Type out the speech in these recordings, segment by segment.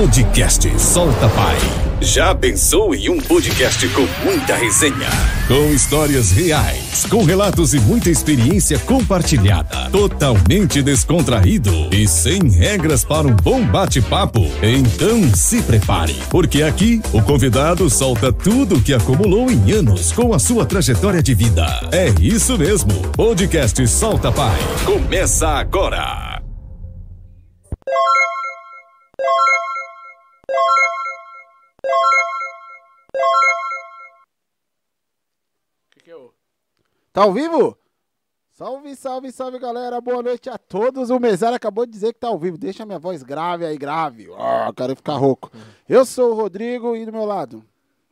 Podcast Solta Pai. Já pensou em um podcast com muita resenha? Com histórias reais, com relatos e muita experiência compartilhada. Totalmente descontraído e sem regras para um bom bate-papo? Então se prepare, porque aqui o convidado solta tudo o que acumulou em anos com a sua trajetória de vida. É isso mesmo, Podcast Solta Pai. Começa agora. Tá ao vivo? Salve, salve, salve, galera. Boa noite a todos. O Mesário acabou de dizer que tá ao vivo. Deixa minha voz grave aí, grave. Quero ficar rouco. Eu sou o Rodrigo e do meu lado...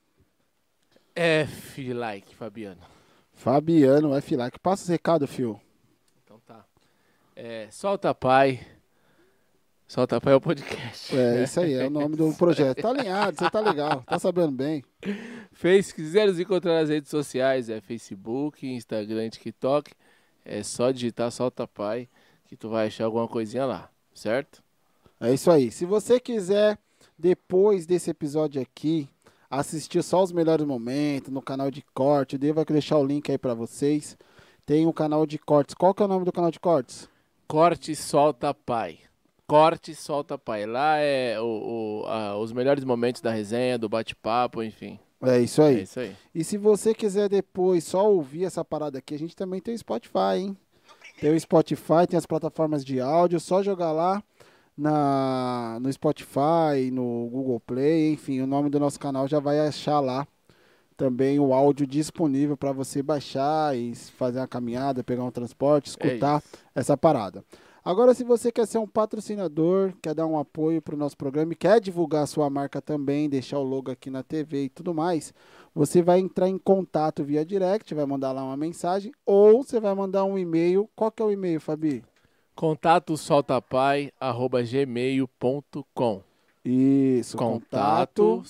F-like, Fabiano. Fabiano, F-like. Passa esse recado, fio. Então tá. Solta Pai. Solta Pai é o podcast. Isso aí, é o nome do projeto. Tá alinhado, você tá legal. Tá sabendo bem. Se quiser nos encontrar nas redes sociais, Facebook, Instagram, TikTok, é só digitar Solta Pai que tu vai achar alguma coisinha lá, certo? É isso aí. Se você quiser, depois desse episódio aqui, assistir só os melhores momentos no canal de corte, o Dave vai deixar o link aí pra vocês. Tem um canal de cortes. Qual que é o nome do canal de cortes? Corte Solta Pai. Corte Solta Pai. Lá é os melhores momentos da resenha, do bate-papo, enfim. É isso aí. É isso aí. E se você quiser depois só ouvir essa parada aqui, a gente também tem o Spotify, hein? Tem o Spotify, tem as plataformas de áudio, só jogar lá no Spotify, no Google Play, enfim, o nome do nosso canal já vai achar lá também o áudio disponível para você baixar e fazer uma caminhada, pegar um transporte, escutar essa parada. Agora, se você quer ser um patrocinador, quer dar um apoio para o nosso programa e quer divulgar a sua marca também, deixar o logo aqui na TV e tudo mais, você vai entrar em contato via direct, vai mandar lá uma mensagem ou você vai mandar um e-mail. Qual que é o e-mail, Fabi? Contato soltapai@gmail.com. Isso, contato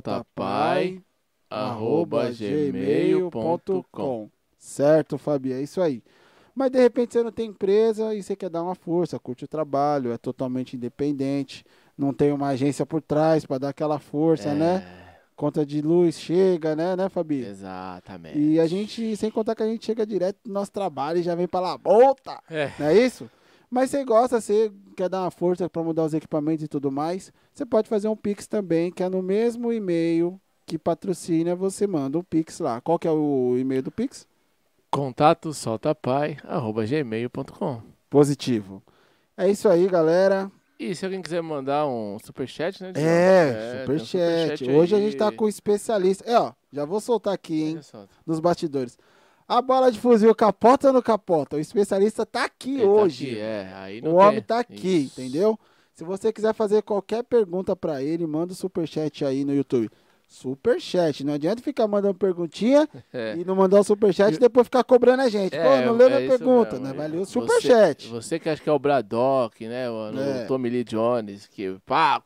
soltapai@gmail.com. Certo, Fabi, é isso aí. Mas de repente você não tem empresa e você quer dar uma força, curte o trabalho, é totalmente independente, não tem uma agência por trás para dar aquela força, né? Conta de luz chega, né, Fabi? Exatamente. E a gente, sem contar que a gente chega direto do nosso trabalho e já vem para lá, volta, não é isso? Mas você gosta, você quer dar uma força para mudar os equipamentos e tudo mais, você pode fazer um Pix também, que é no mesmo e-mail que patrocina, você manda um Pix lá. Qual que é o e-mail do Pix? Contato soltapai@gmail.com. Positivo. É isso aí, galera. E se alguém quiser mandar um superchat, né? Superchat. Hoje a gente tá com um especialista. Já vou soltar aqui, hein, nos bastidores. A bala de fuzil capota ou não capota? O especialista tá aqui hoje. Aí não o homem tá aqui, entendeu? Se você quiser fazer qualquer pergunta pra ele, manda o superchat aí no YouTube. Superchat, não adianta ficar mandando perguntinha e não mandar o superchat e depois ficar cobrando a gente. Não leu minha pergunta, né? Valeu o superchat. Você que acha que é o Braddock, né? O Tommy Lee Jones, que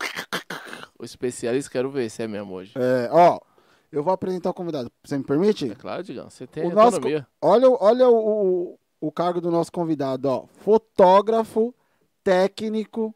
o especialista, quero ver se é mesmo hoje. Eu vou apresentar o convidado. Você me permite? É claro, Digão, você tem autonomia. Olha o cargo do nosso convidado, ó. Fotógrafo técnico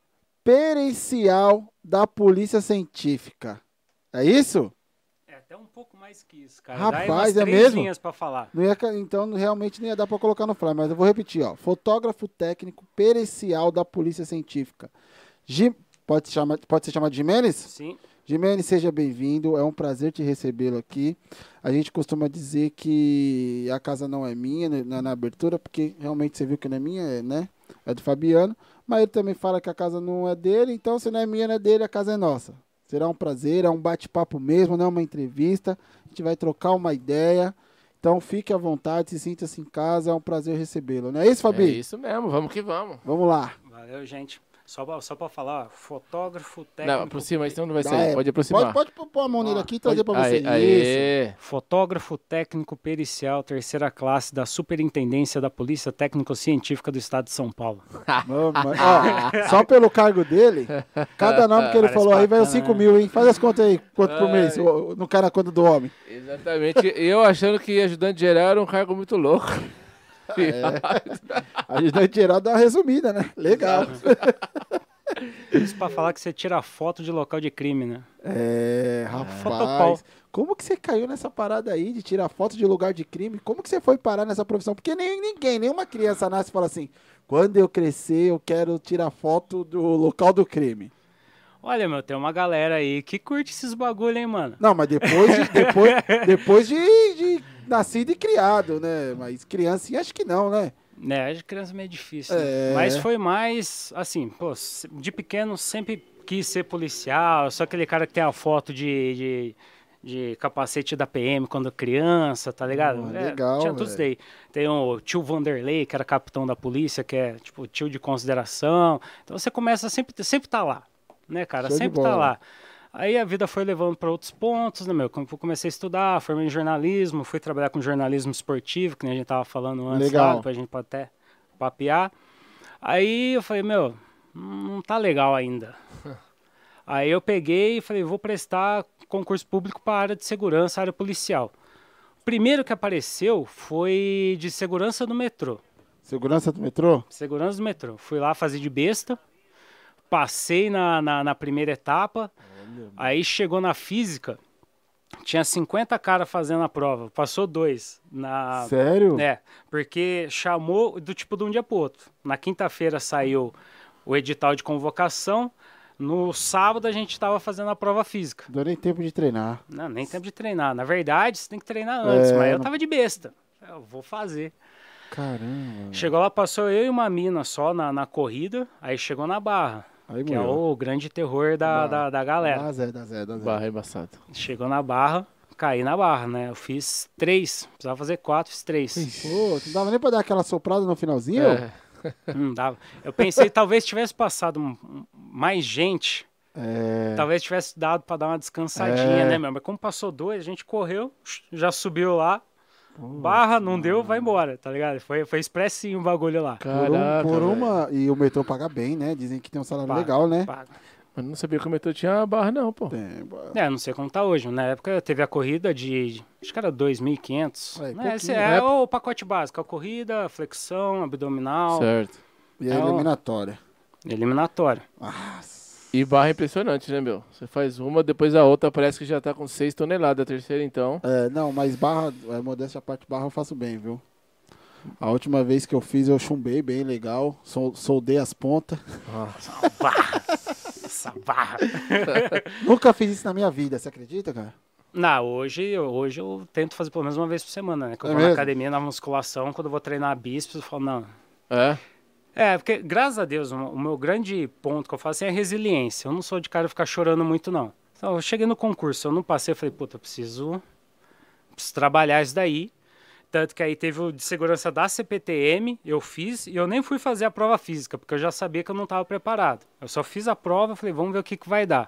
pericial da Polícia Científica. É isso? É até um pouco mais que isso, cara. Rapaz, é mesmo? Linhas pra falar. Então, realmente não ia dar pra colocar no flyer, mas eu vou repetir, ó. Fotógrafo técnico pericial da Polícia Científica. Pode ser chamado de Jimenez? Sim. Jimenez, seja bem-vindo. É um prazer te recebê-lo aqui. A gente costuma dizer que a casa não é minha na abertura, porque realmente você viu que não é minha, né? É do Fabiano. Mas ele também fala que a casa não é dele, então se não é minha, não é dele, a casa é nossa. Será um prazer, é um bate-papo mesmo, não é uma entrevista. A gente vai trocar uma ideia. Então fique à vontade, se sinta-se em casa, é um prazer recebê-lo. Não é isso, Fabi? É isso mesmo, vamos que vamos. Vamos lá. Valeu, gente. Só pra falar, fotógrafo técnico... Não, aproxima, então não vai sair, pode aproximar. Pode pôr a mão nele aqui e trazer pra você. Isso. Fotógrafo técnico pericial, 3ª classe da Superintendência da Polícia Técnico-Científica do Estado de São Paulo. Só pelo cargo dele, cada nome que ele falou aí vai uns 5 mil, hein? Faz as contas aí, quanto por mês, não cai na conta do homem. Exatamente, eu achando que ajudante geral era um cargo muito louco. Ajudante geral dá uma resumida, né? Legal. Isso pra falar que você tira foto de local de crime, né? Rapaz. Como que você caiu nessa parada aí de tirar foto de lugar de crime? Como que você foi parar nessa profissão? Porque nenhuma criança nasce e fala assim, quando eu crescer eu quero tirar foto do local do crime. Olha, meu, tem uma galera aí que curte esses bagulho, hein, mano? Não, mas depois de nascido e criado, né? Mas criancinha acho que não, né? Né, de criança é meio difícil, né? Mas foi mais, assim, pô, de pequeno sempre quis ser policial, só aquele cara que tem a foto de capacete da PM quando criança, tá ligado? Legal, tinha tudo isso daí. Tem o tio Vanderlei, que era capitão da polícia, que é, tipo, tio de consideração. Então você começa sempre tá lá, né, cara? Show de Sempre tá bola. lá. Aí a vida foi levando para outros pontos, né, meu? Quando eu comecei a estudar, formei em jornalismo, fui trabalhar com jornalismo esportivo, que nem a gente tava falando antes, Legal. lá, depois a gente pode até papear. Aí eu falei, meu, não tá legal ainda. Aí eu peguei e falei, vou prestar concurso público para a área de segurança, área policial. O primeiro que apareceu foi de segurança do metrô. Segurança do metrô? Segurança do metrô. Fui lá fazer de besta, passei na primeira etapa, aí chegou na física, tinha 50 caras fazendo a prova, passou 2. Sério? Porque chamou do tipo de um dia pro outro. Na quinta-feira saiu o edital de convocação, no sábado a gente estava fazendo a prova física. Não deu nem tempo de treinar. Não, nem tempo de treinar. Na verdade, você tem que treinar antes, mas eu não- tava de besta. Eu vou fazer. Caramba. Chegou lá, passou eu e uma mina só na corrida, aí chegou na barra, Aí que é morreu. o grande terror da galera. Dá Zé. Barra embaçado. Chegou na barra, caí na barra, né? Eu fiz 3, precisava fazer 4, fiz 3. Pô, não dava nem pra dar aquela soprada no finalzinho? Não dava. Eu pensei, talvez tivesse passado mais gente, talvez tivesse dado pra dar uma descansadinha, né, meu? Mas como passou 2, a gente correu, já subiu lá, barra, não deu, vai embora, tá ligado? Foi expressinho o bagulho lá. Caraca, Por uma. velho. E o metrô paga bem, né? Dizem que tem um salário Paga, legal, né? paga. Mas não sabia que o metrô tinha barra, não, pô. Tem, Não sei como tá hoje. Na época teve a corrida de, acho que era 2.500. É, Né? Esse pouquinho, é né? o pacote básico, a corrida, a flexão, abdominal, Certo. E a Então- eliminatória. eliminatória. E barra é impressionante, né, meu? Você faz uma, depois a outra parece que já tá com 6 toneladas. A terceira, então. Não, mas barra, modéstia à parte, barra eu faço bem, viu? A última vez que eu fiz, eu chumbei bem legal. Soldei as pontas. Essa barra. Nunca fiz isso na minha vida, você acredita, cara? Não, hoje eu tento fazer pelo menos uma vez por semana, né? Que eu É vou na mesmo? academia, na musculação, quando eu vou treinar bíceps, eu falo, não. É? Porque, graças a Deus, o meu grande ponto que eu faço é a resiliência. Eu não sou de cara ficar chorando muito, não. Então, eu cheguei no concurso, eu não passei, eu falei, puta, eu preciso trabalhar isso daí. Tanto que aí teve o de segurança da CPTM, eu fiz, e eu nem fui fazer a prova física, porque eu já sabia que eu não estava preparado. Eu só fiz a prova, falei, vamos ver o que vai dar.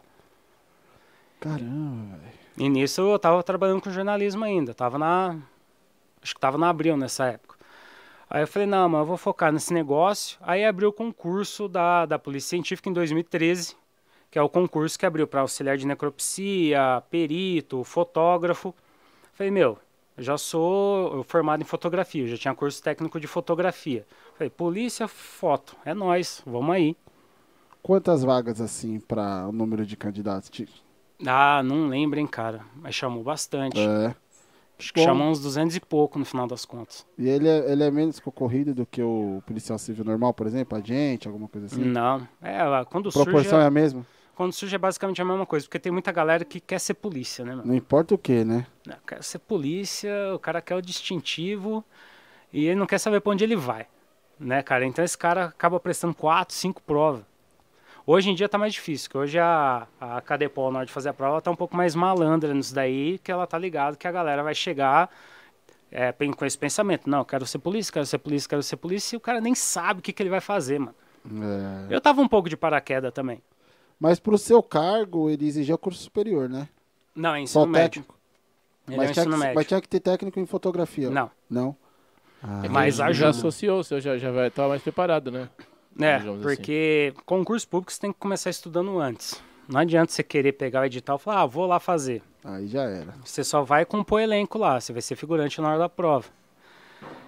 Caramba, velho. E nisso eu tava trabalhando com jornalismo ainda, acho que tava na Abril nessa época. Aí eu falei, não, mas eu vou focar nesse negócio. Aí abriu o concurso da Polícia Científica em 2013, que é o concurso que abriu para auxiliar de necropsia, perito, fotógrafo. Falei, meu, eu já sou formado em fotografia, eu já tinha curso técnico de fotografia. Falei, polícia, foto, é nóis, vamos aí. Quantas vagas, assim, para o número de candidatos? Ah, não lembro, hein, cara, mas chamou bastante. Acho que Bom. chamou uns 200 e pouco no final das contas. E ele é menos concorrido do que o policial civil normal, por exemplo? Agente, alguma coisa assim? Não, quando Proporção é a mesma? quando surge é basicamente a mesma coisa, porque tem muita galera que quer ser polícia, né, mano? Não importa o que, né? Não, quer ser polícia, o cara quer o distintivo e ele não quer saber pra onde ele vai, né, cara? Então esse cara acaba prestando 4, 5 provas. Hoje em dia tá mais difícil, porque hoje a Cadepol, na hora de fazer a prova, ela tá um pouco mais malandra nisso daí, que ela tá ligado que a galera vai chegar com esse pensamento. Não, quero ser polícia, quero ser polícia, quero ser polícia, e o cara nem sabe o que ele vai fazer, mano. Eu tava um pouco de paraquedas também. Mas pro seu cargo, ele exigia curso superior, né? Não, é Só ensino médio. técnico. Ele é ensino médio. Mas tinha que ter técnico em fotografia. Não. Não? Mas já ajuda. associou, você já vai estar mais preparado, né? Digamos Porque concurso público você tem que começar estudando antes. Não adianta você querer pegar o edital e falar, vou lá fazer. Aí já era. Você só vai compor elenco lá, você vai ser figurante na hora da prova.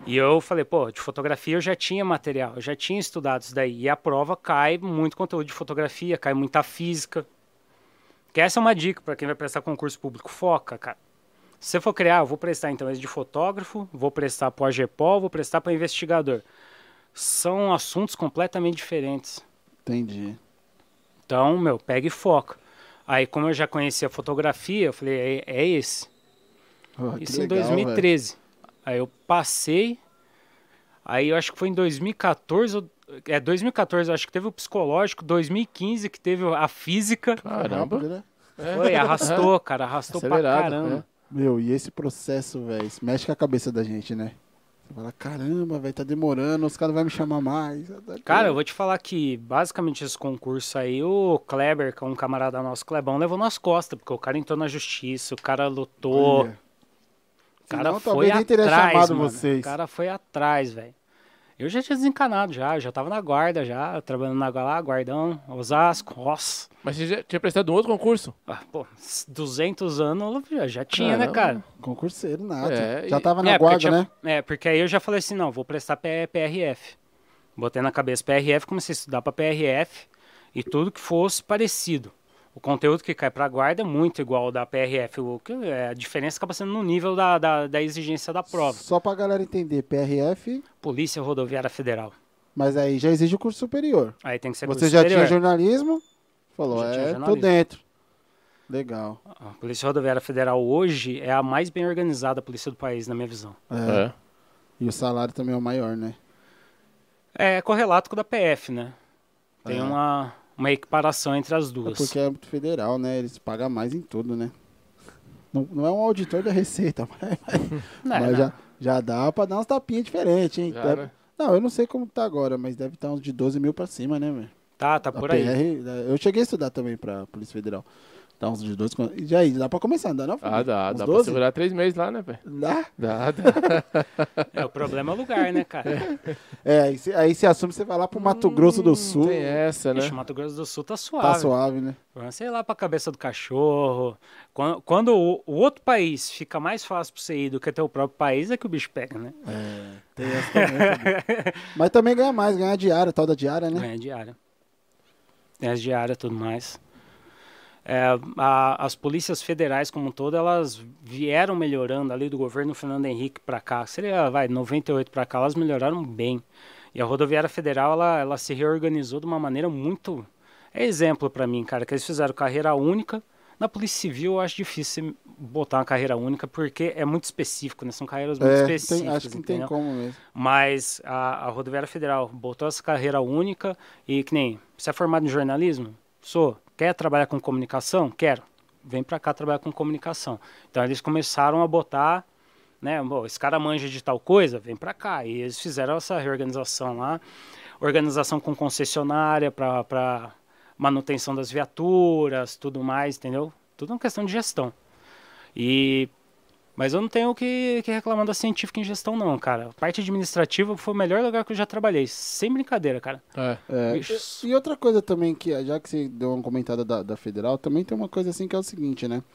E eu falei, pô, de fotografia eu já tinha material, eu já tinha estudado isso daí. E a prova cai muito conteúdo de fotografia, cai muita física. Que essa é uma dica para quem vai prestar concurso público. Foca, cara. Se você for criar, eu vou prestar então esse de fotógrafo, vou prestar para o AGPOL, vou prestar para investigador. São assuntos completamente diferentes. Entendi. Então, pega e foca. Aí, como eu já conhecia a fotografia, eu falei, é esse. Oh, Isso em 2013. Véio. Aí eu passei, aí eu acho que foi em 2014, 2014 eu acho que teve o psicológico, 2015 que teve a física. Caramba. Rápido, né? Foi, arrastou, cara, arrastou acelerado, pra caramba. E esse processo, velho, mexe com a cabeça da gente, né? Você fala, caramba, velho, tá demorando, os caras vão me chamar mais. Cara, eu vou te falar que, basicamente, esse concurso aí, o Kleber, que é um camarada nosso, Clebão, levou nas costas, porque o cara entrou na justiça, o cara lutou... Olha. O cara Senão, foi nem teria atrás, chamado mano. Vocês. O cara foi atrás, velho. Eu já tinha desencanado já, eu já tava na guarda já, trabalhando lá, guardão, Osasco, nossa. Mas você já tinha prestado um outro concurso? Ah, pô, 200 anos já tinha, né, cara? Concurseiro, nada. Já tava na guarda, né? Porque aí eu já falei assim, não, vou prestar PRF. Botei na cabeça PRF, comecei a estudar pra PRF e tudo que fosse parecido. O conteúdo que cai pra guarda é muito igual ao da PRF. A diferença acaba sendo no nível da exigência da prova. Só pra galera entender, PRF... Polícia Rodoviária Federal. Mas aí já exige o curso superior. Aí tem que ser curso superior. Você já tinha jornalismo? Falou, tô dentro. Legal. A Polícia Rodoviária Federal hoje é a mais bem organizada polícia do país, na minha visão. E o salário também é o maior, né? É correlato com o da PF, né? Tem uma equiparação entre as duas. Porque é muito federal, né? Eles pagam mais em tudo, né? Não é um auditor da Receita, mas já dá pra dar uns tapinhas diferentes, hein? Né? Não, eu não sei como tá agora, mas deve estar uns de 12 mil pra cima, né, velho? Tá por aí. Eu cheguei a estudar também pra Polícia Federal. Dá uns de 12. E aí, dá pra começar, não dá não? Dá pra segurar 3 meses lá, né, velho? Dá? Dá. O problema é o lugar, né, cara? Aí se assume, você vai lá pro Mato Grosso do Sul. Tem essa, né? Ixi, Mato Grosso do Sul tá suave. Tá suave, né? Sei lá, pra cabeça do cachorro. Quando o outro país fica mais fácil pra você ir do que teu próprio país, é que o bicho pega, né? Tem essa também. Mas também ganha mais, ganha diária, tal da diária, né? Ganha diária. Tem as diárias e tudo mais. As polícias federais como um todo, elas vieram melhorando ali do governo Fernando Henrique pra cá. Seria, 98 pra cá, elas melhoraram bem. E a rodoviária federal, ela se reorganizou de uma maneira muito... É exemplo pra mim, cara, que eles fizeram carreira única. Na Polícia Civil eu acho difícil botar uma carreira única, porque é muito específico, né? São carreiras muito específicas. Acho que não tem como mesmo. Mas a rodoviária federal botou essa carreira única e que nem... Você é formado em jornalismo? Sou. Quer trabalhar com comunicação? Quero. Vem pra cá trabalhar com comunicação. Então eles começaram a botar, né? Esse cara manja de tal coisa, vem pra cá. E eles fizeram essa reorganização lá. Organização com concessionária pra manutenção das viaturas, tudo mais, entendeu? Tudo uma questão de gestão. Mas eu não tenho que reclamar da científica em gestão, não, cara. A parte administrativa foi o melhor lugar que eu já trabalhei. Sem brincadeira, cara. E outra coisa também, que já que você deu uma comentada da Federal, também tem uma coisa assim que é o seguinte, né?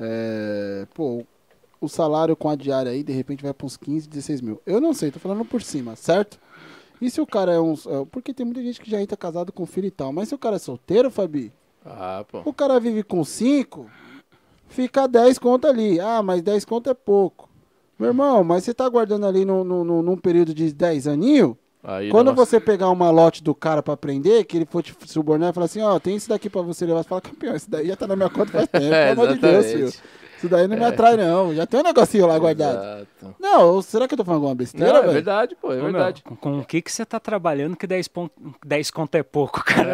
O salário com a diária aí, de repente, vai para uns 15, 16 mil. Eu não sei, tô falando por cima, certo? E se o cara porque tem muita gente que já entra casado com filho e tal. Mas se o cara é solteiro, Fabi, o cara vive com 5... Fica 10 conto ali. Mas 10 conto é pouco. Meu irmão, mas você tá guardando ali num período de 10 aninhos? Quando você pegar uma lote do cara pra aprender, que ele for te subornar e falar assim, tem isso daqui pra você levar. Você fala, campeão, isso daí já tá na minha conta faz tempo. Pelo amor de Deus, filho. Isso daí não me atrai, não. Já tem um negocinho lá guardado. Exato. Não, será que eu tô falando alguma besteira, Não, velho? é verdade, pô, é verdade. Com o que você tá trabalhando que 10 conto é pouco, cara?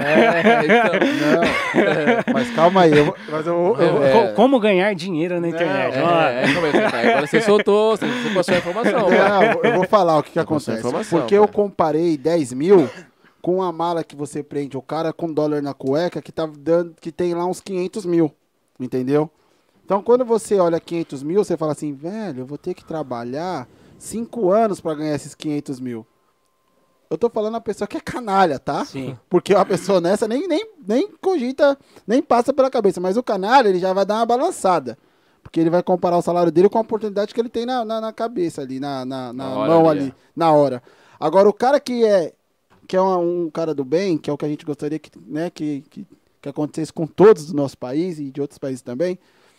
Não, mas calma aí. Como ganhar dinheiro na internet? Agora você soltou, você passou a informação. Eu vou falar o que acontece. Porque eu comparei 10 mil com a mala que você prende o cara com dólar na cueca que tem lá uns 500 mil, entendeu? Então, quando você olha 500 mil, você fala assim, velho, eu vou ter que trabalhar 5 anos para ganhar esses 500 mil. Eu tô falando a pessoa que é canalha, tá? Sim. Porque uma pessoa nessa nem cogita, nem passa pela cabeça. Mas o canalha, ele já vai dar uma balançada. Porque ele vai comparar o salário dele com a oportunidade que ele tem na cabeça ali, na mão ali, na hora. Agora, o cara que é um cara do bem, que é o que a gente gostaria que, né, que acontecesse com todos do nosso país e de outros países também,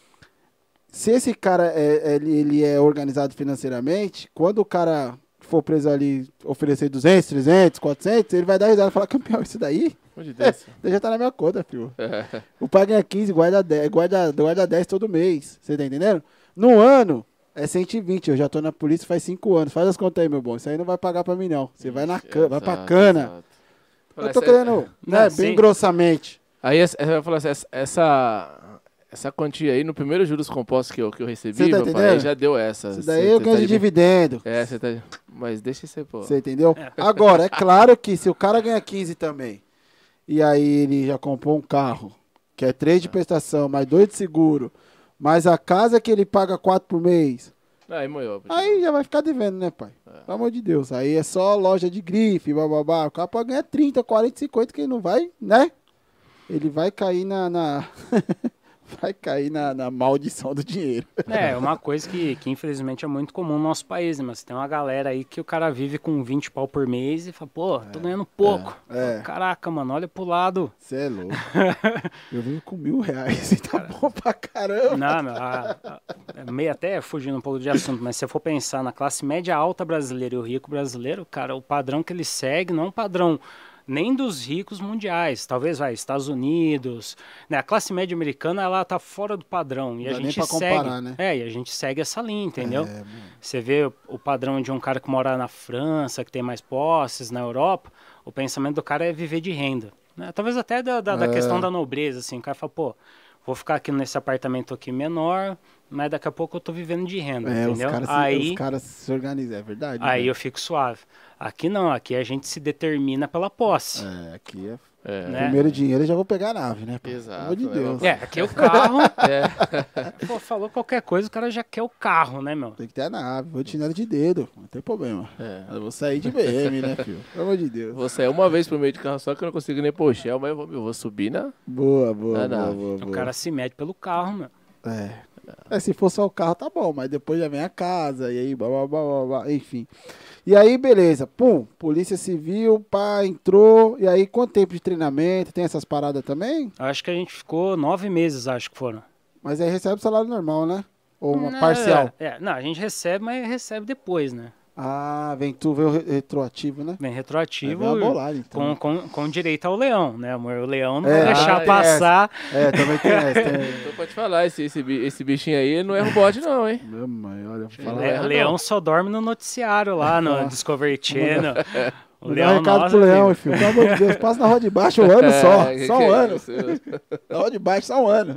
se esse cara ele é organizado financeiramente, quando o cara for preso ali, oferecer 200, 300, 400, ele vai dar risada e falar, campeão, isso daí já tá na minha conta, filho. O pai ganha 15, guarda 10 todo mês, você tá entendendo? No ano, é 120, eu já tô na polícia faz 5 anos, faz as contas aí, meu bom, isso aí não vai pagar pra mim não, você vai vai pra cana. Exato. Eu tô querendo, né, bem grossamente. Aí, eu vou falar assim, essa quantia aí, no primeiro juros compostos que eu recebi, tá meu pai, já deu essa. Isso daí eu ganho de dividendo. Você tá... Mas deixa isso aí, pô. Você entendeu? Agora, é claro que se o cara ganha 15 também, e aí ele já comprou um carro, que é 3 de prestação, mais 2 de seguro, mais a casa que ele paga 4 por mês, aí moiou. Aí já vai ficar devendo, né, pai? Pelo amor de Deus. Aí é só loja de grife, bababá. O cara pode ganhar 30, 40, 50, que ele não vai, né? Ele vai cair vai cair na maldição do dinheiro. É uma coisa que infelizmente é muito comum no nosso país, né? Mas tem uma galera aí que o cara vive com 20 pau por mês e fala, pô, tô ganhando pouco. Caraca, mano, olha pro lado. Você é louco. Eu vivo com R$1.000 e tá bom pra caramba. Não, meio até fugindo um pouco de assunto, mas se eu for pensar na classe média alta brasileira e o rico brasileiro, cara, o padrão que ele segue não é um padrão nem dos ricos mundiais, talvez Estados Unidos, né? A classe média americana, ela tá fora do padrão e a gente segue, comparar, né? E a gente segue essa linha, entendeu? Você vê o padrão de um cara que mora na França, que tem mais posses, na Europa, o pensamento do cara é viver de renda, né? Talvez até da questão da nobreza, assim, o cara fala, pô, vou ficar aqui nesse apartamento aqui menor, mas daqui a pouco eu tô vivendo de renda, entendeu? Os caras se organizam, é verdade. Aí eu fico suave. Aqui não, aqui a gente se determina pela posse. Aqui né? Primeiro dinheiro eu já vou pegar a nave, né? Exato. Pelo amor de Deus. Aqui é o carro. Pô, falou qualquer coisa, o cara já quer o carro, né, meu? Tem que ter a nave, vou de chinelo de dedo, não tem problema. Eu vou sair de BM, né, filho? Pelo amor de Deus. Vou sair uma vez pro meio de carro só que eu não consigo nem pôr Shell, mas eu vou subir na... Boa. O cara se mede pelo carro, meu. Se for só o carro, tá bom, mas depois já vem a casa, e aí, blá, enfim. E aí, beleza, Polícia Civil, entrou, e aí, quanto tempo de treinamento? Tem essas paradas também? Acho que a gente ficou 9 meses, acho que foram. Mas aí recebe o salário normal, né? Ou uma parcial? Não, a gente recebe, mas recebe depois, né? Vem o retroativo, né? Vem retroativo bolada, então. com direito ao leão, né, amor? O leão não vai deixar passar. Também tem essa. Então pode falar, esse bichinho aí não é robot não, hein? Meu mãe, olha, leão só dorme no noticiário lá, no Discovery Channel. O leão, recado pro leão, filho. Pelo amor de Deus, passa na roda de baixo um ano só um ano. Na roda de baixo só um ano.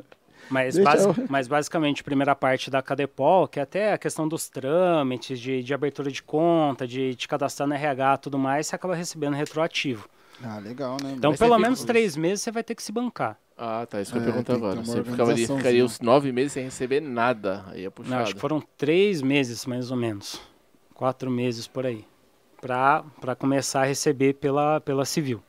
Mas basicamente, a primeira parte da Cadepol, que é até a questão dos trâmites, de abertura de conta, de te cadastrar no RH e tudo mais, você acaba recebendo retroativo. Legal, né? Então, pelo menos 3 meses você vai ter que se bancar. Isso que eu ia perguntar agora. Você ficaria os 9 meses sem receber nada. Aí é puxado. Não, acho que foram 3 meses, mais ou menos. 4 meses por aí. Pra começar a receber pela civil.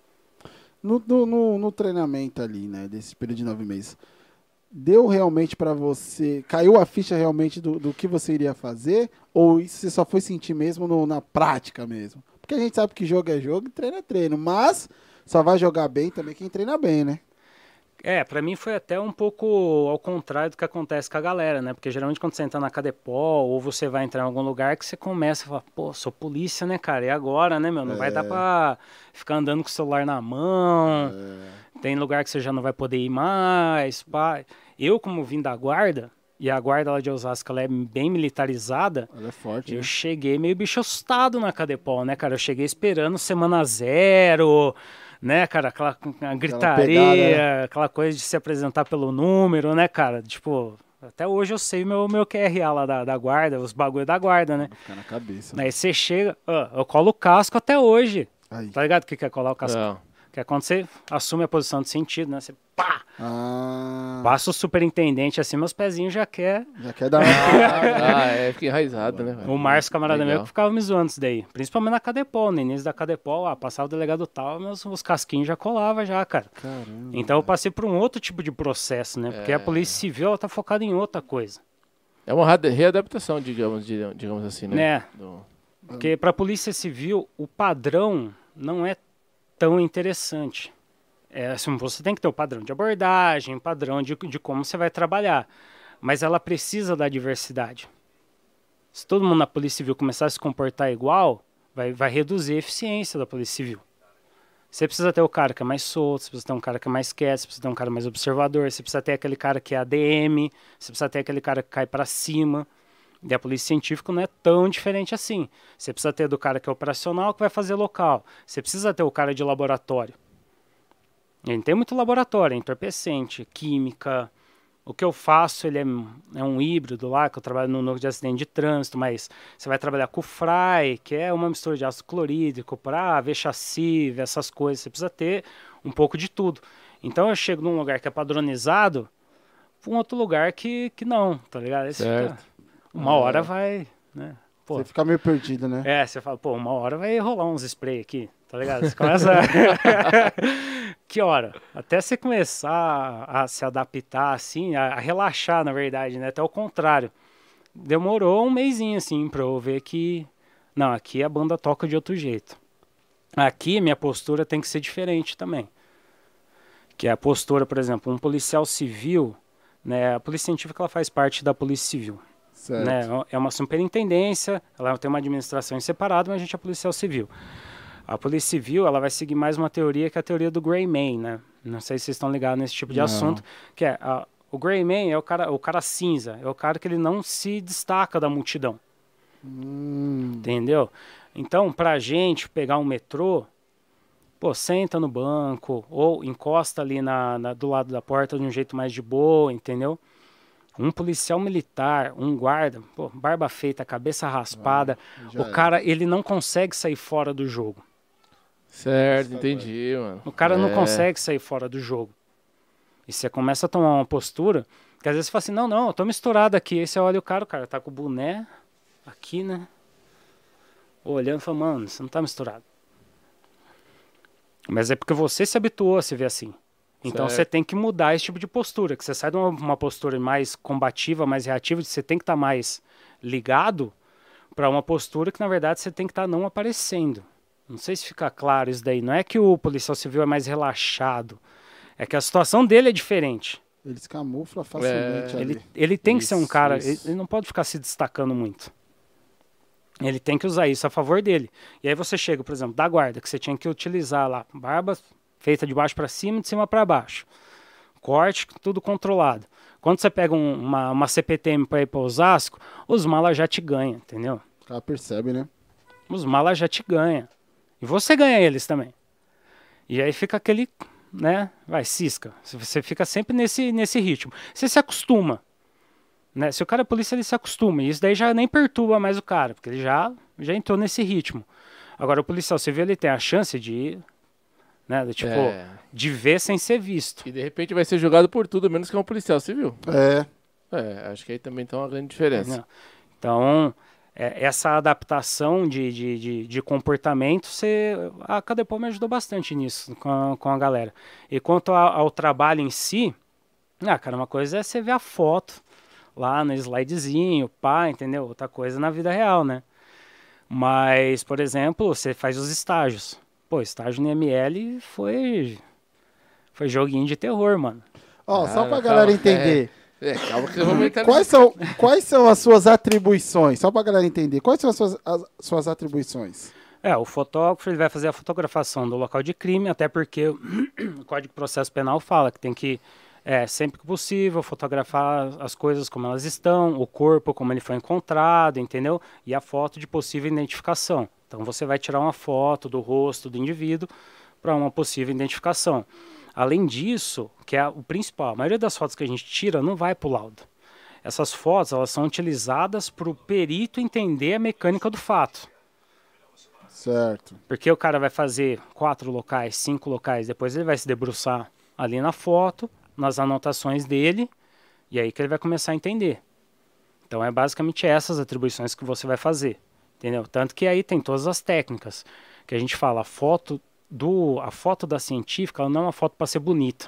No treinamento ali, né? Desse período de 9 meses. Deu realmente pra você... Caiu a ficha realmente do que você iria fazer? Ou isso você só foi sentir mesmo na prática mesmo? Porque a gente sabe que jogo é jogo e treino é treino. Mas só vai jogar bem também quem treina bem, né? Pra mim foi até um pouco ao contrário do que acontece com a galera, né? Porque geralmente quando você entra na Cadepol ou você vai entrar em algum lugar que você começa a falar, pô, sou polícia, né, cara? E agora, né, meu? Não vai dar pra ficar andando com o celular na mão. Tem lugar que você já não vai poder ir mais, pá. Eu, como vim da guarda, e a guarda lá de Osasco, ela é bem militarizada. Ela é forte, eu cheguei meio bicho assustado na Cadepol, né, cara? Eu cheguei esperando semana 0, né, cara? Aquela gritaria, aquela coisa de se apresentar pelo número, né, cara? Tipo, até hoje eu sei meu QRA lá da guarda, os bagulho da guarda, né? Vai ficar na cabeça. Aí você chega, eu colo o casco até hoje. Tá ligado o que é colar o casco? Não. Que é quando você assume a posição de sentido, né? Você pá! Ah, Passa o superintendente assim, meus pezinhos já quer. já quer dar uma... Fica enraizado, né, velho? O Márcio, camarada Legal. meu, que ficava me zoando isso daí. Principalmente na Cadepol, no início da Cadepol, passava o delegado tal, os casquinhos já colavam já, cara. Caramba. Então eu passei por um outro tipo de processo, né? Porque a Polícia Civil, ela tá focada em outra coisa. É uma readaptação, digamos assim, né? Né? Porque pra Polícia Civil, o padrão não é tão interessante. Assim, você tem que ter o padrão de abordagem, padrão de como você vai trabalhar. Mas ela precisa da diversidade. Se todo mundo na Polícia Civil começar a se comportar igual, vai reduzir a eficiência da Polícia Civil. Você precisa ter o cara que é mais solto, você precisa ter um cara que é mais quieto, você precisa ter um cara mais observador, você precisa ter aquele cara que é ADM, você precisa ter aquele cara que cai para cima. E a Polícia Científica não é tão diferente assim. Você precisa ter do cara que é operacional, que vai fazer local. Você precisa ter o cara de laboratório. Ele tem muito laboratório, entorpecente, química. O que eu faço, ele é um híbrido lá, que eu trabalho no núcleo de acidente de trânsito, mas você vai trabalhar com o FRAI, que é uma mistura de ácido clorídrico, para ver chassi, ver essas coisas. Você precisa ter um pouco de tudo. Então eu chego num lugar que é padronizado, para um outro lugar que não, tá ligado? Aí você fica, uma hora vai, né? Pô, Você fica meio perdido, né? você fala, pô, uma hora vai rolar uns spray aqui, tá ligado? Você começa... Que hora? Até você começar a se adaptar, assim, a relaxar, na verdade, né? Até o contrário. Demorou um mesinho, assim, pra eu ver que... Não, aqui a banda toca de outro jeito. Aqui minha postura tem que ser diferente também. Que é a postura, por exemplo, um policial civil, né? A Polícia Científica, ela faz parte da Polícia Civil. Certo. Né? É uma superintendência, ela tem uma administração separada, mas a gente é policial civil. A Polícia Civil, ela vai seguir mais uma teoria que é a teoria do Gray Man, né? Não sei se vocês estão ligados nesse tipo de assunto, que é o Gray Man é o cara cinza, é o cara que ele não se destaca da multidão. Entendeu? Então, pra gente pegar um metrô, pô, senta no banco ou encosta ali do lado da porta de um jeito mais de boa, entendeu? Um policial militar, um guarda, pô, barba feita, cabeça raspada, o cara, ele não consegue sair fora do jogo. Certo, entendi, mano. O cara não consegue sair fora do jogo. E você começa a tomar uma postura, que às vezes você fala assim, não, eu tô misturado aqui. Aí você olha o cara tá com o boné aqui, né? Olhando e fala, mano, você não tá misturado. Mas é porque você se habituou a se ver assim. Então você tem que mudar esse tipo de postura, que você sai de uma postura mais combativa, mais reativa, você tem que estar mais ligado para uma postura que na verdade você tem que estar não aparecendo. Não sei se fica claro isso daí. Não é que o policial civil é mais relaxado, é que a situação dele é diferente. Ele se camufla facilmente ali. Ele tem que ser um cara, ele não pode ficar se destacando muito. Ele tem que usar isso a favor dele. E aí você chega, por exemplo, da guarda, que você tinha que utilizar lá, barba feita de baixo para cima, de cima para baixo. Corte, tudo controlado. Quando você pega uma CPTM para ir para Osasco, os malas já te ganham, entendeu? O cara percebe, né? Os malas já te ganham. E você ganha eles também. E aí fica aquele, né? Vai, cisca. Você fica sempre nesse ritmo. Você se acostuma. Né? Se o cara é polícia, ele se acostuma. E isso daí já nem perturba mais o cara, porque ele já entrou nesse ritmo. Agora, o policial civil, ele tem a chance de... Né? De ver sem ser visto. E de repente vai ser julgado por tudo, menos que é um policial civil. Acho que aí também tem uma grande diferença. Não. Então, essa adaptação de comportamento, a Cadepol me ajudou bastante nisso com a galera. E quanto ao trabalho em si, cara, uma coisa é você ver a foto lá no slidezinho, entendeu? Outra coisa na vida real, né? Mas, por exemplo, você faz os estágios. Pô, estágio no ML foi joguinho de terror, mano. Só pra galera entender. Calma que eu vou aumentar. Quais são as suas atribuições? Só pra galera entender. Quais são as suas atribuições? O fotógrafo ele vai fazer a fotografação do local de crime, até porque o Código de Processo Penal fala que tem que, sempre que possível, fotografar as coisas como elas estão, o corpo como ele foi encontrado, entendeu? E a foto de possível identificação. Então você vai tirar uma foto do rosto do indivíduo para uma possível identificação. Além disso, que é o principal, a maioria das fotos que a gente tira não vai para o laudo. Essas fotos elas são utilizadas para o perito entender a mecânica do fato. Certo. Porque o cara vai fazer 4 locais, 5 locais, depois ele vai se debruçar ali na foto, nas anotações dele, e aí que ele vai começar a entender. Então é basicamente essas atribuições que você vai fazer, entendeu? Tanto que aí tem todas as técnicas, que a gente fala, a foto da científica, ela não é uma foto para ser bonita.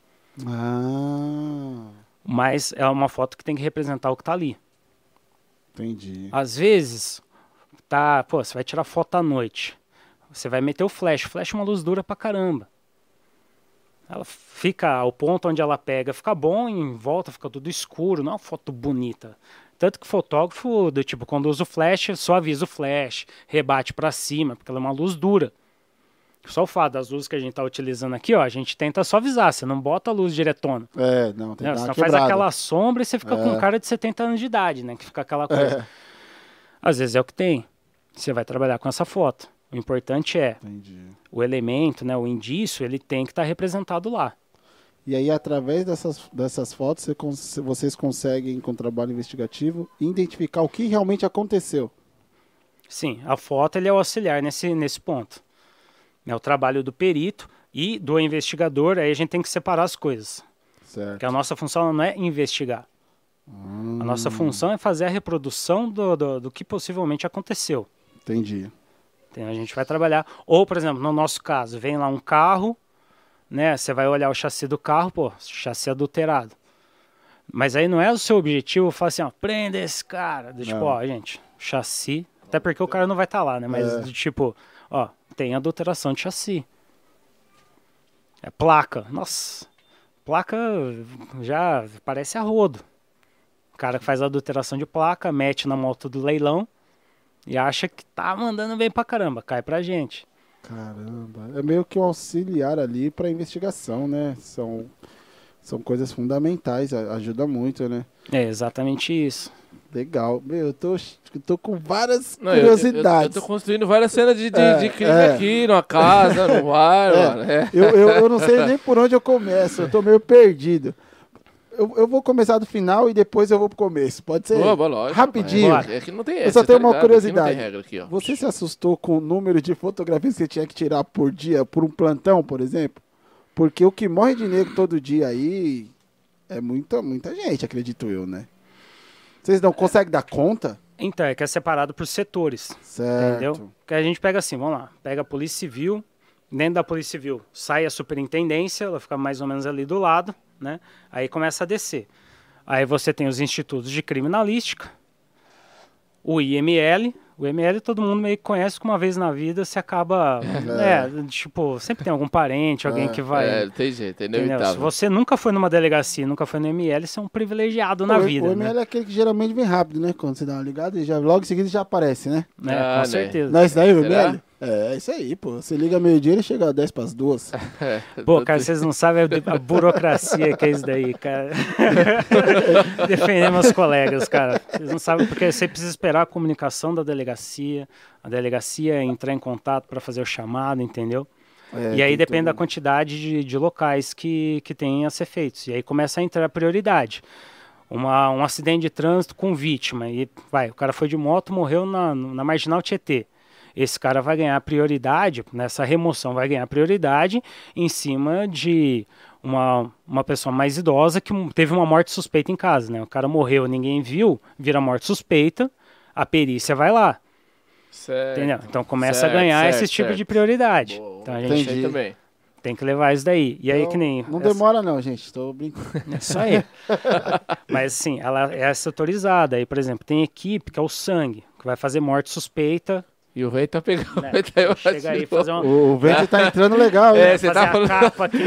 Mas é uma foto que tem que representar o que está ali. Entendi. Às vezes, você vai tirar foto à noite. Você vai meter o flash. O flash é uma luz dura pra caramba. Ela fica, o ponto onde ela pega fica bom, em volta fica tudo escuro, não é uma foto bonita. Tanto que fotógrafo, do tipo, quando usa o flash, só avisa o flash, rebate pra cima, porque ela é uma luz dura. Só o fato das luzes que a gente tá utilizando aqui, ó, a gente tenta suavizar, você não bota a luz diretona. Não, tem que dar você uma faz quebrada. aquela sombra e você fica com um cara de 70 anos de idade, né? Que fica aquela coisa. Às vezes é o que tem. Você vai trabalhar com essa foto. O importante é o elemento, né, o indício, ele tem que estar representado lá. E aí, através dessas fotos, vocês conseguem, com o trabalho investigativo, identificar o que realmente aconteceu. Sim, a foto ele é o auxiliar nesse ponto. É o trabalho do perito e do investigador, aí a gente tem que separar as coisas. Certo. Porque a nossa função não é investigar. A nossa função é fazer a reprodução do que possivelmente aconteceu. Entendi. Então a gente vai trabalhar. Ou, por exemplo, no nosso caso, vem lá um carro, né? Você vai olhar o chassi do carro, chassi adulterado. Mas aí não é o seu objetivo falar assim, ó, prenda esse cara. Tipo, gente, chassi. Até porque o cara não vai estar lá, né? Mas tipo, ó, tem adulteração de chassi. É placa. Nossa, placa já parece a rodo. O cara que faz a adulteração de placa, mete na moto do leilão e acha que tá mandando bem pra caramba, cai pra gente. Caramba, é meio que um auxiliar ali pra investigação, né? São coisas fundamentais, ajuda muito, né? É exatamente isso. Legal. Meu, eu tô com várias curiosidades. Eu tô construindo várias cenas de crime aqui, numa casa, no bar, mano. Eu não sei nem por onde eu começo, eu tô meio perdido. Eu vou começar do final e depois eu vou pro começo. Pode ser? Boa, lógico. Rapidinho. É que não tem essa, eu só tenho uma ligado? curiosidade. Aqui não tem regra aqui, ó. Você se assustou com o número de fotografias que você tinha que tirar por dia, por um plantão, por exemplo? Porque o que morre de negro todo dia aí é muita gente, acredito eu, né? Vocês não conseguem dar conta? Então, é que é separado por setores. Certo. Entendeu? Que a gente pega assim, vamos lá, pega a Polícia Civil, dentro da Polícia Civil sai a superintendência, ela fica mais ou menos ali do lado, né? Aí começa a descer. Aí você tem os institutos de criminalística, o IML. O IML todo mundo meio que conhece, que uma vez na vida você acaba, tipo, sempre tem algum parente, alguém que vai... tem jeito, é entendeu? inevitável. Se você nunca foi numa delegacia, nunca foi no IML, você é um privilegiado na vida, O IML né? é aquele que geralmente vem rápido, né? Quando você dá uma ligada, logo em seguida já aparece, né? Com certeza. Não é isso daí, o Será? IML? É isso aí, pô. Você liga meio-dia, ele chega às 10 para as 2. Pô, cara, vocês não sabem a burocracia que é isso daí, cara. Defender meus colegas, cara. Vocês não sabem, porque você precisa esperar a comunicação da delegacia, a delegacia entrar em contato para fazer o chamado, entendeu? E aí depende da quantidade de locais que tem a ser feitos. E aí começa a entrar a prioridade. Um acidente de trânsito com vítima. E o cara foi de moto, morreu na Marginal Tietê. Esse cara vai ganhar prioridade, nessa remoção vai ganhar prioridade em cima de uma pessoa mais idosa que teve uma morte suspeita em casa, né? O cara morreu, ninguém viu, vira morte suspeita, a perícia vai lá. Certo. Entendeu? Então começa a ganhar esse tipo de prioridade. Boa, então a gente também. tem que levar isso daí. E aí que nem... Não demora não, gente. Tô brincando. É isso aí. Mas assim, ela é setorizada. Aí, por exemplo, tem equipe que é o sangue, que vai fazer morte suspeita. E o velho tá pegando. Né? Tá Chega aí fazer uma... O vento tá entrando legal, né? Você fazer tá falando... a capa aqui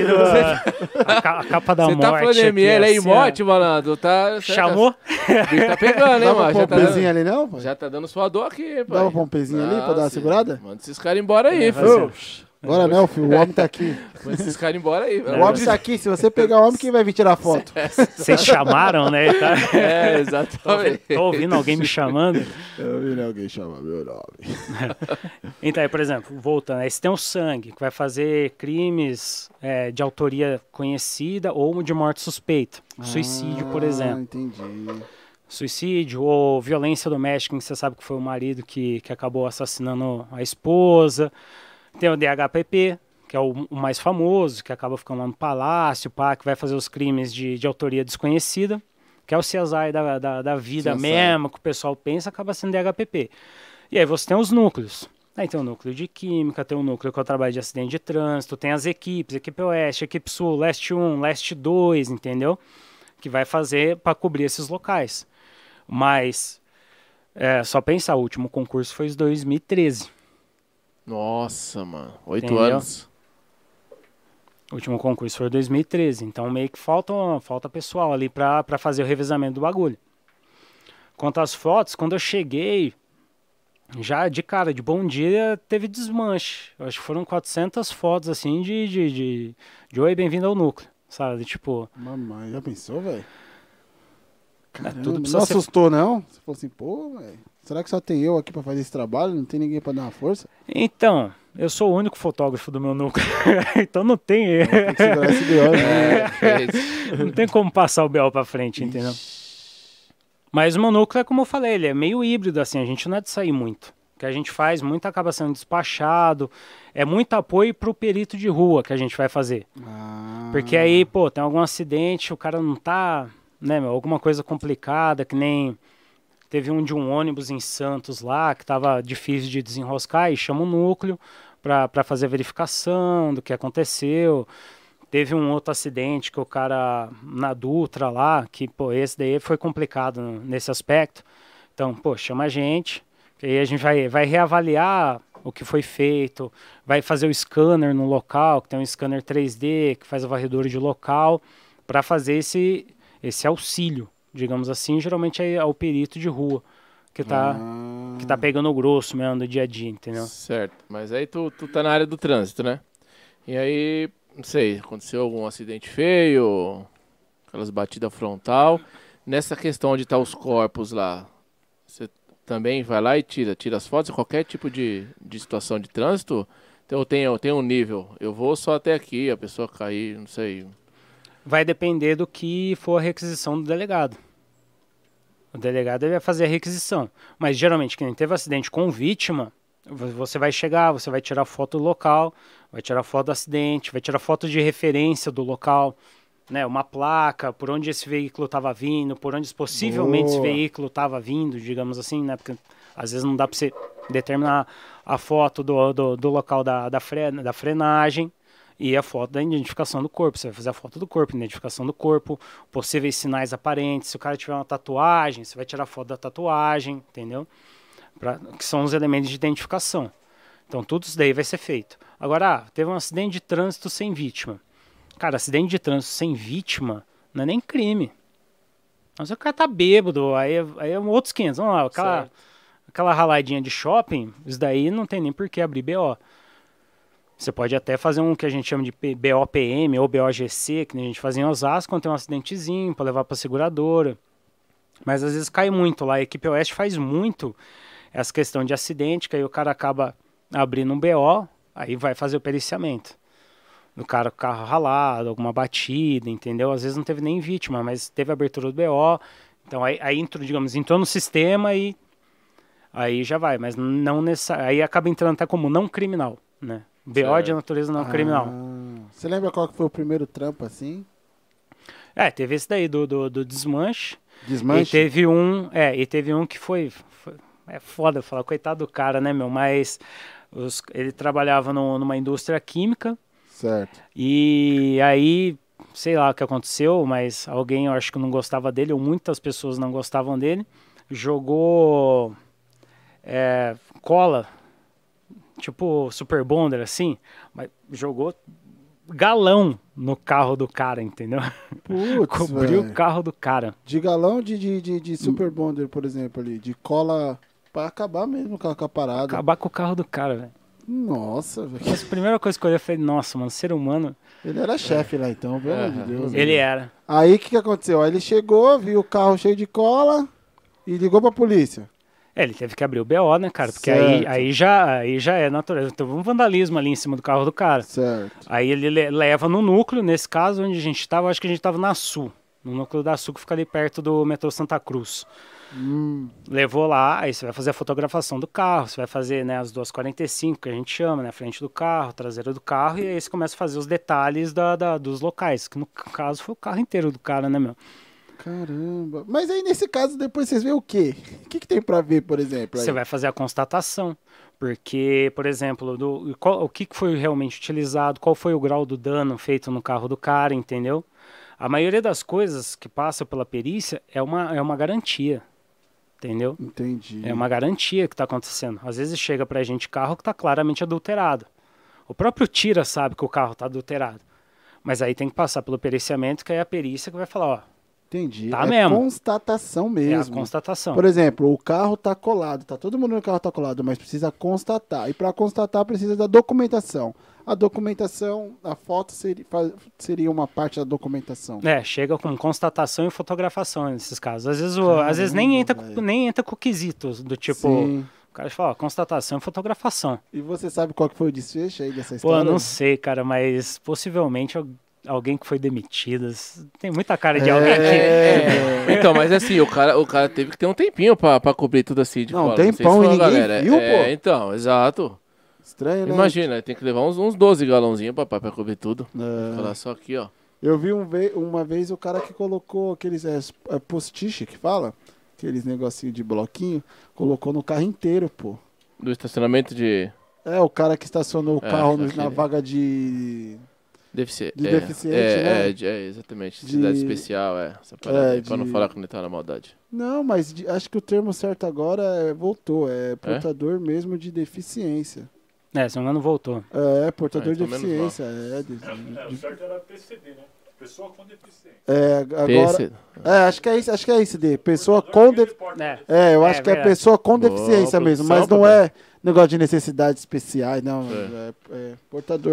a capa da Você morte. tá falando de ML aí, assim, mote, malandro? Tá... Chamou? O bicho tá pegando, hein, Dá uma mano? Já tá pompezinha dando... ali não, pai? Já tá dando sua dor aqui, pai. Dá uma pompezinha ali pra dar uma segurada? Manda esses caras embora aí, fazer. filho. Agora não, filho. O homem tá aqui. Manda esses caras embora aí. O homem tá aqui. Se você pegar o homem, quem vai vir tirar foto? Vocês chamaram, né? Tá? Exatamente. Tô ouvindo alguém me chamando. Eu vi alguém chamar meu nome. Então, aí, por exemplo, voltando, aí você tem o sangue, que vai fazer crimes de autoria conhecida ou de morte suspeita. Suicídio, por exemplo. Entendi. suicídio ou violência doméstica, que você sabe que foi o marido que acabou assassinando a esposa. Tem o DHPP, que é o mais famoso, que acaba ficando lá no palácio, pá, que vai fazer os crimes de autoria desconhecida, que é o CSI da vida CSI. mesmo, que o pessoal pensa, acaba sendo DHPP. E aí você tem os núcleos. Aí tem o núcleo de química, tem o núcleo que é o trabalho de acidente de trânsito, tem as equipes, equipe Oeste, equipe Sul, Leste 1, Leste 2, entendeu? Que vai fazer para cobrir esses locais. Mas, só pensar, o último concurso foi em 2013. Nossa, mano. 8 Entendeu? anos. O último concurso foi em 2013. Então, meio que falta pessoal ali para fazer o revezamento do bagulho. Quanto às fotos, quando eu cheguei, já de cara, de bom dia, teve desmanche. Eu acho que foram 400 fotos, assim, de oi, bem-vindo ao núcleo, sabe? Tipo... Mamãe, já pensou, velho? tudo Não precisa ser... assustou, não? Você falou assim, pô, velho, será que só tem eu aqui pra fazer esse trabalho? Não tem ninguém pra dar uma força? Então, eu sou o único fotógrafo do meu núcleo, então não tem erro. Tem que segurar esse BO, né? Não tem como passar o BO pra frente, entendeu? Mas o meu núcleo é como eu falei, ele é meio híbrido, assim, a gente não é de sair muito. O que a gente faz, muito acaba sendo despachado, é muito apoio pro perito de rua que a gente vai fazer. Porque aí, pô, tem algum acidente, o cara não tá, né, meu, alguma coisa complicada, que nem teve um de um ônibus em Santos lá, que tava difícil de desenroscar, e chama o núcleo pra fazer a verificação do que aconteceu. Teve um outro acidente que o cara na Dutra lá, que, pô, esse daí foi complicado nesse aspecto. Então, pô, chama a gente, que aí a gente vai reavaliar o que foi feito, vai fazer o scanner no local, que tem um scanner 3D, que faz a varredura de local, para fazer esse auxílio, digamos assim. Geralmente é o perito de rua, que tá pegando o grosso mesmo do dia a dia, entendeu? Certo, mas aí tu tá na área do trânsito, né? E aí... Não sei, aconteceu algum acidente feio, aquelas batidas frontal. Nessa questão de estar os corpos lá, você também vai lá e tira as fotos? Qualquer tipo de situação de trânsito? Então tem um nível, eu vou só até aqui, a pessoa cair, não sei. Vai depender do que for a requisição do delegado. O delegado vai fazer a requisição. Mas geralmente, quem teve acidente com vítima, você vai chegar, você vai tirar foto do local, vai tirar foto do acidente, vai tirar foto de referência do local, né, uma placa, por onde esse veículo estava vindo, por onde possivelmente esse veículo estava vindo, digamos assim, né, porque às vezes não dá para você determinar a foto do local da frenagem e a foto da identificação do corpo. Você vai fazer a foto do corpo, identificação do corpo, possíveis sinais aparentes. Se o cara tiver uma tatuagem, você vai tirar foto da tatuagem, entendeu? Que são os elementos de identificação. Então, tudo isso daí vai ser feito. Agora, teve um acidente de trânsito sem vítima. Cara, acidente de trânsito sem vítima não é nem crime. Mas o cara tá bêbado, aí é outros 500. Vamos lá, aquela raladinha de shopping, isso daí não tem nem por que abrir BO. Você pode até fazer um que a gente chama de BOPM ou BOGC, que a gente fazia em Osasco, quando tem um acidentezinho, para levar para seguradora. Mas às vezes cai muito lá. A equipe Oeste faz muito essa questão de acidente, que aí o cara acaba abrindo um BO, aí vai fazer o periciamento. Do cara com o carro ralado, alguma batida, entendeu? Às vezes não teve nem vítima, mas teve abertura do BO. Então aí entrou no sistema e aí já vai, mas não aí acaba entrando até como não criminal, né? BO de natureza não criminal. Você lembra qual que foi o primeiro trampo assim? Teve esse daí do desmanche. Desmanche? E teve um que foi é foda falar, coitado do cara, né, meu? Mas ele trabalhava numa indústria química. Certo. E aí, sei lá o que aconteceu, mas alguém, eu acho que não gostava dele, ou muitas pessoas não gostavam dele, jogou cola, tipo Super Bonder, assim, mas jogou galão no carro do cara, entendeu? Putz, cobriu o carro do cara. De galão de Super Bonder, por exemplo, ali, de cola pra acabar mesmo com a parada. Acabar com o carro do cara, velho. Nossa, velho. Mas a primeira coisa que eu olhei, eu falei, nossa, mano, ser humano... Ele era chefe lá então, pelo amor de Deus. Ele era. Aí o que aconteceu? Aí ele chegou, viu o carro cheio de cola e ligou pra polícia. Ele teve que abrir o BO, né, cara? Porque aí já é natureza. Teve um vandalismo ali em cima do carro do cara. Certo. Aí ele leva no núcleo, nesse caso onde a gente tava, acho que a gente tava na Sul. no Núcleo da Sul, que fica ali perto do metrô Santa Cruz. Levou lá, aí você vai fazer a fotografação do carro, você vai fazer, né, as 245, que a gente chama, né, frente do carro, traseira do carro, e aí você começa a fazer os detalhes dos locais, que no caso foi o carro inteiro do cara, né, meu? Caramba. Mas aí, nesse caso, depois vocês veem o quê? O que tem pra ver, por exemplo? Aí? Você vai fazer a constatação, porque, por exemplo, o que foi realmente utilizado, qual foi o grau do dano feito no carro do cara, entendeu? A maioria das coisas que passa pela perícia é uma garantia, entendeu? Entendi. É uma garantia que está acontecendo. Às vezes chega pra gente carro que está claramente adulterado. O próprio tira sabe que o carro está adulterado. Mas aí tem que passar pelo periciamento, que é a perícia que vai falar, ó. Entendi. Tá é mesmo. Constatação mesmo. É a constatação. Por exemplo, o carro tá colado, tá todo mundo no carro tá colado, mas precisa constatar. E para constatar precisa da documentação. A documentação, a foto seria uma parte da documentação. Chega com constatação e fotografação nesses casos. Às vezes nem entra com quesitos do tipo... Sim. O cara fala, ó, constatação e fotografação. E você sabe qual que foi o desfecho aí dessa Pô, história? eu não sei, cara, mas possivelmente alguém que foi demitido. Tem muita cara de alguém que... Então, mas assim, o cara teve que ter um tempinho pra cobrir tudo assim de Não, fora. tempão se e foi, ninguém galera. viu, pô. Então, exato. Estranho, né? Imagina, tem que levar uns 12 galãozinhos pra cobrir tudo. É. Falar só aqui, ó. Eu vi uma vez o cara que colocou aqueles post-it que fala, aqueles negocinho de bloquinho, colocou no carro inteiro, pô. Do estacionamento de... O cara que estacionou o carro na aquele- vaga de deficiente, né? exatamente. Cidade especial, essa parada aí, pra não falar que não tá na maldade. Não, mas acho que o termo certo agora voltou. É portador mesmo de deficiência. Se não me engano, voltou. Portador de então menos deficiência. O certo era PCD, né? Pessoa com deficiência. Agora. Acho que é isso, D. Pessoa com deficiência. Eu acho que é verdade. pessoa com Boa deficiência mesmo, produção, mas não papai. é negócio de necessidades especiais, não. Portador.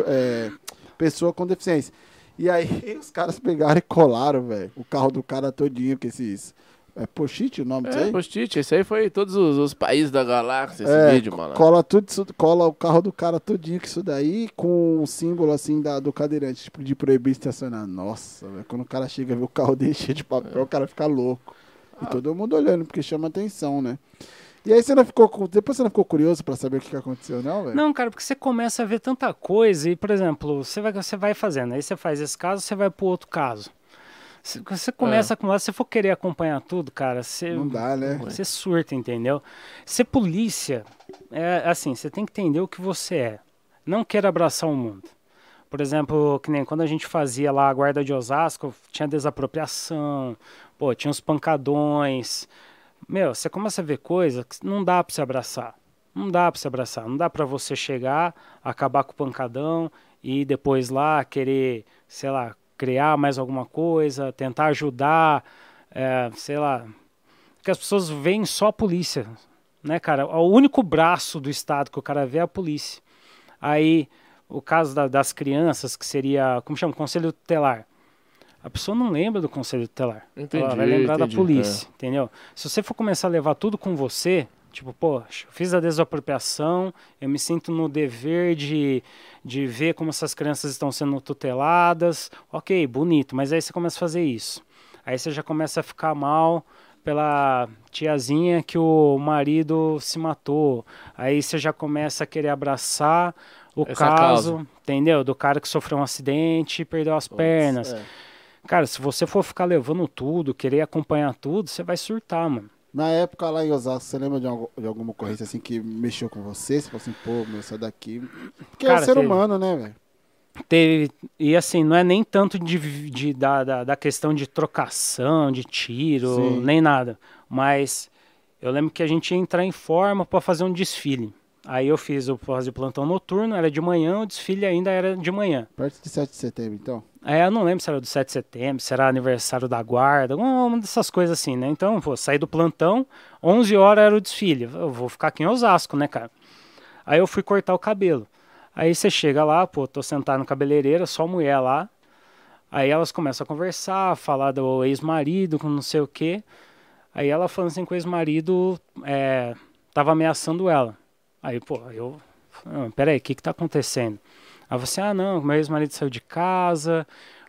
Pessoa com deficiência. E aí os caras pegaram e colaram, velho, o carro do cara todinho com esses. É post-it o nome disso aí? Post-it, esse aí foi todos os países da galáxia, esse vídeo, mano. Cola o carro do cara todinho com isso daí, com um símbolo assim do cadeirante, tipo de proibir estacionar. Nossa, velho, quando o cara chega a ver o carro dele cheio de papel, o cara fica louco. E todo mundo olhando, porque chama atenção, né? E aí depois você não ficou curioso pra saber o que aconteceu, não, velho? Não, cara, porque você começa a ver tanta coisa e, por exemplo, você vai fazendo, aí você faz esse caso, você vai pro outro caso. Você começa a acumular, se você for querer acompanhar tudo, cara, Não dá, né? você surta, entendeu? Ser polícia, assim, você tem que entender o que você é. Não queira abraçar o mundo. Por exemplo, que nem quando a gente fazia lá a guarda de Osasco, tinha desapropriação, tinha uns pancadões. Meu, você começa a ver coisa que não dá pra se abraçar. Não dá pra se abraçar. Não dá pra você chegar, acabar com o pancadão e depois lá querer, sei lá, criar mais alguma coisa, tentar ajudar, sei lá. Porque as pessoas veem só a polícia, né, cara? O único braço do Estado que o cara vê é a polícia. Aí, o caso das crianças, que seria, como chama? Conselho tutelar. A pessoa não lembra do conselho tutelar. Ela vai lembrar da polícia, entendeu? Se você for começar a levar tudo com você, tipo, poxa, fiz a desapropriação, eu me sinto no dever de ver como essas crianças estão sendo tuteladas. Ok, bonito, mas aí você começa a fazer isso. Aí você já começa a ficar mal pela tiazinha que o marido se matou. Aí você já começa a querer abraçar o caso, entendeu? Do cara que sofreu um acidente e perdeu as pernas. Cara, se você for ficar levando tudo, querer acompanhar tudo, você vai surtar, mano. Na época lá em Osasco, você lembra de alguma ocorrência assim que mexeu com você? Você falou assim, pô, meu, sai daqui. Porque cara, é um ser humano, né, velho? Teve, e assim, não é nem tanto da questão de trocação, de tiro, Sim. nem nada. Mas eu lembro que a gente ia entrar em forma para fazer um desfile. Aí eu fiz o plantão noturno, era de manhã, o desfile ainda era de manhã. Perto de 7 de setembro, então? Eu não lembro se era do 7 de setembro, se era aniversário da guarda, uma dessas coisas assim, né? Então, saí do plantão, 11 horas era o desfile. Eu vou ficar aqui em Osasco, né, cara? Aí eu fui cortar o cabelo. Aí você chega lá, tô sentado no cabeleireiro, só mulher lá. Aí elas começam a conversar, falar do ex-marido, com não sei o quê. Aí ela falando assim que o ex-marido tava ameaçando ela. Aí, peraí, o que tá acontecendo? Aí você, não, meu ex-marido saiu de casa,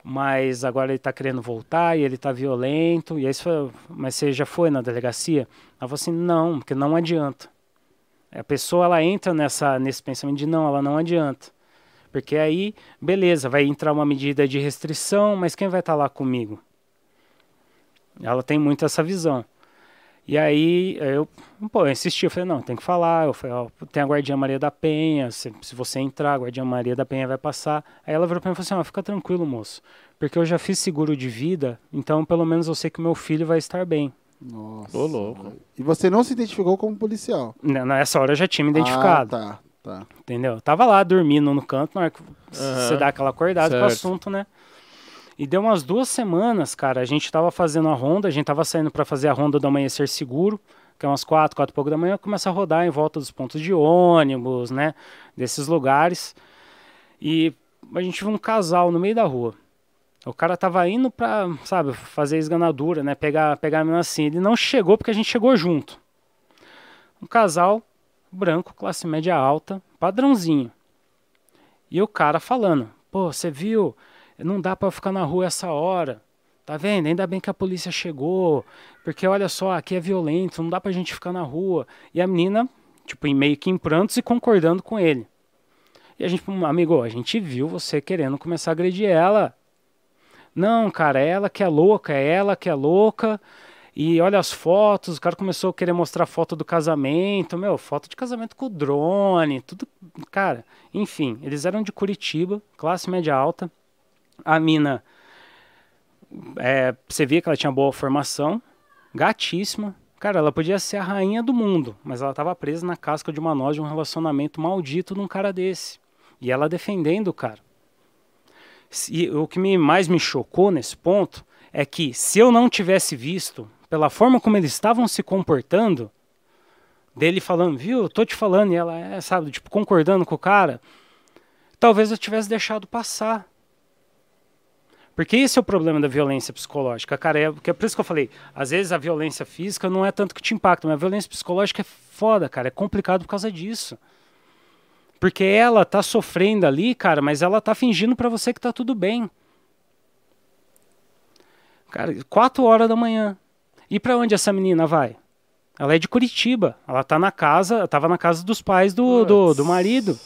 mas agora ele tá querendo voltar e ele tá violento. E aí você falou, mas você já foi na delegacia? Ela falou assim, não, porque não adianta. A pessoa, ela entra nesse pensamento de não, ela não adianta. Porque aí, beleza, vai entrar uma medida de restrição, mas quem vai estar lá comigo? Ela tem muito essa visão. E aí, eu insisti, eu falei, não, tem que falar. Eu falei, ó, tem a Guardinha Maria da Penha, se você entrar, a Guardinha Maria da Penha vai passar. Aí ela virou pra mim e falou assim, ó, fica tranquilo, moço, porque eu já fiz seguro de vida, então pelo menos eu sei que meu filho vai estar bem. Nossa. Ô, louco. E você não se identificou como policial? Nessa hora eu já tinha me identificado. Tá. Entendeu? Eu tava lá dormindo no canto, na hora que você dá aquela acordada com o assunto, né? E deu umas 2 semanas, cara, a gente tava fazendo a ronda, a gente tava saindo pra fazer a ronda do Amanhecer Seguro, que é umas 4 e pouco da manhã, começa a rodar em volta dos pontos de ônibus, né? Desses lugares. E a gente viu um casal no meio da rua. O cara tava indo pra, sabe, fazer esganadura, né? Pegar a menina assim. Ele não chegou porque a gente chegou junto. Um casal branco, classe média alta, padrãozinho. E o cara falando, pô, você viu? Não dá pra ficar na rua essa hora. Tá vendo? Ainda bem que a polícia chegou. Porque olha só, aqui é violento, não dá pra gente ficar na rua. E a menina, tipo, meio que em prantos e concordando com ele. E a gente, amigo, a gente viu você querendo começar a agredir ela. Não, cara, é ela que é louca. E olha as fotos, o cara começou a querer mostrar foto do casamento, foto de casamento com drone, tudo, cara. Enfim, eles eram de Curitiba, classe média alta. A mina, você via que ela tinha boa formação, gatíssima. Cara, ela podia ser a rainha do mundo, mas ela estava presa na casca de uma noz de um relacionamento maldito de um cara desse. E ela defendendo o cara. E o que mais me chocou nesse ponto é que se eu não tivesse visto, pela forma como eles estavam se comportando, dele falando, viu, eu tô te falando, e ela sabe, tipo, concordando com o cara, talvez eu tivesse deixado passar. Porque esse é o problema da violência psicológica, cara, é por isso que eu falei, às vezes a violência física não é tanto que te impacta, mas a violência psicológica é foda, cara, é complicado por causa disso. Porque ela tá sofrendo ali, cara, mas ela tá fingindo pra você que tá tudo bem. Cara, 4 horas da manhã. E pra onde essa menina vai? Ela é de Curitiba. Ela tá tava na casa dos pais do marido.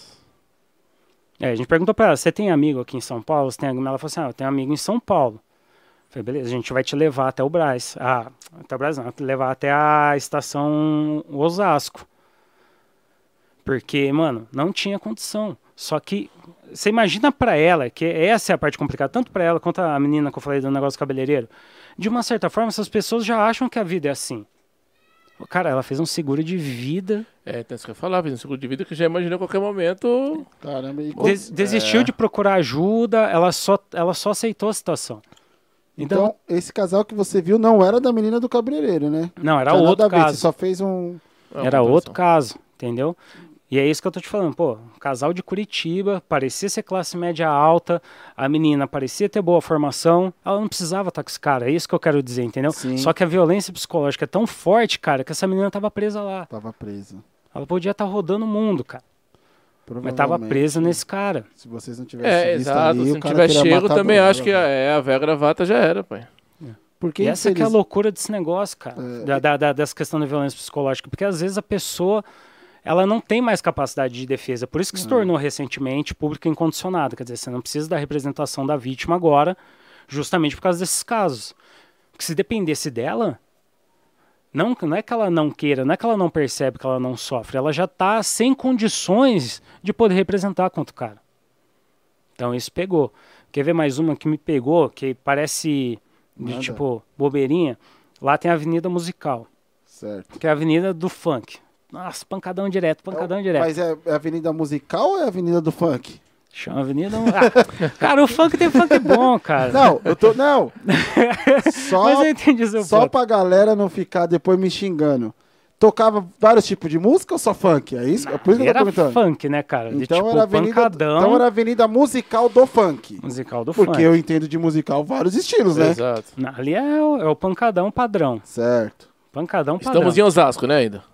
A gente perguntou pra ela, você tem amigo aqui em São Paulo? Você tem amigo? Ela falou assim, eu tenho amigo em São Paulo. Eu falei, beleza, a gente vai te levar até o Brás. Até o Brás não, levar até a estação Osasco. Porque, mano, não tinha condição. Só que, você imagina pra ela, que essa é a parte complicada, tanto pra ela quanto a menina que eu falei do negócio cabeleireiro. De uma certa forma, essas pessoas já acham que a vida é assim. Cara, ela fez um seguro de vida. Então isso que eu ia falar, fez um seguro de vida que já imaginou a qualquer momento. Caramba, desistiu de procurar ajuda, ela só aceitou a situação. Então, esse casal que você viu não era da menina do cabeleireiro, né? Não, era outro caso. Você só fez um... Era outro caso, entendeu? E é isso que eu tô te falando, pô, casal de Curitiba, parecia ser classe média alta, a menina parecia ter boa formação, ela não precisava estar com esse cara, é isso que eu quero dizer, entendeu? Sim. Só que a violência psicológica é tão forte, cara, que essa menina tava presa lá. Tava presa. Ela podia estar rodando o mundo, cara. Mas tava presa nesse cara. Se vocês não tivessem visto exato. ali, Se não tiver chego, também acho que a véia gravata já era, pai. Porque essa que é a loucura desse negócio, cara, dessa questão da violência psicológica, porque às vezes a pessoa... ela não tem mais capacidade de defesa. Por isso que se tornou recentemente público incondicionado. Quer dizer, você não precisa da representação da vítima agora, justamente por causa desses casos. Porque se dependesse dela, não é que ela não queira, não é que ela não percebe que ela não sofre, ela já está sem condições de poder representar contra o cara. Então isso pegou. Quer ver mais uma que me pegou, que parece de tipo bobeirinha? Lá tem a Avenida Musical. Certo. Que é a avenida do funk. Nossa, pancadão direto. Mas é Avenida Musical ou é Avenida do Funk? Chama Avenida... cara, o funk tem funk bom, cara. Não. Só, mas eu entendi seu só ponto. pra galera não ficar depois me xingando. Tocava vários tipos de música ou só funk? É isso? É por isso que eu tô comentando. Era funk, né, cara? Então, tipo, era avenida, pancadão. Então era a Avenida Musical do Funk. Musical do funk. Porque eu entendo de musical vários estilos, né? Exato. Ali é o pancadão padrão. Certo. Pancadão padrão. Estamos em Osasco, né, ainda?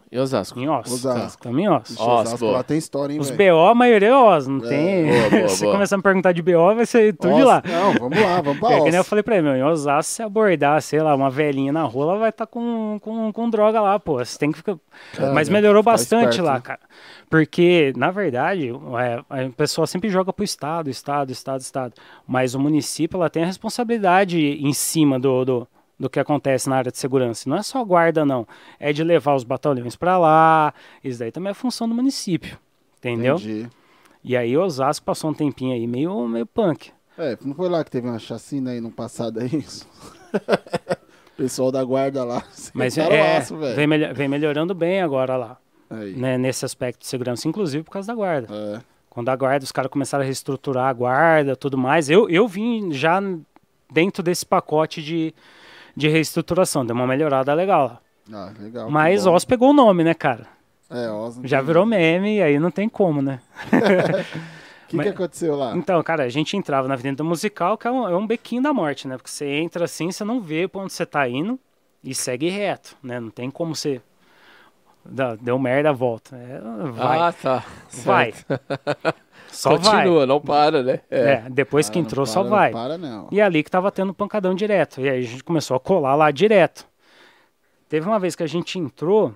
Em Osasco. Em Osasco. Osasco. Estamos em Osasco. Ixi, Ó, Osasco boa. lá tem história, hein, Os velho? BO, a maioria é Os, não tem... Boa, Se boa. começar a me perguntar de BO, vai ser tudo de Os- lá. Não, vamos lá, vamos pra É que nem eu Os. falei pra ele, meu, em Osasco, se abordar, sei lá, uma velhinha na rua, ela vai estar com droga lá, pô. Você tem que ficar... Mas melhorou ficar bastante esperto, lá, né? cara. Porque, na verdade, a pessoa sempre joga pro Estado. Mas o município, ela tem a responsabilidade em cima do que acontece na área de segurança. Não é só guarda, não. É de levar os batalhões pra lá. Isso daí também é função do município. Entendeu? Entendi. E aí Osasco passou um tempinho aí meio punk. É, não foi lá que teve uma chacina aí no passado, é isso? O pessoal da guarda lá. Mas sentaram o aço, velho. vem melhorando bem agora lá. Aí. Né, nesse aspecto de segurança, inclusive por causa da guarda. É. Quando a guarda, os caras começaram a reestruturar a guarda, tudo mais. Eu vim já dentro desse pacote de reestruturação, deu uma melhorada legal lá. Ah, legal. Mas que bom. Oz pegou o nome, né, cara? É, Oz. Já virou meme e aí não tem como, né? O que aconteceu lá? Então, cara, a gente entrava na Avenida Musical, que é um bequinho da morte, né? Porque você entra assim, você não vê pra onde você tá indo e segue reto, né? Não tem como você... Deu merda, volta. Vai. Ah, tá. Vai. Só Continua, não para, né? vai. Depois que Não entrou, para, só não vai. para, não. E ali que tava tendo pancadão direto. E aí a gente começou a colar lá direto. Teve uma vez que a gente entrou,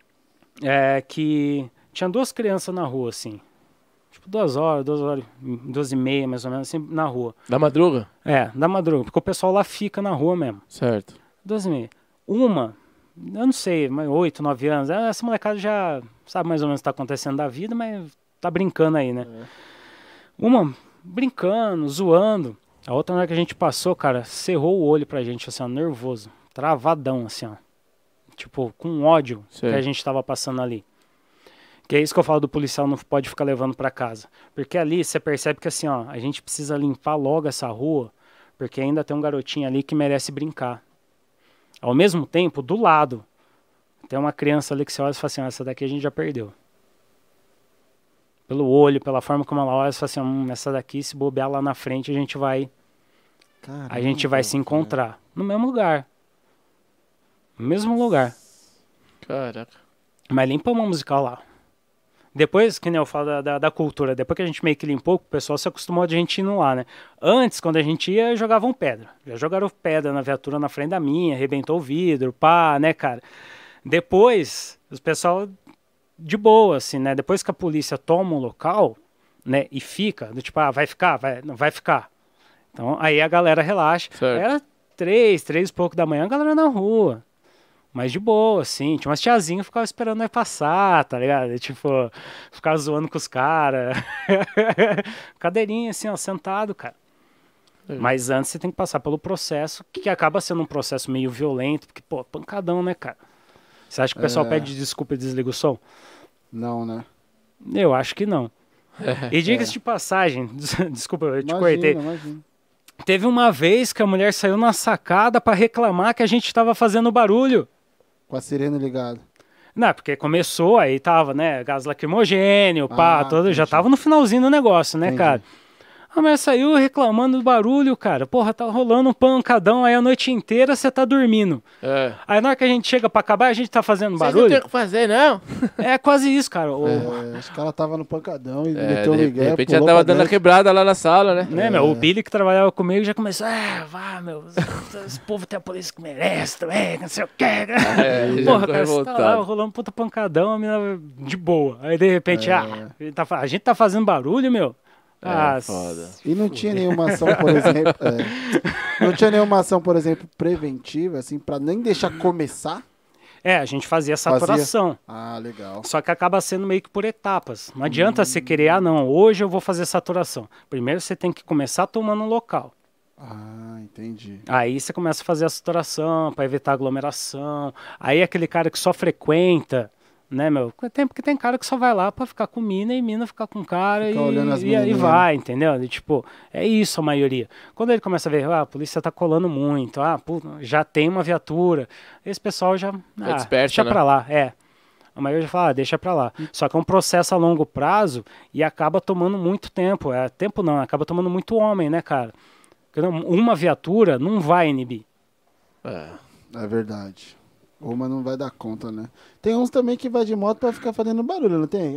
que tinha 2 crianças na rua, assim. Tipo 2 horas, 2h30, mais ou menos, assim, na rua. Da madruga? Da madruga, porque o pessoal lá fica na rua mesmo. Certo. 2h30. Uma, eu não sei, 8, 9 anos. Essa molecada já sabe mais ou menos o que tá acontecendo da vida, mas tá brincando aí, né? Uma brincando, zoando. A outra, na hora que a gente passou, cara, cerrou o olho pra gente, assim, ó, nervoso. Travadão, assim, ó. Tipo, com ódio Sei. que a gente tava passando ali. Que é isso que eu falo do policial, não pode ficar levando pra casa. Porque ali você percebe que, assim, ó, a gente precisa limpar logo essa rua, porque ainda tem um garotinho ali que merece brincar. Ao mesmo tempo, do lado, tem uma criança ali que você olha e fala assim, essa daqui a gente já perdeu. Pelo olho, pela forma como ela olha, você fala assim, essa daqui, se bobear lá na frente, a gente vai se encontrar. No mesmo lugar. No mesmo lugar. Caraca. Mas limpamos a musical lá. Depois, que nem eu falo da cultura, depois que a gente meio que limpou, o pessoal se acostumou a gente indo lá, né? Antes, quando a gente ia, jogavam pedra. Já jogaram pedra na viatura na frente da minha, arrebentou o vidro, pá, né, cara? Depois, os pessoal de boa, assim, né? Depois que a polícia toma o local, né, e fica, do tipo, vai ficar? Não vai ficar. Então, aí a galera relaxa. Certo. Era 3 e pouco da manhã, a galera na rua. Mas de boa, assim. Tinha umas tiazinhas que ficavam esperando nós passar, tá ligado? E, tipo, ficava zoando com os caras. Cadeirinha, assim, ó, sentado, cara. Mas antes você tem que passar pelo processo, que acaba sendo um processo meio violento, porque, pô, pancadão, né, cara? Você acha que o pessoal pede desculpa e desliga o som? Não, né? Eu acho que não. E diga-se de passagem, desculpa, eu te cortei. Imagina. Teve uma vez que a mulher saiu na sacada pra reclamar que a gente tava fazendo barulho. Com a sirene ligada. Não, porque começou, aí tava, né, gás lacrimogênio, pá, todo, já entendi. tava no finalzinho do negócio, né, Entendi. cara? A mulher saiu reclamando do barulho, cara. Porra, tá rolando um pancadão aí a noite inteira, você tá dormindo. Aí na hora que a gente chega pra acabar, a gente tá fazendo Vocês não barulho. tem o que fazer, não? É quase isso, cara. Acho que ela tava no pancadão e meteu o De migué, repente já pulou tava pra dando a dentro. quebrada lá na sala, né? Né, meu? O Billy que trabalhava comigo já começou, vá, meu, esse povo tem a polícia que merece também, não sei o quê. já Porra, ficou cara, você tá lá revoltado. rolando um puta pancadão, a mina de boa. Aí de repente, a gente tá fazendo barulho, meu. Foda. E não tinha nenhuma ação, por exemplo. Não tinha nenhuma ação, por exemplo, preventiva, assim, pra nem deixar começar? A gente fazia saturação. Ah, legal. Só que acaba sendo meio que por etapas. Não adianta você querer, não, hoje eu vou fazer saturação. Primeiro você tem que começar tomando um local. Ah, entendi. Aí você começa a fazer a saturação para evitar aglomeração. Aí aquele cara que só frequenta, né, meu? Porque tem cara que só vai lá pra ficar com mina e mina ficar com cara Fica olhando as e menininhas. vai, entendeu? E, tipo, é isso a maioria. Quando ele começa a ver, a polícia tá colando muito, já tem uma viatura, esse pessoal já desperta, deixa né? pra lá, A maioria já fala, deixa pra lá. Só que é um processo a longo prazo e acaba tomando muito tempo. Tempo não, acaba tomando muito homem, né, cara? Porque uma viatura não vai inibir. É verdade. Ô, mas não vai dar conta, né? Tem uns também que vai de moto pra ficar fazendo barulho, não tem?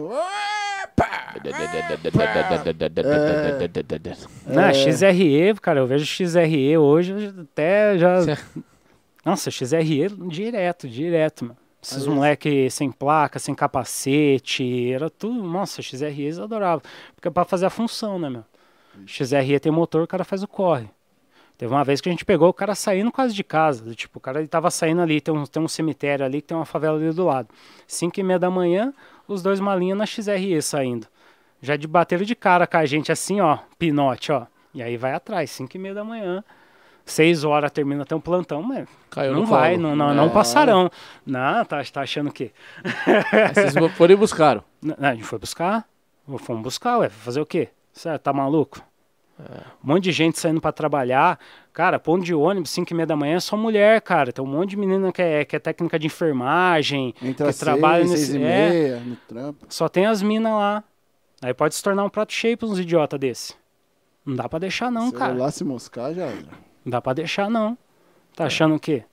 Não, XRE, cara, eu vejo XRE hoje, eu até já... Nossa, XRE direto, mano. Esses moleque sem placa, sem capacete, era tudo... Nossa, XRE eles adoravam. Porque é pra fazer a função, né, meu? XRE tem motor, o cara faz o corre. Teve uma vez que a gente pegou o cara saindo quase de casa. Tipo, o cara ele tava saindo ali, tem um cemitério ali, que tem uma favela ali do lado. 5h30 da manhã, os dois malinhos na XRE saindo. Já bateram de cara com a gente assim, ó, pinote, ó. E aí vai atrás, 5h30 da manhã. 6 horas termina até um plantão, mas Caiu não no vai, colo. não passarão. Não, tá achando o quê? Vocês foram e buscaram. Não, a gente foi buscar, fomos buscar, ué, fazer o quê? Certo, tá maluco? Um monte de gente saindo pra trabalhar. Cara, ponto de ônibus, 5h30 da manhã é só mulher, cara. Tem um monte de menina que é técnica de enfermagem, Entra que trabalha 6h30 no trampo. Só tem as minas lá. Aí pode se tornar um prato cheio pra uns idiotas desse. Não dá pra deixar não, cara. Lá se moscar já era. Não dá pra deixar não. Tá achando o quê?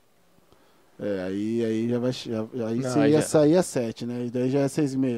Aí já vai. Aí Não, você aí ia já- sair às 7, né? E daí já é 6h30.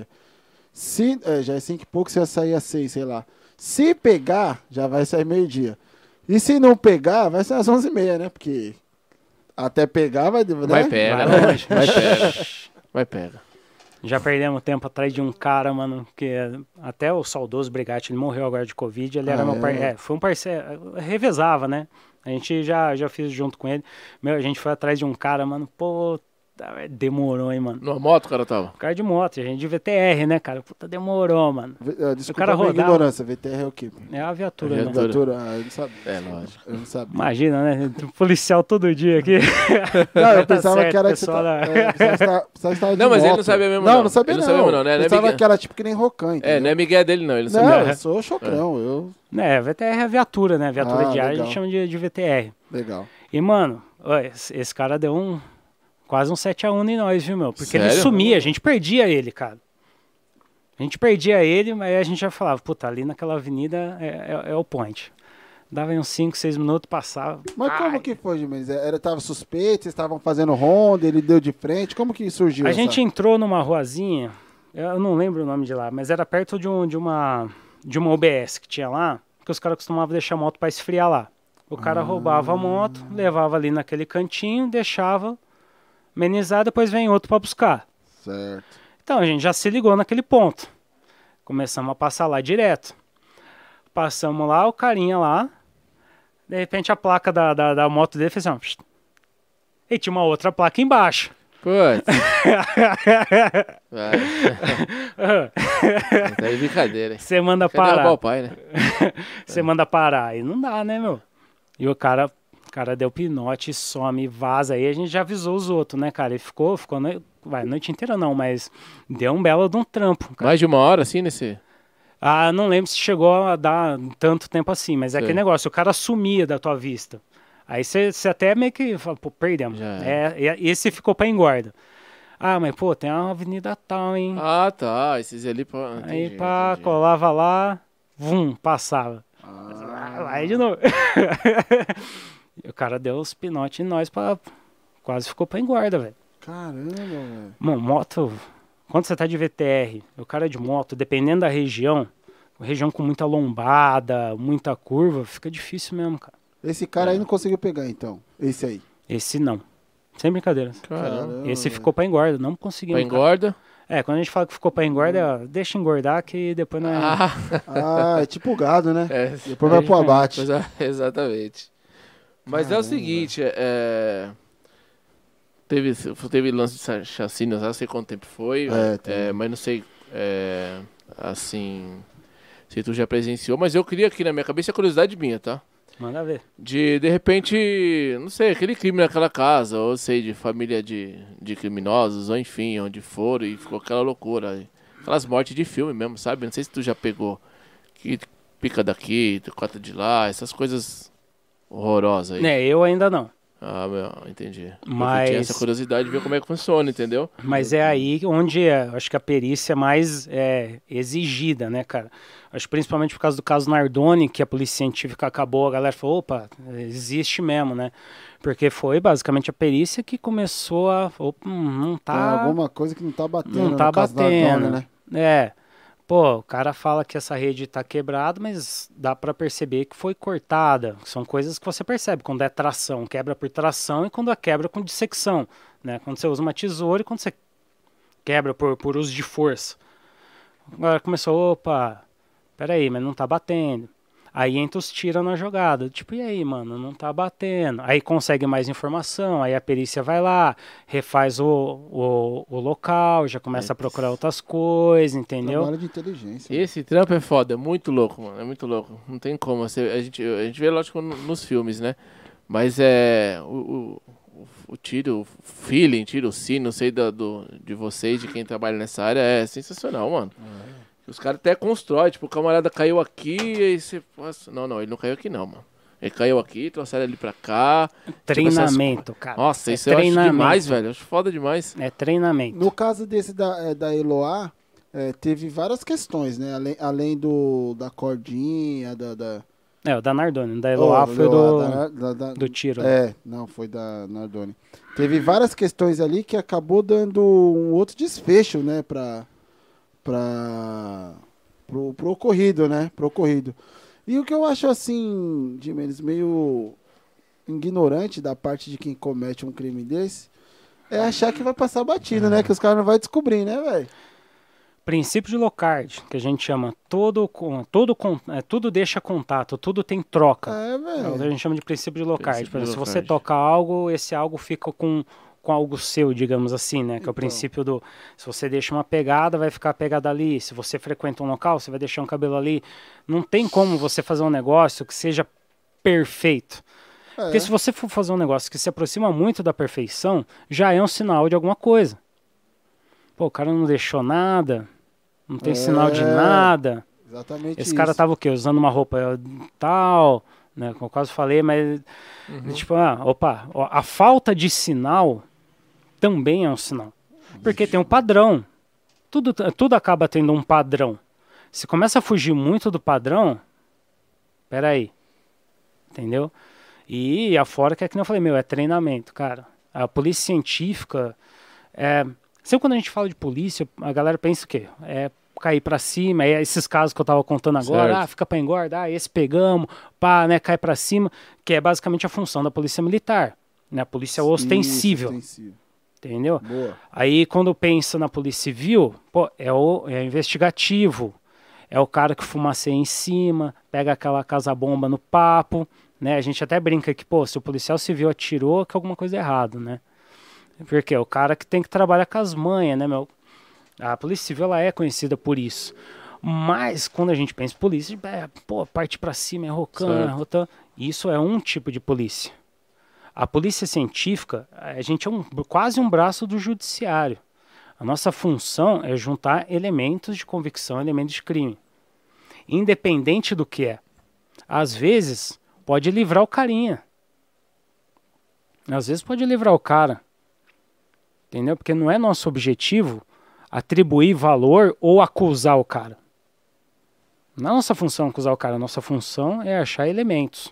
Já é 5 e pouco, você ia sair às 6, sei lá. Se pegar, já vai sair meio-dia. E se não pegar, vai ser às 11h30, né? Porque até pegar vai... Né? Vai pega, Vai né? longe. Vai pega. Vai pega. Já perdemos tempo atrás de um cara, mano, que até o saudoso Brigatti, ele morreu agora de Covid, ele era meu parceiro, foi um parceiro, revezava, né? A gente já fiz junto com ele. Meu, a gente foi atrás de um cara, mano, pô, demorou, hein, mano. Numa moto o cara tava? O cara de moto, a gente de VTR, né, cara? Puta, demorou, mano. Desculpa O cara a minha rodava. ignorância, VTR é o quê? É a viatura, A né? viatura. Viatura, eu não sabia. É, lógico. Eu não sabia. Imagina, né? Policial todo dia aqui. Não, eu Tá pensava certo, que era que você pessoal, tá, né? pensava que você tava de Não, mas ele não moto. sabia mesmo, Não, não. não sabia Ele não. não sabia mesmo, não, né? Não é Pensava Miguel. que era tipo que nem Rocan, entendeu? Não é Miguel dele, não. Ele Não, sabia. eu sou chocrão, eu... É, VTR é a viatura, né? Viatura diária a legal. gente chama de VTR. Legal. E, mano, ó, esse cara deu quase um 7x1 em nós, viu, meu? Porque ele Sério? sumia, a gente perdia ele, cara. A gente perdia ele, mas aí a gente já falava, puta, ali naquela avenida é o point. Dava uns 5, 6 minutos, passava. Mas como que foi, Jimenez? Tava suspeito, vocês estavam fazendo ronda, ele deu de frente, como que surgiu A essa... gente entrou numa ruazinha, eu não lembro o nome de lá, mas era perto de uma UBS que tinha lá, que os caras costumavam deixar a moto pra esfriar lá. O cara roubava a moto, levava ali naquele cantinho, deixava amenizar, depois vem outro pra buscar. Certo. Então a gente já se ligou naquele ponto. Começamos a passar lá direto. Passamos lá, o carinha lá. De repente a placa da moto dele fez assim, ó, psst. E tinha uma outra placa embaixo. Putz. Vai. Tá de brincadeira, hein? Você manda Quer derrubar parar. o pai, né? Você manda parar. Aí não dá, né, meu? E o cara deu pinote, some, vaza. Aí a gente já avisou os outros, né, cara? Ele ficou a noite inteira não, mas deu um belo de um trampo. Cara. Mais de uma hora, assim, nesse... Ah, não lembro se chegou a dar tanto tempo assim, mas é Sei. aquele negócio, o cara sumia da tua vista. Aí você até meio que fala, pô, perdemos. Já Esse ficou pra engorda. Ah, mas pô, tem uma avenida tal, hein? Ah, tá. Esses ali... Aí Entendi, pá, entendi. colava lá, passava. Aí de novo. E o cara deu os pinotes em nós, quase ficou pra engorda, velho. Caramba, velho. Mano, moto... Quando você tá de VTR, o cara de moto, dependendo da região com muita lombada, muita curva, fica difícil mesmo, cara. Esse cara aí não conseguiu pegar, então. Esse aí. Esse não. Sem brincadeira. Caramba. Esse ficou pra engorda, não conseguimos. Pra engorda. Cara. Quando a gente fala que ficou pra engorda, deixa engordar que depois não é... Ah, é tipo gado, né? É. Depois vai pro abate. Exatamente. Mas é o seguinte, teve lance de chacina, não sei quanto tempo foi, teve. mas não sei, assim, se tu já presenciou, mas eu queria aqui na minha cabeça, é curiosidade minha, tá? Manda ver. De repente, não sei, aquele crime naquela casa, ou sei, de família de criminosos, ou enfim, onde foram e ficou aquela loucura. Aquelas mortes de filme mesmo, sabe? Não sei se tu já pegou, que pica daqui, corta de lá, essas coisas horrorosas aí. Eu ainda não. Ah, meu, entendi. Mas- Eu tinha essa curiosidade de ver como é que funciona, entendeu? Mas é aí onde acho que a perícia é mais exigida, né, cara? Acho que principalmente por causa do caso Nardoni, que a polícia científica acabou, a galera falou, opa, existe mesmo, né? Porque foi basicamente a perícia que começou a... Opa, não Tem tá... alguma coisa que não tá batendo Não tá no caso da batendo, Ardone, né? É. Pô, o cara fala que essa rede tá quebrada, mas dá pra perceber que foi cortada. São coisas que você percebe quando é tração, quebra por tração e quando é quebra com dissecção, né? Quando você usa uma tesoura e quando você quebra por uso de força. Agora começou, opa, peraí, mas não tá batendo. Aí entra os tira na jogada. Tipo, e aí, mano, não tá batendo. Aí consegue mais informação, aí a perícia vai lá, refaz o local, já começa a procurar outras coisas, entendeu? Trabalho de inteligência. Esse trampo é foda, é muito louco, mano. É muito louco. Não tem como. A gente vê, lógico, nos filmes, né? Mas é. O tiro, o feeling, tiro, o sim, não sei de vocês, de quem trabalha nessa área, é sensacional, mano. Os caras até constroem, tipo, o camarada caiu aqui, aí você. Nossa, não, ele não caiu aqui não, mano. Ele caiu aqui, trouxeram ele pra cá. Treinamento, cara. Nossa, É isso eu acho treinamento. demais, velho. Eu acho foda demais. É treinamento. No caso desse da Eloá, teve várias questões, né? Além da cordinha, O da Nardoni, da Eloá foi do tiro. Não, foi da Nardoni. Teve várias questões ali que acabou dando um outro desfecho, né, pro ocorrido, né, pro ocorrido. E o que eu acho, assim, de menos meio ignorante da parte de quem comete um crime desse, é achar que vai passar batido, né, que os caras não vão descobrir, né, velho? Princípio de Locard, que a gente chama, tudo deixa contato, tudo tem troca. É, É o que velho. a gente chama de princípio de Locard. Princípio Por exemplo, de se você Locard. toca algo, esse algo fica com algo seu, digamos assim, né? Que é o princípio do... Se você deixa uma pegada, vai ficar a pegada ali. Se você frequenta um local, você vai deixar um cabelo ali. Não tem como você fazer um negócio que seja perfeito. Porque se você for fazer um negócio que se aproxima muito da perfeição, já é um sinal de alguma coisa. Pô, o cara não deixou nada, não tem sinal de nada. Exatamente Esse isso. cara tava o quê? Usando uma roupa tal, né? Como eu quase falei, mas tipo, a falta de sinal também é um sinal. Porque tem um padrão. Tudo acaba tendo um padrão. Se começa a fugir muito do padrão, peraí. Entendeu? E afora que é que nem eu falei, é treinamento, cara. A polícia científica, sempre quando a gente fala de polícia, a galera pensa o quê? É cair pra cima, é esses casos que eu tava contando agora, Certo. fica pra engorda, esse pegamos, pá, né, cai pra cima, que é basicamente a função da polícia militar, né, a polícia ostensível, entendeu? Boa. Aí quando pensa na polícia civil, pô, é investigativo, é o cara que fumaceia em cima, pega aquela casa-bomba no papo, né, a gente até brinca que, pô, se o policial civil atirou, que alguma coisa é errada, né? Porque é o cara que tem que trabalhar com as manhas, né, meu? A polícia civil, ela é conhecida por isso. Mas, quando a gente pensa em polícia, parte pra cima, é rotando. Isso é um tipo de polícia. A polícia científica, a gente é quase um braço do judiciário. A nossa função é juntar elementos de convicção, elementos de crime. Independente do que é. Às vezes, pode livrar o carinha. Às vezes pode livrar o cara. Entendeu? Porque não é nosso objetivo atribuir valor ou acusar o cara. Não é nossa função acusar o cara, nossa função é achar elementos.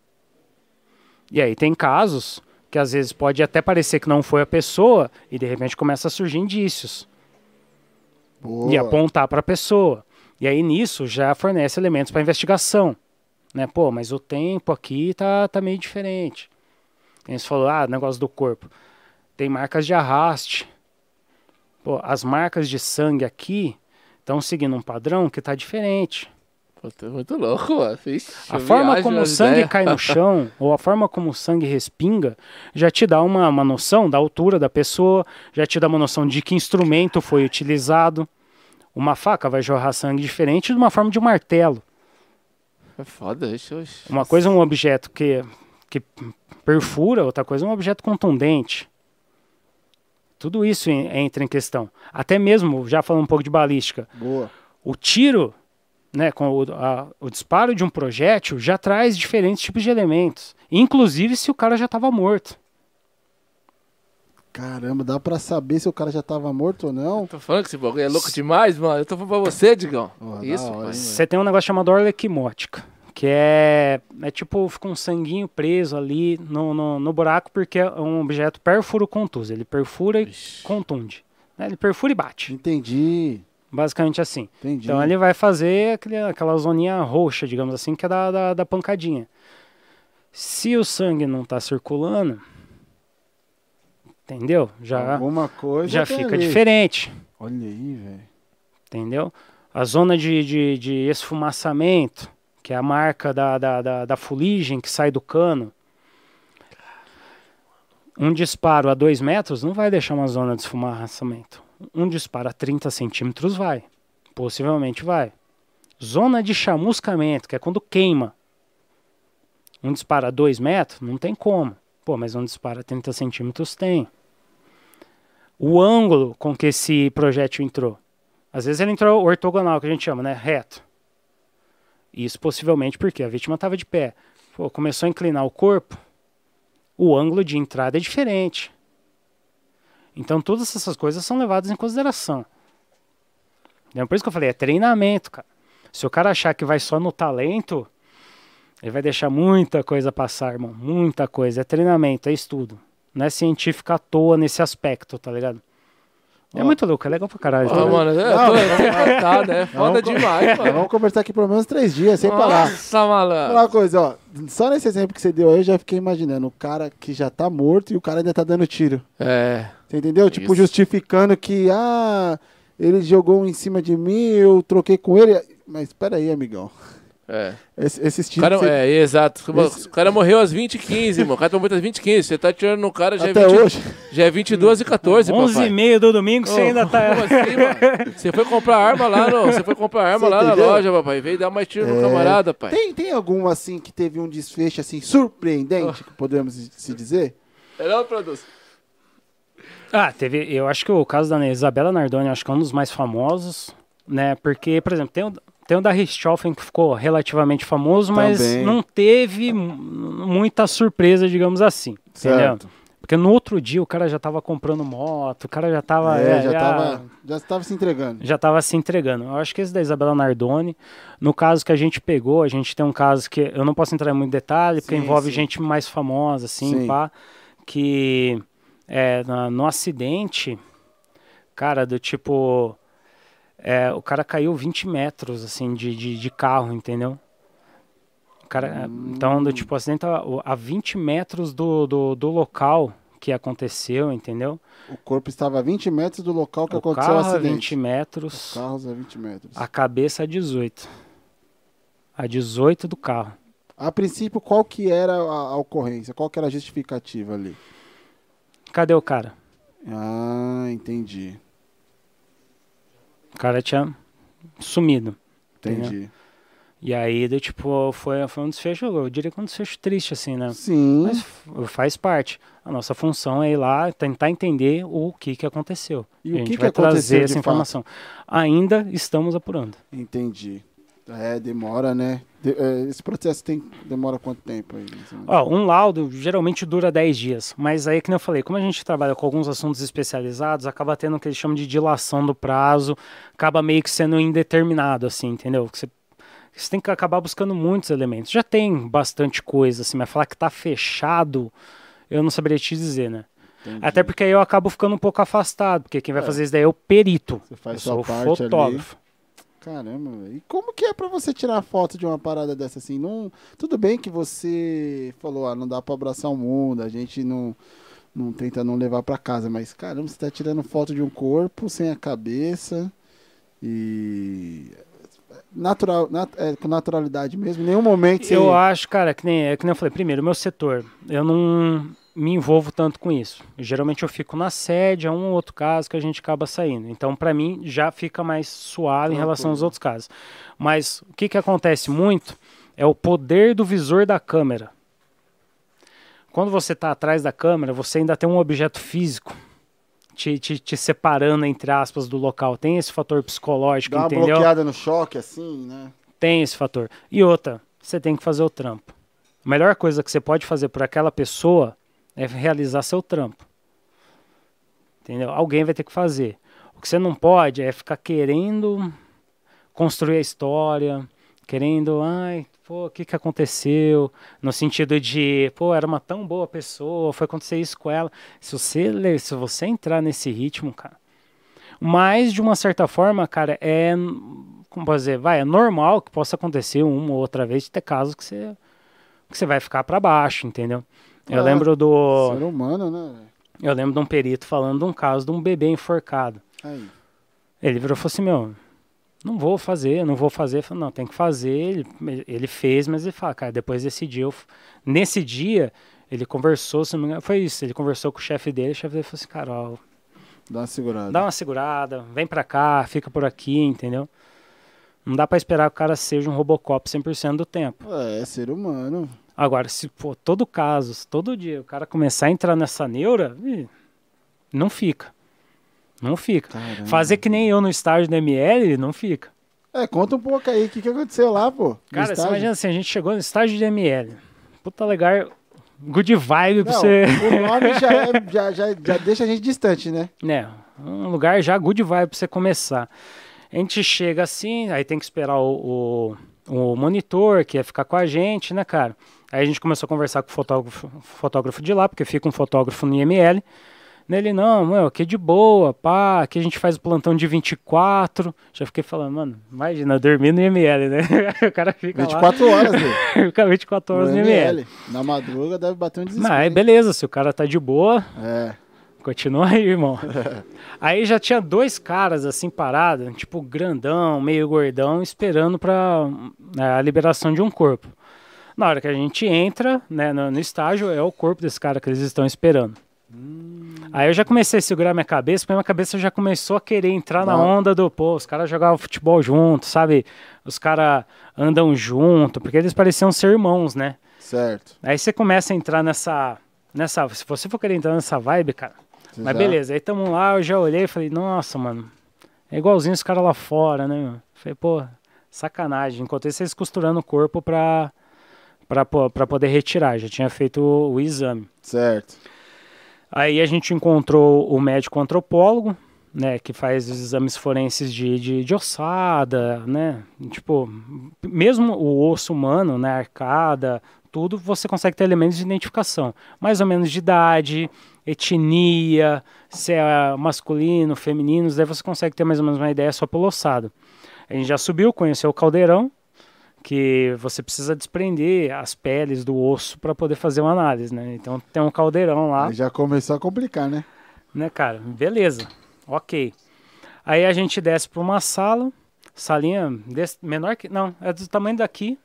E aí tem casos que às vezes pode até parecer que não foi a pessoa e de repente começa a surgir indícios. Boa. E apontar para a pessoa. E aí nisso já fornece elementos para investigação. Né? Pô, mas o tempo aqui tá meio diferente. Você falou, negócio do corpo. Tem marcas de arraste. Pô, as marcas de sangue aqui estão seguindo um padrão que tá diferente. Pô, tá muito louco, mano. Ixi, A forma como o sangue cai no chão, ou a forma como o sangue respinga, já te dá uma noção da altura da pessoa, já te dá uma noção de que instrumento foi utilizado. Uma faca vai jorrar sangue diferente de uma forma de um martelo. É foda isso. Uma coisa é um objeto que perfura, outra coisa é um objeto contundente. Tudo isso entra em questão. Até mesmo, já falando um pouco de balística, Boa. o tiro, né, com o disparo de um projétil já traz diferentes tipos de elementos. Inclusive se o cara já estava morto. Caramba, dá pra saber se o cara já tava morto ou não? Tô falando que esse bagulho é louco demais, mano. Eu tô falando pra você, Digão. Isso, hora, pai. Você tem um negócio chamado orla equimótica, que é tipo, fica um sanguinho preso ali no buraco, porque é um objeto perfuro-contuso. Ele perfura e contunde. Né? Ele perfura e bate. Entendi. Basicamente assim. Entendi. Então ele vai fazer aquela zoninha roxa, digamos assim, que é da pancadinha. Se o sangue não tá circulando, entendeu? Alguma coisa já tem fica ali. diferente. Olha aí, velho. Entendeu? A zona de esfumaçamento, que é a marca da fuligem que sai do cano. Um disparo a 2 metros não vai deixar uma zona de esfumaçamento. Um disparo a 30 centímetros vai. Possivelmente vai. Zona de chamuscamento, que é quando queima. Um disparo a 2 metros, não tem como. Pô, mas um disparo a 30 centímetros tem. O ângulo com que esse projétil entrou. Às vezes ele entrou ortogonal, que a gente chama, né? Reto. Isso possivelmente porque a vítima estava de pé. Pô, começou a inclinar o corpo, o ângulo de entrada é diferente. Então todas essas coisas são levadas em consideração. Por isso que eu falei, é treinamento, cara. Se o cara achar que vai só no talento, ele vai deixar muita coisa passar, irmão. Muita coisa. É treinamento, é estudo. Não é científico à toa nesse aspecto, tá ligado? É muito louco, é legal pra caralho. Mano, eu tô né? Foda demais, mano. Vamos conversar aqui pelo menos 3 dias, sem parar. Nossa, malandro. Falar uma coisa, ó. Só nesse exemplo que você deu aí, eu já fiquei imaginando o cara que já tá morto e o cara ainda tá dando tiro. É. Você entendeu? Tipo, Isso. justificando que, ele jogou em cima de mim, eu troquei com ele. Mas espera aí, amigão. É. Esses O tiros... cara, exato. O cara morreu às 20h15, mano. O cara tomou às 20h15. Você tá tirando no cara, já Até é 20, hoje. já é 22h14, 11h30 do domingo, você ainda tá... Como assim, mano? Você foi comprar arma lá, Você foi comprar arma Você lá entendeu? na loja, papai. Veio dar mais tiro no camarada, pai. Tem algum, assim, que teve um desfecho, assim, surpreendente, que podemos se dizer? É não, produz. Teve... Eu acho que o caso da Isabela Nardoni, acho que é um dos mais famosos, né? Porque, por exemplo, tem o da Richthofen que ficou relativamente famoso, mas Também. não teve muita surpresa, digamos assim. Entendeu? Certo. Porque no outro dia o cara já tava comprando moto, o cara já tava... Já estava se entregando. Já estava se entregando. Eu acho que esse da Isabela Nardoni, no caso que a gente pegou, a gente tem um caso que eu não posso entrar em muito detalhe, porque Sim, envolve sim. gente mais famosa, assim, Sim. pá, que no acidente, cara, do tipo... o cara caiu 20 metros, assim, de carro, entendeu? O cara, então, do tipo, o acidente a 20 metros do local que aconteceu, entendeu? O corpo estava a 20 metros do local que O aconteceu o carro a acidente. 20 metros, Os carros a 20 metros. a cabeça a 18. A 18 do carro. A princípio, qual que era a ocorrência? Qual que era a justificativa ali? Cadê o cara? Entendi. O cara tinha sumido. Entendi. E aí, tipo, foi um desfecho, eu diria que um desfecho triste, assim, né? Sim. Mas faz parte. A nossa função é ir lá, tentar entender o que aconteceu. E a o gente que vai aconteceu trazer de essa fato? informação. Ainda estamos apurando. Entendi. Demora, né? Esse processo demora quanto tempo aí? mais ou menos? Ó, um laudo geralmente dura 10 dias, mas aí, que nem eu falei, como a gente trabalha com alguns assuntos especializados, acaba tendo o que eles chamam de dilação do prazo, acaba meio que sendo indeterminado, assim, entendeu? Você tem que acabar buscando muitos elementos. Já tem bastante coisa, assim, mas falar que tá fechado, eu não saberia te dizer, né? Entendi. Até porque aí eu acabo ficando um pouco afastado, porque quem vai fazer isso daí é o perito. Você faz eu sua sou o parte fotógrafo. Caramba, velho. E como que é pra você tirar foto de uma parada dessa assim? Não, tudo bem que você falou, não dá pra abraçar o mundo, a gente não tenta não levar pra casa, mas caramba, você tá tirando foto de um corpo sem a cabeça e com naturalidade mesmo, em nenhum momento você... Eu acho, cara, que nem eu falei, primeiro, o meu setor, eu não me envolvo tanto com isso. Geralmente eu fico na sede, é um ou outro caso que a gente acaba saindo. Então, para mim, já fica mais suave em relação aos outros casos. Mas o que acontece muito é o poder do visor da câmera. Quando você está atrás da câmera, você ainda tem um objeto físico te separando, entre aspas, do local. Tem esse fator psicológico, Dá uma entendeu? bloqueada no choque, assim, né? Tem esse fator. E outra, você tem que fazer o trampo. A melhor coisa que você pode fazer por aquela pessoa é realizar seu trampo. Entendeu? Alguém vai ter que fazer. O que você não pode é ficar querendo construir a história, querendo, o que aconteceu? No sentido de, era uma tão boa pessoa, foi acontecer isso com ela. Se você entrar nesse ritmo, cara. Mas, de uma certa forma, cara, como posso dizer, é normal que possa acontecer uma ou outra vez de ter casos que você vai ficar pra baixo, entendeu? Eu lembro do... Ser humano, né? Eu lembro de um perito falando de um caso de um bebê enforcado. Aí. Ele virou e falou assim, não vou fazer. Eu falei, não, tem que fazer. Ele fez, mas ele fala, cara, depois desse dia, nesse dia, ele conversou, se não me engano, foi isso, ele conversou com o chefe dele falou assim, cara, dá uma segurada, vem pra cá, fica por aqui, entendeu? Não dá pra esperar que o cara seja um Robocop 100% do tempo. É ser humano. Agora, se for todo dia, o cara começar a entrar nessa neura, não fica. Não fica. Caramba. Fazer que nem eu no estágio do ML, não fica. Conta um pouco aí, o que aconteceu lá, pô? Cara, você imagina assim, a gente chegou no estágio de ML. Puta legal, good vibe pra você... O nome já deixa a gente distante, né? Um lugar já good vibe pra você começar. A gente chega assim, aí tem que esperar o monitor, que ia ficar com a gente, né, cara? Aí a gente começou a conversar com o fotógrafo de lá, porque fica um fotógrafo no IML. Nele, não, aqui é de boa, pá, aqui a gente faz o plantão de 24. Já fiquei falando, mano, imagina, dormir no IML, né? O cara fica 24 horas, né? Fica 24 horas no IML. Na madruga deve bater um desespero. Mas aí beleza, se o cara tá de boa, continua aí, irmão. Aí já tinha 2 caras assim parados, tipo grandão, meio gordão, esperando pra a liberação de um corpo. Na hora que a gente entra, né, no estágio, é o corpo desse cara que eles estão esperando. Aí eu já comecei a segurar minha cabeça, porque minha cabeça já começou a querer entrar na onda do, os caras jogavam futebol junto, sabe? Os caras andam junto, porque eles pareciam ser irmãos, né? Certo. Aí você começa a entrar nessa se você for querer entrar nessa vibe, cara, mas beleza, aí tamo lá, eu já olhei e falei, nossa, mano, é igualzinho os caras lá fora, né, meu? Falei, sacanagem, enquanto isso eles costurando o corpo pra poder retirar, já tinha feito o exame. Certo. Aí a gente encontrou o médico antropólogo, né, que faz os exames forenses de ossada, né, tipo, mesmo o osso humano, né, arcada, tudo, você consegue ter elementos de identificação, mais ou menos de idade, etnia, se é masculino, feminino, daí você consegue ter mais ou menos uma ideia só pelo ossado. A gente já subiu, conheceu o caldeirão, que você precisa desprender as peles do osso para poder fazer uma análise, né? Então tem um caldeirão lá. Aí já começou a complicar, né? Né, cara? Beleza. Ok. Aí a gente desce para uma salinha menor que... Não, é do tamanho daqui.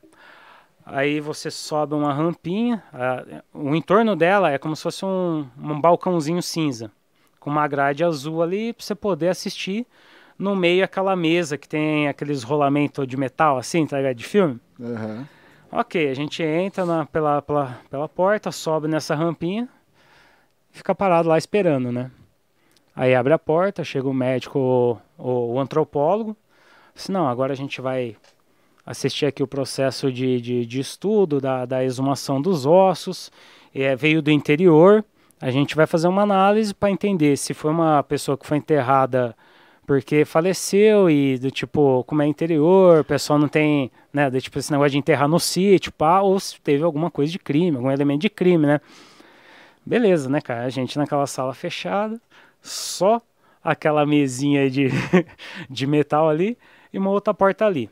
Aí você sobe uma rampinha. O entorno dela é como se fosse um balcãozinho cinza, com uma grade azul ali para você poder assistir. No meio aquela mesa que tem aqueles rolamentos de metal assim, tá ligado? De filme. Uhum. Ok, a gente entra pela porta, sobe nessa rampinha, fica parado lá esperando, né? Aí abre a porta, chega o médico, o antropólogo. Disse, não, agora a gente vai assistir aqui o processo de estudo da exumação dos ossos. Veio do interior. A gente vai fazer uma análise para entender se foi uma pessoa que foi enterrada porque faleceu e do tipo, como é interior, o pessoal não tem, né, do tipo esse negócio de enterrar no sítio, pá, ou se teve alguma coisa de crime, algum elemento de crime, né? Beleza, né, cara? A gente naquela sala fechada, só aquela mesinha de metal ali e uma outra porta ali.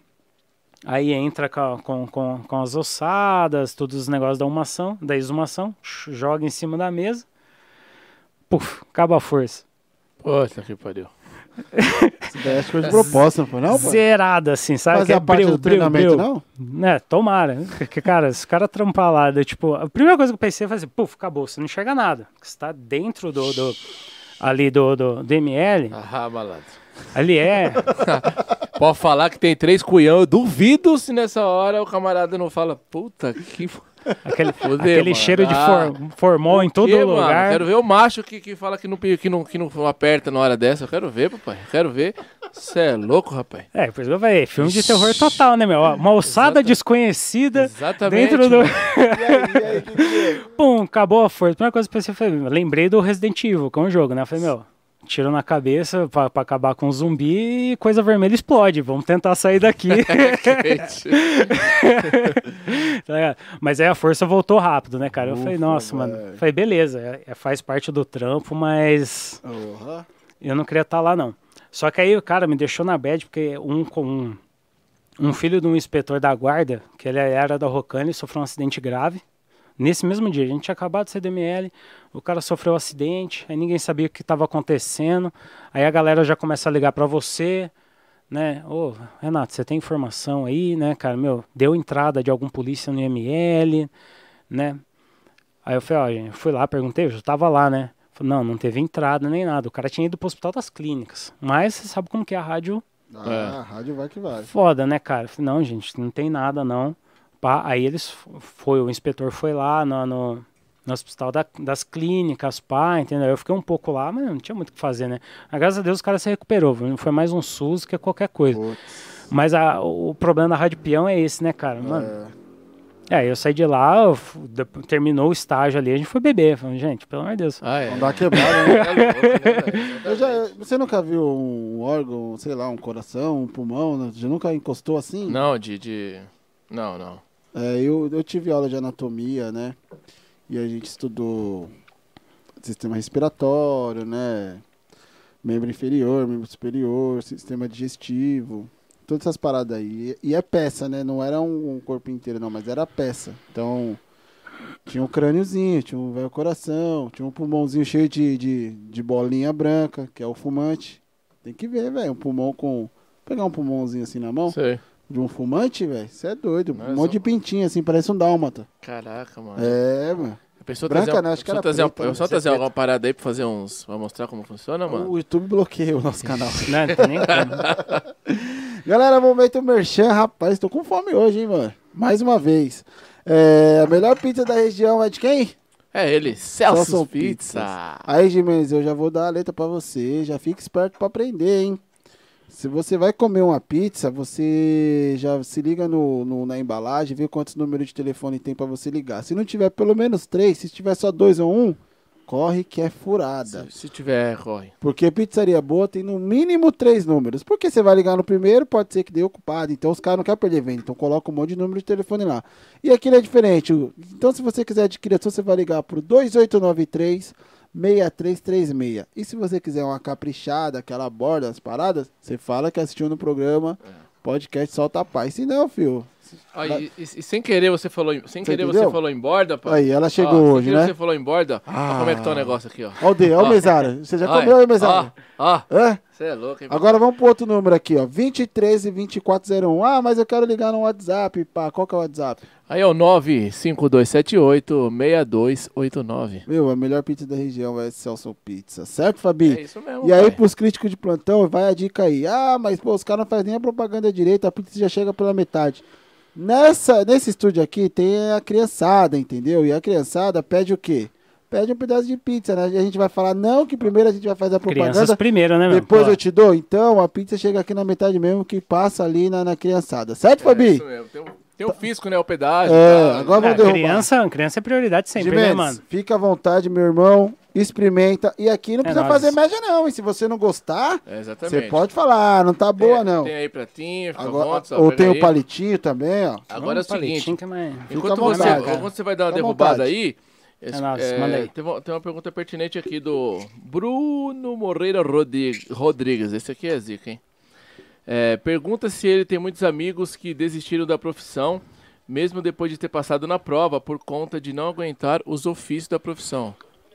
Aí entra com as ossadas, todos os negócios da exumação, joga em cima da mesa, puf, acaba a força. Puta que pariu. Isso daí acho que foi de propósito, não foi não, pô? Zerada, assim, sabe? Fazer a parte do treinamento, não? Né, tomara. Porque, cara, se o cara trampar lá, tipo, a primeira coisa que eu pensei foi assim, puf, acabou, você não enxerga nada. Você tá dentro do ML. Ah, malandro. Ali Pode falar que tem 3 cunhão, eu duvido se nessa hora o camarada não fala, puta que... Aquele cheiro de formol em todo lugar. Mano? Quero ver o macho que fala que não aperta na hora dessa. Eu quero ver, papai. Quero ver. Você é louco, rapaz? Por isso que eu falei, filme de terror total, né, meu? Uma ossada desconhecida dentro do... E aí, que Pum, acabou a força. A primeira coisa que eu pensei foi, lembrei do Resident Evil, que é um jogo, né? Eu falei, meu, tiro na cabeça pra acabar com o zumbi e coisa vermelha explode. Vamos tentar sair daqui. Tá ligado? Mas aí a força voltou rápido, né, cara? Eu falei, nossa, mano. Falei, beleza, faz parte do trampo, mas eu não queria estar lá, não. Só que aí o cara me deixou na bad, porque um filho de um inspetor da guarda, que ele era da Rocane, sofreu um acidente grave. Nesse mesmo dia, a gente tinha acabado de ser DML, o cara sofreu um acidente, aí ninguém sabia o que estava acontecendo, aí a galera já começa a ligar para você, né? Ô, Renato, você tem informação aí, né, cara? Meu, deu entrada de algum polícia no IML, né? Aí eu falei, ó, gente, fui lá, perguntei, eu já tava lá, né? Falei, não teve entrada nem nada, o cara tinha ido pro Hospital das Clínicas, mas você sabe como que é a rádio... a rádio vai que vai. Foda, né, cara? Eu falei, não, gente, não tem nada, não. Pá, aí o inspetor foi lá no Hospital das Clínicas, pá, entendeu? Eu fiquei um pouco lá, mas não tinha muito o que fazer, né? Mas, graças a Deus o cara se recuperou, foi mais um SUS que qualquer coisa. Putz. Mas o problema da Rádio Peão é esse, né, cara? Mano, eu saí de lá, terminou o estágio ali, a gente foi beber. Falei, gente, pelo amor de Deus. Não dá quebrada, né? Você nunca viu um órgão, sei lá, um coração, um pulmão? Né? Já nunca encostou assim? Não, Não. Eu tive aula de anatomia, né? E a gente estudou sistema respiratório, né? Membro inferior, membro superior, sistema digestivo, todas essas paradas aí. E é peça, né? Não era um corpo inteiro, não, mas era peça. Então, tinha um crâniozinho, tinha um velho coração, tinha um pulmãozinho cheio de bolinha branca, que é o fumante. Tem que ver, velho, um pulmão com... Pegar um pulmãozinho assim na mão. Sei. De um fumante, velho, você é doido. Mas um monte de pintinho, assim, parece um dálmata. Caraca, mano. Mano. A pessoa Branca, né? Acho que era preta, eu só trazer alguma parada aí pra mostrar como funciona, mano. O YouTube bloqueia o nosso canal. Não tem nem como. Galera, momento merchan, rapaz, tô com fome hoje, hein, mano. Mais uma vez. A melhor pizza da região é de quem? É ele, Celso Pizza. Pizzas. Aí, Gimenez, eu já vou dar a letra pra você. Já fique esperto pra aprender, hein. Se você vai comer uma pizza, você já se liga na embalagem, vê quantos números de telefone tem pra você ligar. Se não tiver pelo menos 3, se tiver só 2 ou 1, corre que é furada. Se tiver, corre. Porque pizzaria boa tem no mínimo 3 números. Porque você vai ligar no primeiro, pode ser que dê ocupado. Então os caras não querem perder venda. Então coloca um monte de número de telefone lá. E aquilo é diferente. Então se você quiser adquirir, você vai ligar pro 2893 6336. E se você quiser uma caprichada, aquela borda, as paradas, você fala que assistiu no programa podcast Solta a Paz. Se não, filho. E sem querer você falou em borda, pá. Aí, ela chegou hoje, né? Você falou em borda. Olha como é que tá o negócio aqui, ó. Olha o Mesara. Você já comeu aí, Mesara? Você é louco, hein? Agora vamos pro outro número aqui, ó. 2013-2401. Ah, mas eu quero ligar no WhatsApp, pá. Qual que é o WhatsApp? Aí é o 95278-6289. Meu, a melhor pizza da região é Celso Pizza. Certo, Fabi? É isso mesmo, E aí, pai. pros críticos de plantão, vai a dica aí. Ah, mas pô, os caras não fazem nem a propaganda direito, a pizza já chega pela metade. Nesse estúdio aqui tem a criançada, entendeu? E a criançada pede o quê? Pede um pedaço de pizza, né? E a gente vai falar, não, que primeiro a gente vai fazer a propaganda. Crianças primeiro, né, meu? Depois eu te dou. Então, a pizza chega aqui na metade mesmo, que passa ali na criançada. Certo, Fabi? É isso mesmo. Tem o fisco, né? O pedágio. Agora vamos derrubar. Criança é prioridade sempre, Gimenez, né, mano? fica à vontade, meu irmão. Experimenta. E aqui não precisa fazer média, não. E se você não gostar, exatamente. você pode falar. Não tá boa, não. Tem aí pratinho, fica Agora, vontade, ou tem aí. o palitinho também, ó. Agora é o seguinte. Enquanto você vai dar uma derrubada aí, manda aí. Tem uma pergunta pertinente aqui do Bruno Moreira Rodrigues. Esse aqui é zica, hein? Pergunta se ele tem muitos amigos que desistiram da profissão, mesmo depois de ter passado na prova, por conta de não aguentar os ofícios da profissão.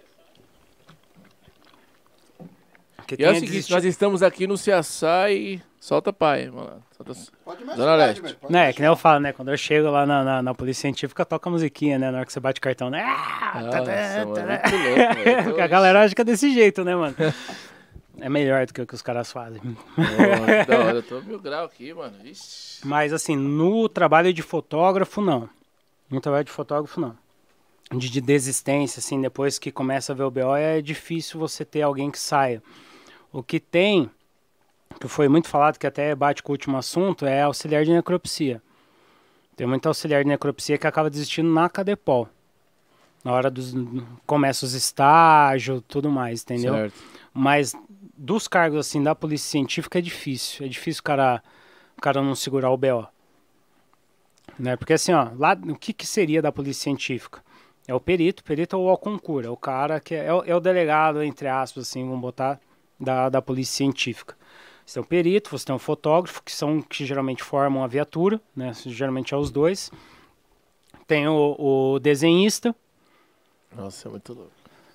E é o seguinte, nós estamos aqui no Ciaçai. Solta pai, mano. Pode mais Zona Leste. Não, é que nem eu falo, né? Quando eu chego lá na polícia científica, toca a musiquinha, né? Na hora que você bate cartão, né? Nossa, mano, muito louco, a galera acha que é desse jeito, né, mano? É melhor do que o que os caras fazem. Da hora, eu tô 1000 graus aqui, mano. Ixi. Mas assim, no trabalho de fotógrafo, não. No trabalho de fotógrafo, não. De desistência, assim, depois que começa a ver o BO, é difícil você ter alguém que saia. O que tem que foi muito falado, que até bate com o último assunto, é auxiliar de necropsia. Tem muito auxiliar de necropsia que acaba desistindo na Cadepol. Na hora dos... Começa os estágios, tudo mais, entendeu? Certo. Mas dos cargos, assim, da polícia científica é difícil. É difícil o cara não segurar o BO. Né? Porque assim, ó, lá, o que seria da polícia científica? É o perito é o concura, o cara que é o delegado, entre aspas, assim, vamos botar, da polícia científica. Você tem o perito, você tem o fotógrafo, que geralmente formam a viatura, né? Geralmente é os dois. Tem o desenhista. Nossa, é muito louco.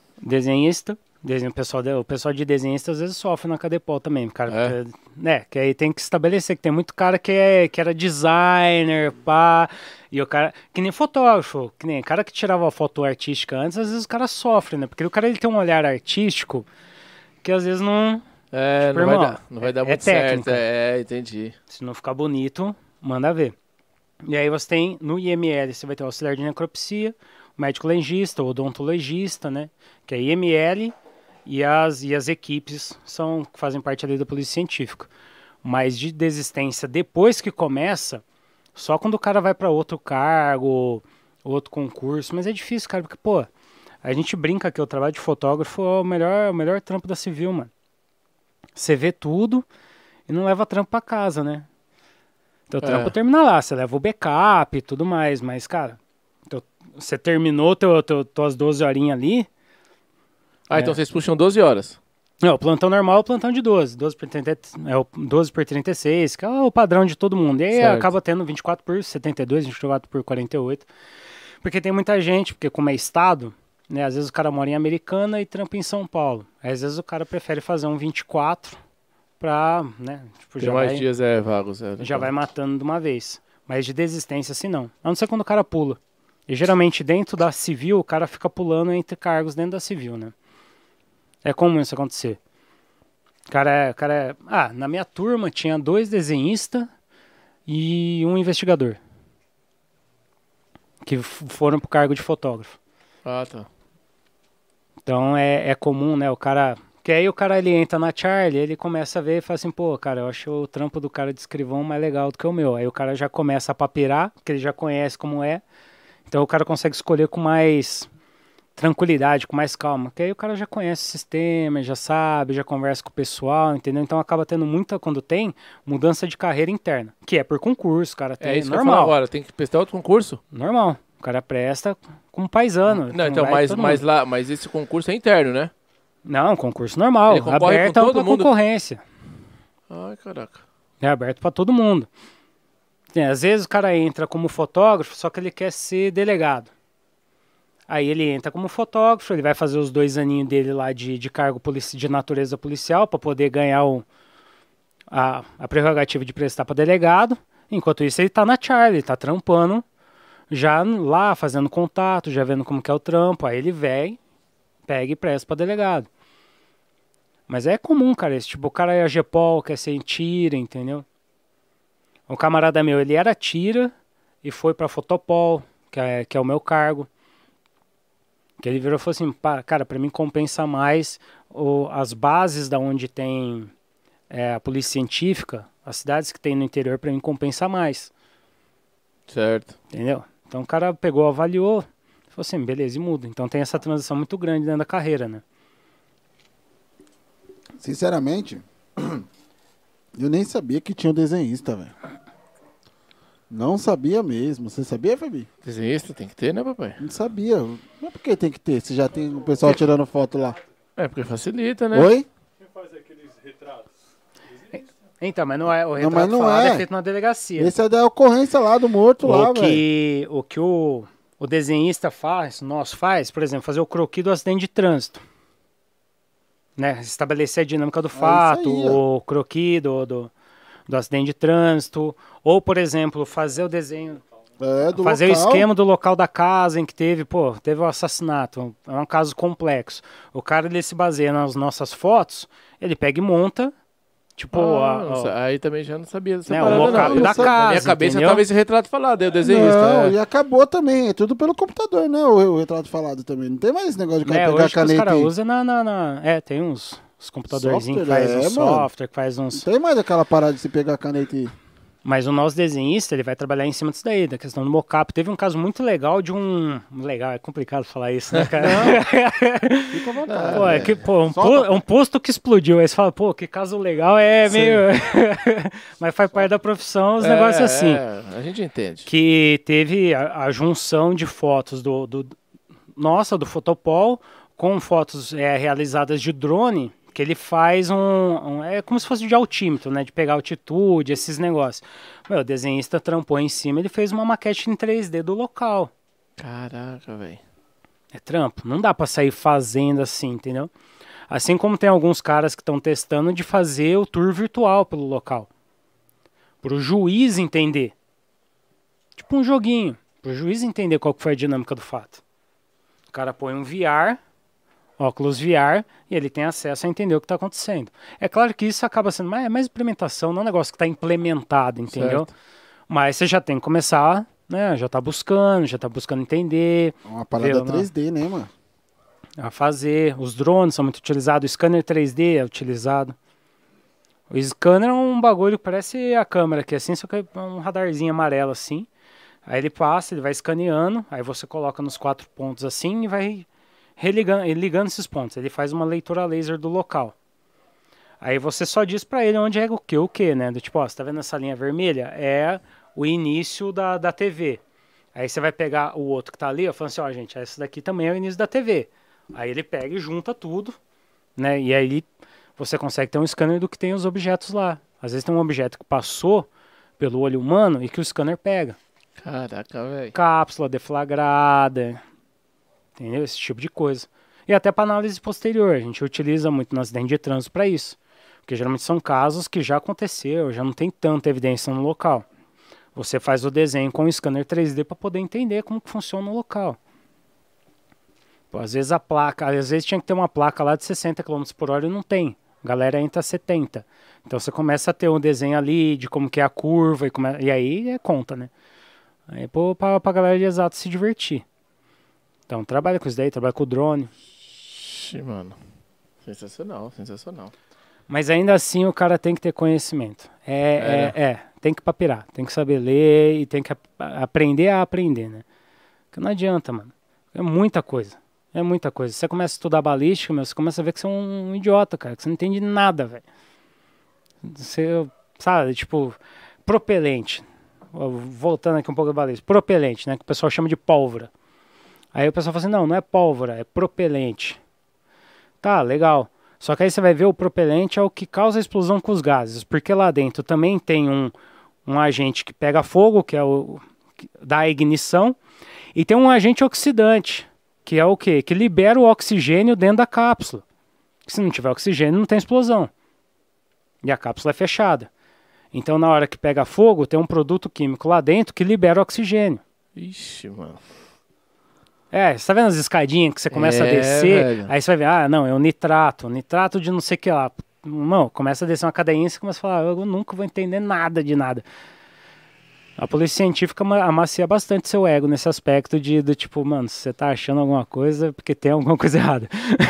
O pessoal de desenhista às vezes sofre na Cadepol também, cara. Que aí tem que estabelecer que tem muito cara que era designer, pá, e o cara, que nem fotógrafo, que nem cara que tirava a foto artística antes, às vezes o cara sofre, né? Porque o cara ele tem um olhar artístico que às vezes não... Tipo, não vai dar muito técnica. certo. Entendi. Se não ficar bonito, manda ver. E aí você tem, no IML, você vai ter o auxiliar de necropsia, o médico legista, o odontologista, né? Que é IML, e as equipes que fazem parte ali da polícia científica. Mas de desistência, depois que começa, só quando o cara vai para outro cargo, outro concurso. Mas é difícil, cara, porque, pô, a gente brinca que o trabalho de fotógrafo é o melhor trampo da civil, mano. Você vê tudo e não leva trampo pra casa, né? Teu trampo termina lá, você leva o backup e tudo mais, mas, cara, você terminou tuas 12 horinhas ali. Então vocês puxam 12 horas. Não, o plantão normal é o plantão de 12. 12 por 36, que é o padrão de todo mundo. E aí acaba tendo 24 por 72, 24 por 48. Porque tem muita gente, porque como é estado, né? Às vezes o cara mora em Americana e trampa em São Paulo. Às vezes o cara prefere fazer um 24 pra, né? Tipo, tem mais dias vagos. Já vai matando de uma vez. Mas de desistência, assim, não. A não ser quando o cara pula. E geralmente dentro da civil, o cara fica pulando entre cargos dentro da civil, né? É comum isso acontecer. Na minha turma tinha 2 desenhistas e um investigador. Que foram pro cargo de fotógrafo. Ah, tá. Então é comum, né? O cara... Que aí o cara ele entra na Charlie, ele começa a ver e fala assim, pô, cara, eu acho o trampo do cara de escrivão mais legal do que o meu. Aí o cara já começa a papirar, porque ele já conhece como é. Então o cara consegue escolher com mais tranquilidade, com mais calma. Porque aí o cara já conhece o sistema, já sabe, já conversa com o pessoal, entendeu? Então acaba tendo quando tem, mudança de carreira interna. Que é por concurso, cara. É isso normal. Que eu falo agora, tem que prestar outro concurso? Normal. O cara presta como paisano. Não, então, mas esse concurso é interno, né? Não, concurso normal. Ele concorre aberto com todo mundo. Concorrência. Ai, caraca. É aberto pra todo mundo. Às vezes o cara entra como fotógrafo, só que ele quer ser delegado. Aí ele entra como fotógrafo, ele vai fazer os 2 aninhos dele lá de cargo de natureza policial para poder ganhar a prerrogativa de prestar para delegado. Enquanto isso ele tá na Charlie, tá trampando, já lá fazendo contato, já vendo como que é o trampo. Aí ele vem, pega e presta para delegado. Mas é comum, cara, tipo, o cara é AGPOL, quer ser em tira, entendeu? Um camarada meu, ele era tira e foi pra Fotopol, que é o meu cargo. Que ele virou e falou assim, cara, pra mim compensa mais as bases da onde tem a polícia científica, as cidades que tem no interior, pra mim compensa mais. Certo. Entendeu? Então o cara pegou, avaliou, falou assim, beleza, e muda. Então tem essa transição muito grande dentro da carreira, né? Sinceramente, eu nem sabia que tinha um desenhista, velho. Não sabia mesmo. Você sabia, Fabi? Desenhista tem que ter, né, papai? Não sabia. Mas por que tem que ter? Se já tem o pessoal tirando foto lá. É, porque facilita, né? Oi? Quem faz aqueles retratos? Então, mas não é o retrato mas não falado, é. feito na delegacia. Esse é da ocorrência lá do morto lá, velho. O que o desenhista faz, por exemplo, fazer o croquis do acidente de trânsito. Né? Estabelecer a dinâmica do fato, aí, o croquis do acidente de trânsito, ou, por exemplo, fazer o desenho, fazer local. o esquema do local da casa em que teve o assassinato, é um caso complexo. O cara, ele se baseia nas nossas fotos, ele pega e monta, tipo... aí também já não sabia dessa né, parada, o mockup da casa, na minha cabeça entendeu? tava esse retrato falado, aí o desenhista. Não, e acabou também, é tudo pelo computador, né, o retrato falado também. Não tem mais esse negócio de cara pegar hoje caneta os caras aí. usam tem uns Os computadorzinhos que Software, faz um mano. software, que faz uns... Não tem mais aquela parada de se pegar a caneta e... Mas o nosso desenhista, ele vai trabalhar em cima disso daí, da questão do mockup. Teve um caso muito legal de um... Legal, é complicado falar isso, né, cara? Fica à vontade. Pô, é que, pô, Solta, um posto que explodiu. Aí você fala, pô, que caso legal, meio... Mas faz parte da profissão, os negócios assim. A gente entende. Que teve a junção de fotos do Photopol com fotos realizadas de drone, que ele faz é como se fosse de altímetro, né? De pegar altitude, esses negócios. O desenhista trampou em cima, ele fez uma maquete em 3D do local. Caraca, velho. É trampo. Não dá pra sair fazendo assim, entendeu? Assim como tem alguns caras que estão testando de fazer o tour virtual pelo local. Pro juiz entender. Tipo um joguinho. Pro juiz entender qual que foi a dinâmica do fato. O cara põe um VR... óculos VR, e ele tem acesso a entender o que está acontecendo. É claro que isso acaba sendo mais implementação, não é um negócio que está implementado, entendeu? Certo. Mas você já tem que começar, né? Já está buscando entender. Uma parada ver, 3D, né, mano? A fazer. Os drones são muito utilizados, o scanner 3D é utilizado. O scanner é um bagulho que parece a câmera aqui, assim, só que é um radarzinho amarelo, assim. Aí ele passa, ele vai escaneando, aí você coloca nos 4 pontos assim e vai... ligando esses pontos, ele faz uma leitura laser do local. Aí você só diz pra ele onde é o que, né? Do tipo, ó, você tá vendo essa linha vermelha? É o início da TV. Aí você vai pegar o outro que tá ali, ó, falando assim, ó, gente, esse daqui também é o início da TV. Aí ele pega e junta tudo, né? E aí você consegue ter um scanner do que tem os objetos lá. Às vezes tem um objeto que passou pelo olho humano e que o scanner pega. Caraca, velho. Cápsula deflagrada... Entendeu? Esse tipo de coisa. E até para análise posterior. A gente utiliza muito no acidente de trânsito para isso. Porque geralmente são casos que já aconteceu, já não tem tanta evidência no local. Você faz o desenho com o scanner 3D para poder entender como que funciona o local. Pô, às vezes às vezes tinha que ter uma placa lá de 60 km por hora e não tem. A galera entra a 70. Então você começa a ter um desenho ali de como que é a curva e aí é conta, né? Aí pra galera de exato se divertir. Então, trabalha com isso daí, trabalha com o drone. Ixi, mano. Sensacional, sensacional. Mas ainda assim o cara tem que ter conhecimento. Tem que papirar, tem que saber ler e tem que aprender a aprender, né? Porque não adianta, mano. É muita coisa. É muita coisa. Você começa a estudar balística, você começa a ver que você é um idiota, cara. Que você não entende nada, velho. Você, sabe, tipo, propelente. Voltando aqui um pouco do balística. Propelente, né? Que o pessoal chama de pólvora. Aí o pessoal fala assim, não é pólvora, é propelente. Tá, legal. Só que aí você vai ver o propelente é o que causa a explosão com os gases. Porque lá dentro também tem um agente que pega fogo, que é o que dá a ignição. E tem um agente oxidante, que é o quê? Que libera o oxigênio dentro da cápsula. Se não tiver oxigênio, não tem explosão. E a cápsula é fechada. Então na hora que pega fogo, tem um produto químico lá dentro que libera o oxigênão. Ixi, mano. Você tá vendo as escadinhas que você começa a descer? Velho. Aí você vai ver, não, é o nitrato de não sei o que lá. Não, começa a descer uma cadeinha e você começa a falar, eu nunca vou entender nada de nada. A polícia científica amacia bastante seu ego nesse aspecto do tipo, mano, se você tá achando alguma coisa, porque tem alguma coisa errada.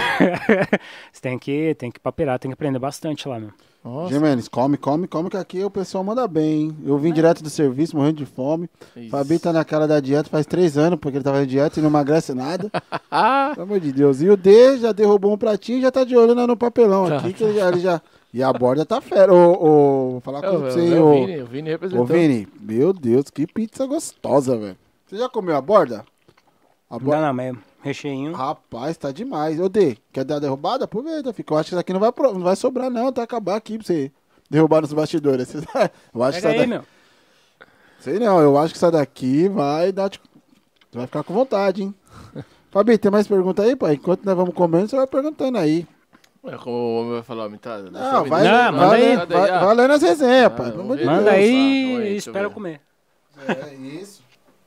Você tem que papirar, tem que aprender bastante lá, meu. Nossa. Gemenes, come, que aqui o pessoal manda bem, hein? Eu vim direto do serviço, morrendo de fome. Isso. Fabi tá naquela da dieta faz 3 anos, porque ele tá fazendo dieta e não emagrece nada. Pelo amor de Deus. E o D já derrubou um pratinho e já tá de olho no papelão aqui, que ele já... E a borda tá fera. Vou falar com você, hein, o Vini representou. Ô, Vini, meu Deus, que pizza gostosa, velho. Você já comeu a borda? Não, mas recheinho. Rapaz, tá demais. Ô, D, quer dar uma derrubada? Aproveita, fica. Eu acho que isso aqui não vai sobrar, não. Tá acabar aqui pra você derrubar nos bastidores. Eu acho Pega que aí, meu. Sei não, eu acho que essa daqui vai dar... Você vai ficar com vontade, hein? Fabi, tem mais pergunta aí, pai? Enquanto nós vamos comendo, você vai perguntando aí. Ué, como o homem vai falar a metade? Não, vai lendo as resenhas, pai. Pelo amor de Manda Deus. aí Deus. e espera eu comer. É isso.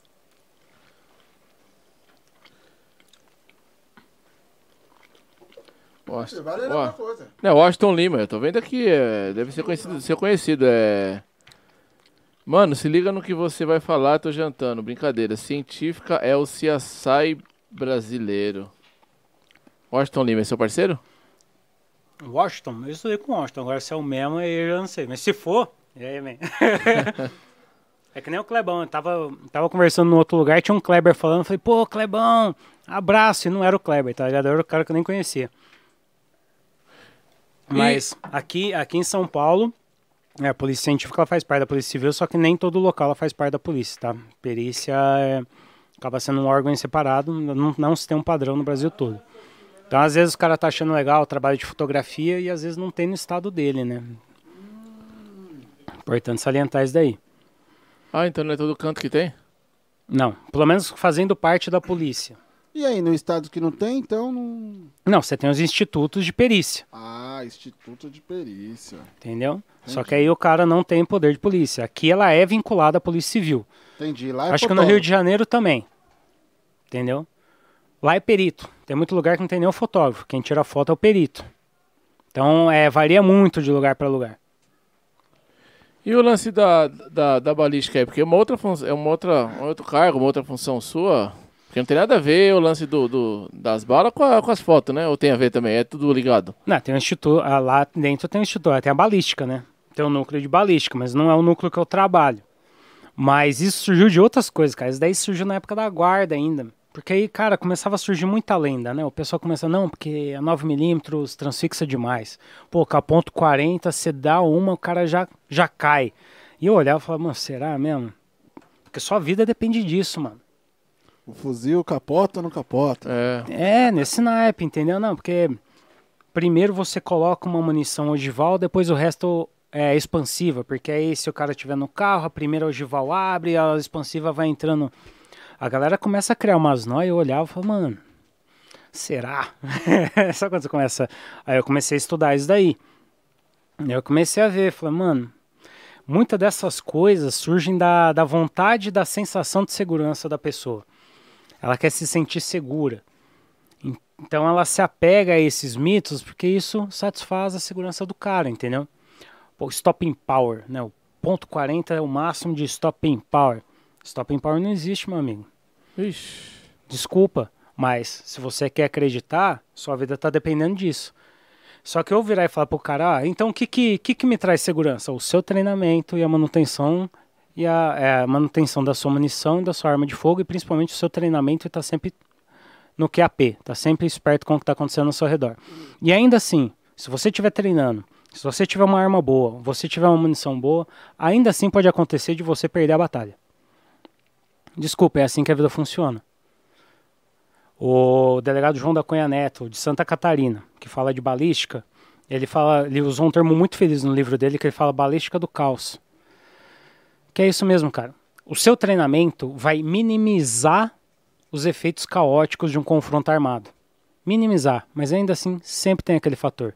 Você vai ler alguma coisa. Não, Washington Lima, eu tô vendo aqui, deve ser conhecido, Mano, se liga no que você vai falar, tô jantando, brincadeira. Científica é o CSI brasileiro. Washington Lima, é seu parceiro? Washington? Eu estudei com Washington. Agora se é o mesmo, aí eu já não sei. Mas se for, e aí, man. É que nem o Clebão. Eu tava conversando no outro lugar, tinha um Kleber falando. Eu falei, pô, Clebão, abraço. E não era o Kleber, tá ligado? Era o cara que eu nem conhecia. Mas aqui em São Paulo, a Polícia Científica ela faz parte da Polícia Civil, só que nem todo local ela faz parte da polícia, tá? Perícia acaba sendo um órgão separado, não se tem um padrão no Brasil todo. Então, às vezes, o cara tá achando legal o trabalho de fotografia e às vezes não tem no estado dele, né? Importante salientar isso daí. Ah, então não é todo canto que tem? Não, pelo menos fazendo parte da polícia. E aí, no estado que não tem, então não... Não, você tem os institutos de perícia. Ah, Instituto de Perícia. Entendeu? Só que aí o cara não tem poder de polícia. Aqui ela é vinculada à Polícia Civil. Entendi. Lá é Acho que no Rio de Janeiro também. Entendeu? Lá é perito. Tem muito lugar que não tem nem o fotógrafo. Quem tira foto é o perito. Então, varia muito de lugar para lugar. E o lance da balística aí? Porque é um outro cargo, uma outra função sua. Porque não tem nada a ver o lance das balas com as fotos, né? Ou tem a ver também? É tudo ligado? Não, tem um instituto. Lá dentro tem um instituto. Tem a balística, né? Tem o núcleo de balística, mas não é o núcleo que eu trabalho. Mas isso surgiu de outras coisas, cara. Isso daí surgiu na época da guarda ainda. Porque aí, cara, começava a surgir muita lenda, né? O pessoal começa, não, porque a 9mm transfixa demais. Pô, com a ponto .40, você dá uma, o cara já cai. E eu olhava e falava, mano, será mesmo? Porque sua vida depende disso, mano. O fuzil capota ou não capota? Nesse naipe, entendeu? Não, porque primeiro você coloca uma munição ogival, depois o resto é expansiva. Porque aí se o cara estiver no carro, a primeira ogival abre, a expansiva vai entrando... A galera começa a criar umas noias, eu olhava e falava, mano, será? Sabe quando você começa? Aí eu comecei a estudar isso daí. Eu comecei a ver, falei, mano, muitas dessas coisas surgem da vontade e da sensação de segurança da pessoa. Ela quer se sentir segura. Então ela se apega a esses mitos porque isso satisfaz a segurança do cara, entendeu? Pô, stopping power, né? O ponto .40 é o máximo de stopping power. Stopping power não existe, meu amigo. Ixi. Desculpa, mas se você quer acreditar, sua vida tá dependendo disso. Só que eu virar e falar pro cara, então o que me traz segurança? O seu treinamento e a manutenção a manutenção da sua munição e da sua arma de fogo e principalmente o seu treinamento tá sempre no QAP, tá sempre esperto com o que tá acontecendo ao seu redor. E ainda assim, se você estiver treinando, se você tiver uma arma boa, você tiver uma munição boa, ainda assim pode acontecer de você perder a batalha. Desculpa, é assim que a vida funciona. O delegado João da Cunha Neto, de Santa Catarina, que fala de balística, ele usou um termo muito feliz no livro dele, que ele fala balística do caos. Que é isso mesmo, cara. O seu treinamento vai minimizar os efeitos caóticos de um confronto armado. Minimizar, mas ainda assim sempre tem aquele fator.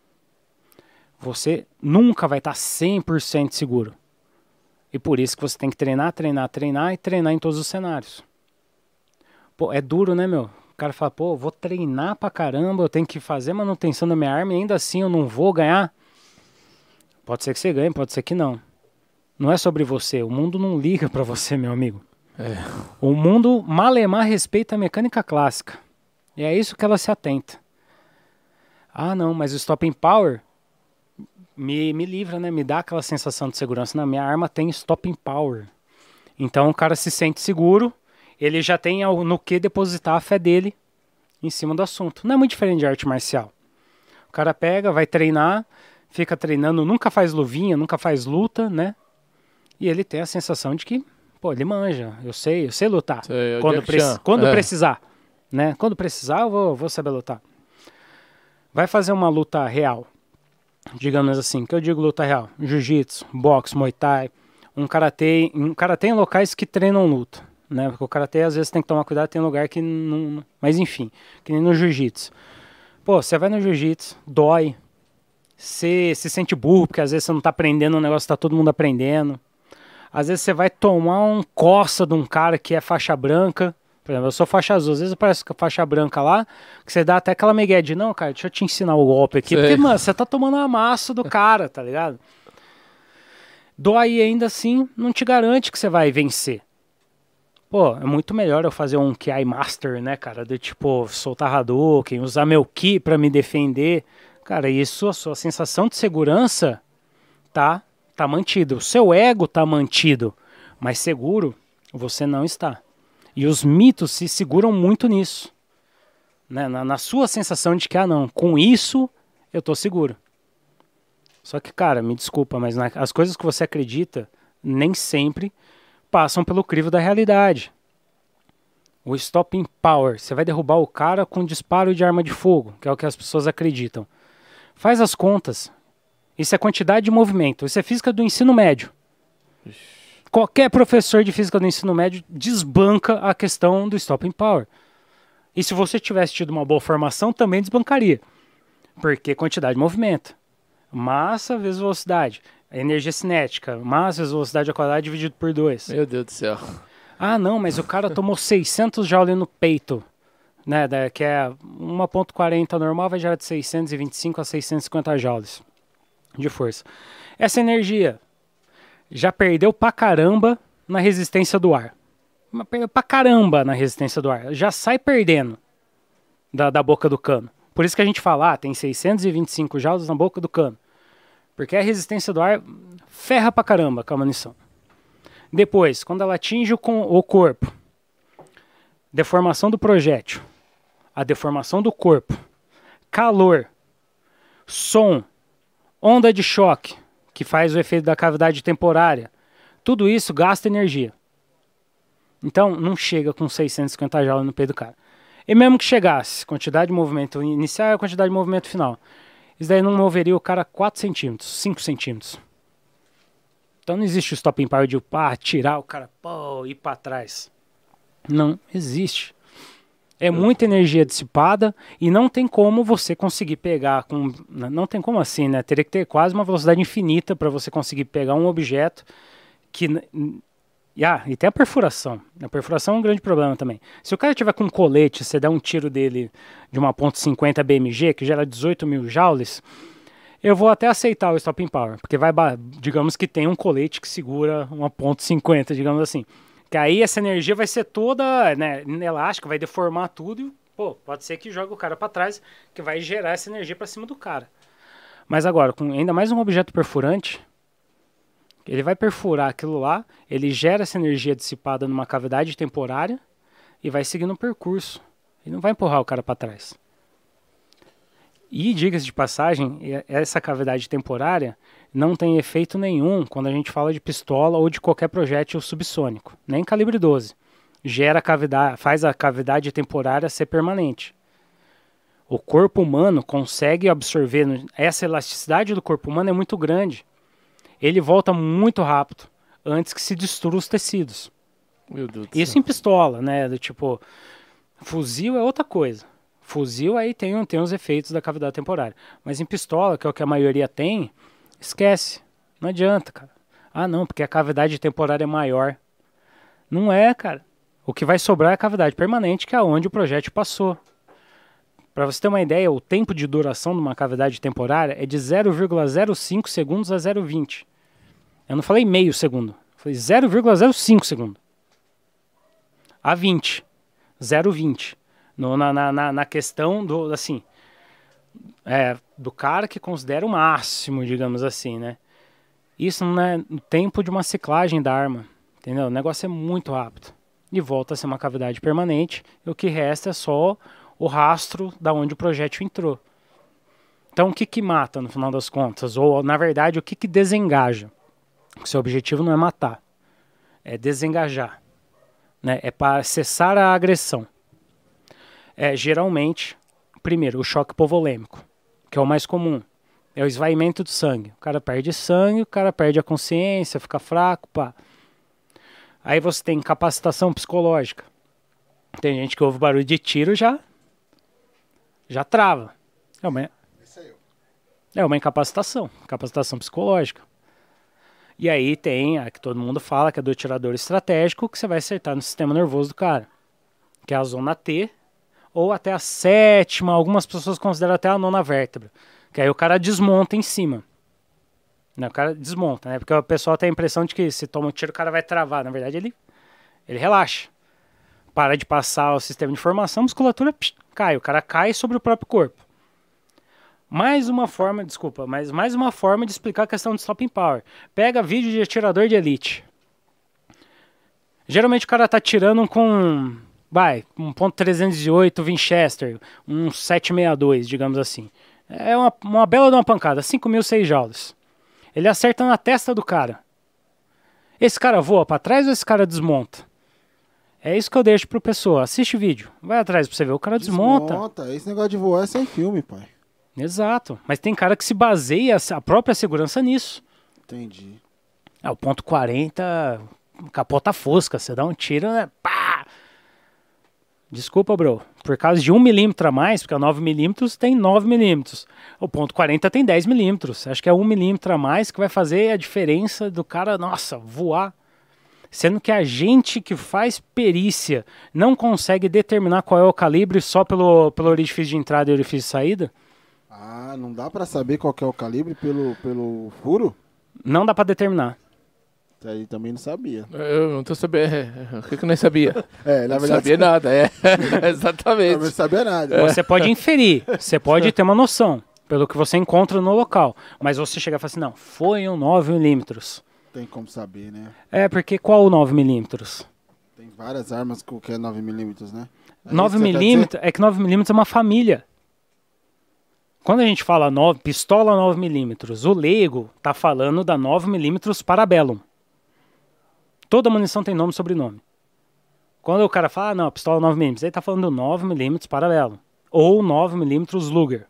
Você nunca vai estar 100% seguro. E por isso que você tem que treinar e treinar em todos os cenários. Pô, é duro, né, meu? O cara fala, pô, eu vou treinar pra caramba, eu tenho que fazer manutenção da minha arma e ainda assim eu não vou ganhar. Pode ser que você ganhe, pode ser que não. Não é sobre você, o mundo não liga pra você, meu amigo. O mundo, malemar, respeita a mecânica clássica. E é isso que ela se atenta. Ah, não, mas o stopping power... Me livra, né? Me dá aquela sensação de segurança. Na minha arma tem stopping power. Então o cara se sente seguro, ele já tem no que depositar a fé dele em cima do assunto. Não é muito diferente de arte marcial. O cara pega, vai treinar, fica treinando, nunca faz luvinha, nunca faz luta, né? E ele tem a sensação de que, pô, ele manja, eu sei lutar. Quando precisar, né? Quando precisar, eu vou saber lutar. Vai fazer uma luta real. Digamos assim, que eu digo luta real, jiu-jitsu, boxe, muay thai, um karatê em locais que treinam luta, né? Porque o karatê às vezes tem que tomar cuidado, tem lugar que não, mas enfim, que nem no jiu-jitsu. Pô, você vai no jiu-jitsu, dói, você se sente burro, porque às vezes você não tá aprendendo um negócio que tá todo mundo aprendendo. Às vezes você vai tomar um coça de um cara que é faixa branca. Por exemplo, eu sou faixa azul, às vezes parece que a faixa branca lá, que você dá até aquela migué de, não, cara, deixa eu te ensinar o golpe aqui. Sei. Porque, mano, você tá tomando um amasso do cara, tá ligado? Dói ainda assim, não te garante que você vai vencer. Pô, é muito melhor eu fazer um Ki Master, né, cara? De tipo, soltar Hadouken, usar meu Ki pra me defender. Cara, isso, a sua sensação de segurança tá mantida. O seu ego tá mantido, mas seguro você não está. E os mitos se seguram muito nisso. Né? Na sua sensação de que, não, com isso eu tô seguro. Só que, cara, me desculpa, mas as coisas que você acredita nem sempre passam pelo crivo da realidade. O stopping power, você vai derrubar o cara com disparo de arma de fogo, que é o que as pessoas acreditam. Faz as contas. Isso é quantidade de movimento. Isso é física do ensino médio. Qualquer professor de física do ensino médio desbanca a questão do stopping power. E se você tivesse tido uma boa formação, também desbancaria. Porque quantidade de movimento. Massa vezes velocidade. Energia cinética. Massa vezes velocidade ao quadrado dividido por 2. Meu Deus do céu. Não, mas o cara tomou 600 joules no peito. Né, que é 1.40 normal, vai gerar de 625 a 650 joules de força. Essa energia já perdeu pra caramba na resistência do ar. Perdeu pra caramba na resistência do ar. Já sai perdendo da boca do cano. Por isso que a gente fala, tem 625 joules na boca do cano. Porque a resistência do ar ferra pra caramba com a munição. Depois, quando ela atinge o corpo, deformação do projétil, a deformação do corpo, calor, som, onda de choque, que faz o efeito da cavidade temporária, tudo isso gasta energia. Então, não chega com 650 joules no peito do cara. E mesmo que chegasse, quantidade de movimento inicial e quantidade de movimento final, isso daí não moveria o cara 4 centímetros, 5 centímetros. Então não existe o stopping power de tirar o cara, ir para trás. Não existe. É muita energia dissipada e não tem como você conseguir pegar com... Não tem como assim, né? Teria que ter quase uma velocidade infinita para você conseguir pegar um objeto que... e tem a perfuração. A perfuração é um grande problema também. Se o cara tiver com um colete, você der um tiro dele de uma .50 BMG, que gera 18 mil joules, eu vou até aceitar o stopping power. Porque digamos que tem um colete que segura uma .50, digamos assim. Que aí essa energia vai ser toda, né, inelástica, vai deformar tudo e, pode ser que jogue o cara para trás, que vai gerar essa energia para cima do cara. Mas agora, com ainda mais um objeto perfurante, ele vai perfurar aquilo lá, ele gera essa energia dissipada numa cavidade temporária e vai seguindo o percurso. Ele não vai empurrar o cara para trás. E, diga-se de passagem, essa cavidade temporária não tem efeito nenhum quando a gente fala de pistola ou de qualquer projétil subsônico, nem calibre 12. Faz a cavidade temporária ser permanente. O corpo humano consegue absorver, essa elasticidade do corpo humano é muito grande. Ele volta muito rápido, antes que se destrua os tecidos. Meu Deus do Isso céu. em pistola, né? Tipo, fuzil é outra coisa. Fuzil aí tem os efeitos da cavidade temporária. Mas em pistola, que é o que a maioria tem, esquece. Não adianta, cara. Não, porque a cavidade temporária é maior. Não é, cara. O que vai sobrar é a cavidade permanente, que é onde o projétil passou. Para você ter uma ideia, o tempo de duração de uma cavidade temporária é de 0,05 segundos a 0,20. Eu não falei meio segundo. Eu falei 0,05 segundo. A 20. 0,20. Na questão do, assim, do cara que considera o máximo, digamos assim, né? Isso não é o tempo de uma ciclagem da arma, entendeu? O negócio é muito rápido. E volta a ser uma cavidade permanente, e o que resta é só o rastro da onde o projétil entrou. Então, o que mata, no final das contas? Ou, na verdade, o que desengaja? O seu objetivo não é matar, é desengajar, né? É para cessar a agressão. Geralmente, primeiro, o choque hipovolêmico, que é o mais comum. É o esvaimento do sangue. O cara perde sangue, o cara perde a consciência, fica fraco, pá. Aí você tem incapacitação psicológica. Tem gente que ouve barulho de tiro já trava. É uma incapacitação psicológica. E aí tem a que todo mundo fala, que é do atirador estratégico, que você vai acertar no sistema nervoso do cara, que é a zona T, ou até a 7ª, algumas pessoas consideram até a 9ª vértebra, que aí o cara desmonta em cima. Né? O cara desmonta, né? Porque o pessoal tem a impressão de que se toma um tiro o cara vai travar. Na verdade ele relaxa. Para de passar o sistema de informação, a musculatura cai. O cara cai sobre o próprio corpo. Mais uma forma, desculpa, mas mais uma forma de explicar a questão do stopping power. Pega vídeo de atirador de elite. Geralmente o cara tá atirando com, um .308 Winchester, um 762, digamos assim. É uma bela de uma pancada, 5.006 joules. Ele acerta na testa do cara. Esse cara voa pra trás ou esse cara desmonta? É isso que eu deixo pro pessoal. Assiste o vídeo, vai atrás pra você ver. O cara desmonta. Esse negócio de voar é sem filme, pai. Exato. Mas tem cara que se baseia a própria segurança nisso. Entendi. O ponto .40 capota fosca. Você dá um tiro, né? Pá! Desculpa, bro. Por causa de 1 milímetro a mais, porque a 9 milímetros tem 9 milímetros. O ponto .40 tem 10 milímetros. Acho que é 1 milímetro a mais que vai fazer a diferença do cara, nossa, voar. Sendo que a gente que faz perícia não consegue determinar qual é o calibre só pelo orifício de entrada e orifício de saída. Ah, não dá pra saber qual que é o calibre pelo furo? Não dá pra determinar. Isso aí também não sabia. Eu não tô sabendo. O que eu não sabia? Na Não verdade, sabia nada, eu exatamente. não sabia nada. Você pode inferir, você pode ter uma noção pelo que você encontra no local. Mas você chegar e falar assim, não, foi um 9 milímetros. Tem como saber, né? Porque qual o 9 milímetros? Tem várias armas que é 9 milímetros, né? 9 milímetros, é que 9 milímetros é uma família. Quando a gente fala pistola 9 milímetros, o leigo tá falando da 9 milímetros Parabellum. Toda munição tem nome e sobrenome. Quando o cara fala, não, pistola 9 milímetros, ele tá falando do 9 milímetros Parabellum. Ou 9 milímetros Luger.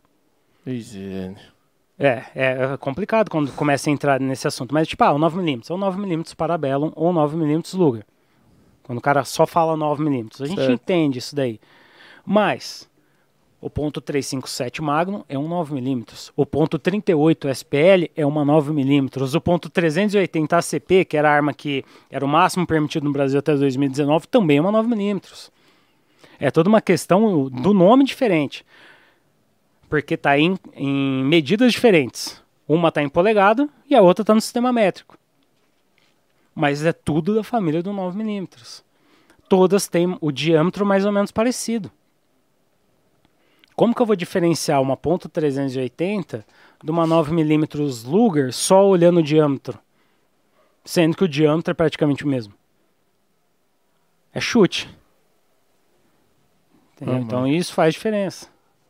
É complicado quando começa a entrar nesse assunto. Mas tipo, o 9mm, ou 9mm Parabellum, ou 9mm Luger. Quando o cara só fala 9mm. A gente entende isso daí. Mas, o ponto .357 Magnum é um 9mm. O ponto .38 SPL é uma 9mm. O ponto .380 ACP, que era a arma que era o máximo permitido no Brasil até 2019, também é uma 9mm. É toda uma questão do nome diferente. Porque está em medidas diferentes. Uma está em polegada e a outra está no sistema métrico. Mas é tudo da família do 9mm. Todas têm o diâmetro mais ou menos parecido. Como que eu vou diferenciar uma .380 de uma 9mm Luger só olhando o diâmetro? Sendo que o diâmetro é praticamente o mesmo. É chute. Então isso faz diferença.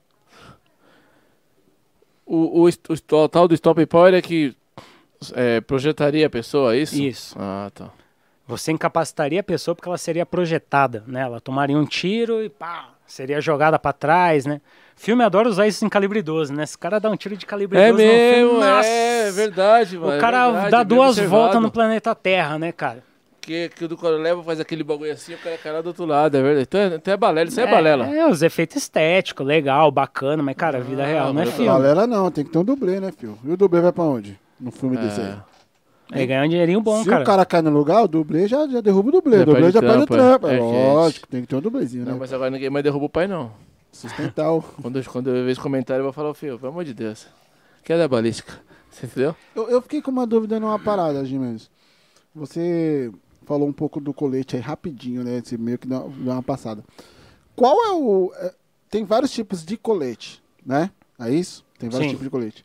O tal do stop power é que projetaria a pessoa, é isso? Isso. Ah, tá. Você incapacitaria a pessoa porque ela seria projetada, né? Ela tomaria um tiro e pá, seria jogada pra trás, né? Filme adora usar isso em calibre 12, né? Se o cara dá um tiro de calibre 12 no filme, nossa, é verdade, mano. O cara dá duas voltas no planeta Terra, né, cara? Que o do Coroleva faz aquele bagulho assim, o cara do outro lado, é verdade. Então é balela, isso é balela. Os efeitos estéticos, legal, bacana, mas, cara, a vida real não é filme. Balela não, tem que ter um dublê, né, filho? E o dublê vai pra onde? No filme desse aí? Aí ganha um dinheirinho bom, cara. Se o cara cai no lugar, o dublê já derruba o dublê. O dublê já perde o trampo. Lógico, tem que ter um dublezinho, né? Não, mas agora ninguém mais derruba o pai, não. Sustentar o... Quando eu vejo comentário, eu vou falar, filho, pelo amor de Deus. Que é da balística. Você entendeu? Eu fiquei com uma dúvida numa parada, Gimenez. Você falou um pouco do colete aí rapidinho, né? Esse meio que deu uma passada. Qual é o... tem vários tipos de colete, né? É isso? Tem vários tipos de colete.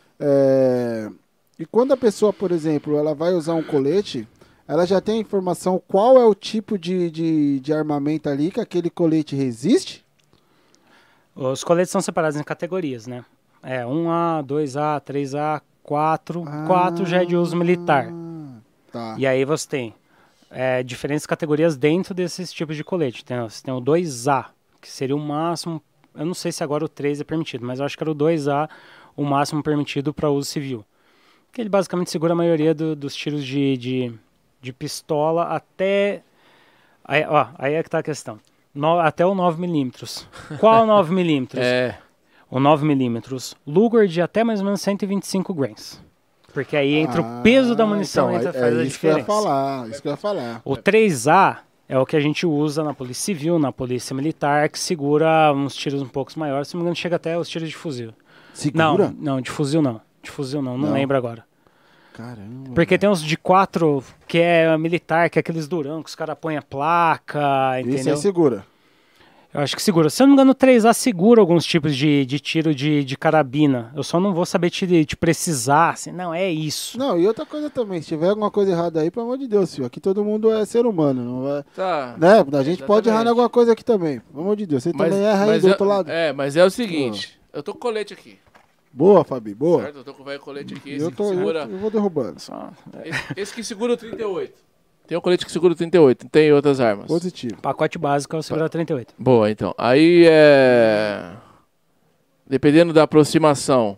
E quando a pessoa, por exemplo, ela vai usar um colete, ela já tem a informação qual é o tipo de armamento ali que aquele colete resiste? Os coletes são separados em categorias, né? 1A, 2A, 3A, 4. 4 já é de uso militar. Tá. E aí você tem diferentes categorias dentro desses tipos de colete. Você tem o 2A, que seria o máximo... Eu não sei se agora o 3 é permitido, mas eu acho que era o 2A o máximo permitido para uso civil. Que ele basicamente segura a maioria dos tiros de pistola até... Aí é que tá a questão. Até o 9mm. Qual 9mm? O 9mm Luger de até mais ou menos 125 grains. Porque aí entra o peso da munição e faz a diferença. Isso que eu ia falar. O 3A é o que a gente usa na polícia civil, na polícia militar, que segura uns tiros um pouco maiores. Se não me engano, chega até os tiros de fuzil. Segura? Não, de fuzil não. De fuzil não lembro agora. Caramba. Porque tem uns de 4 que é militar, que é aqueles durão, que os caras põem a placa, entendeu? Isso aí segura. Eu acho que segura. Se eu não me engano, o 3A segura alguns tipos de tiro de carabina. Eu só não vou saber te precisar, assim, não, é isso. Não, e outra coisa também, se tiver alguma coisa errada aí, pelo amor de Deus, filho, aqui todo mundo é ser humano, não vai... Tá. Né? A gente pode Exatamente. errar em alguma coisa aqui também, pelo amor de Deus, você também erra aí do outro lado. Mas é o seguinte, eu tô com colete aqui, Boa, Fabi, boa. certo? Eu tô com o velho colete aqui, Eu, esse que segura... eu vou derrubando. Esse que segura o 38. Tem um colete que segura o 38, não tem outras armas. Positivo. Pacote básico é o segurar 38. Boa, então. Aí dependendo da aproximação,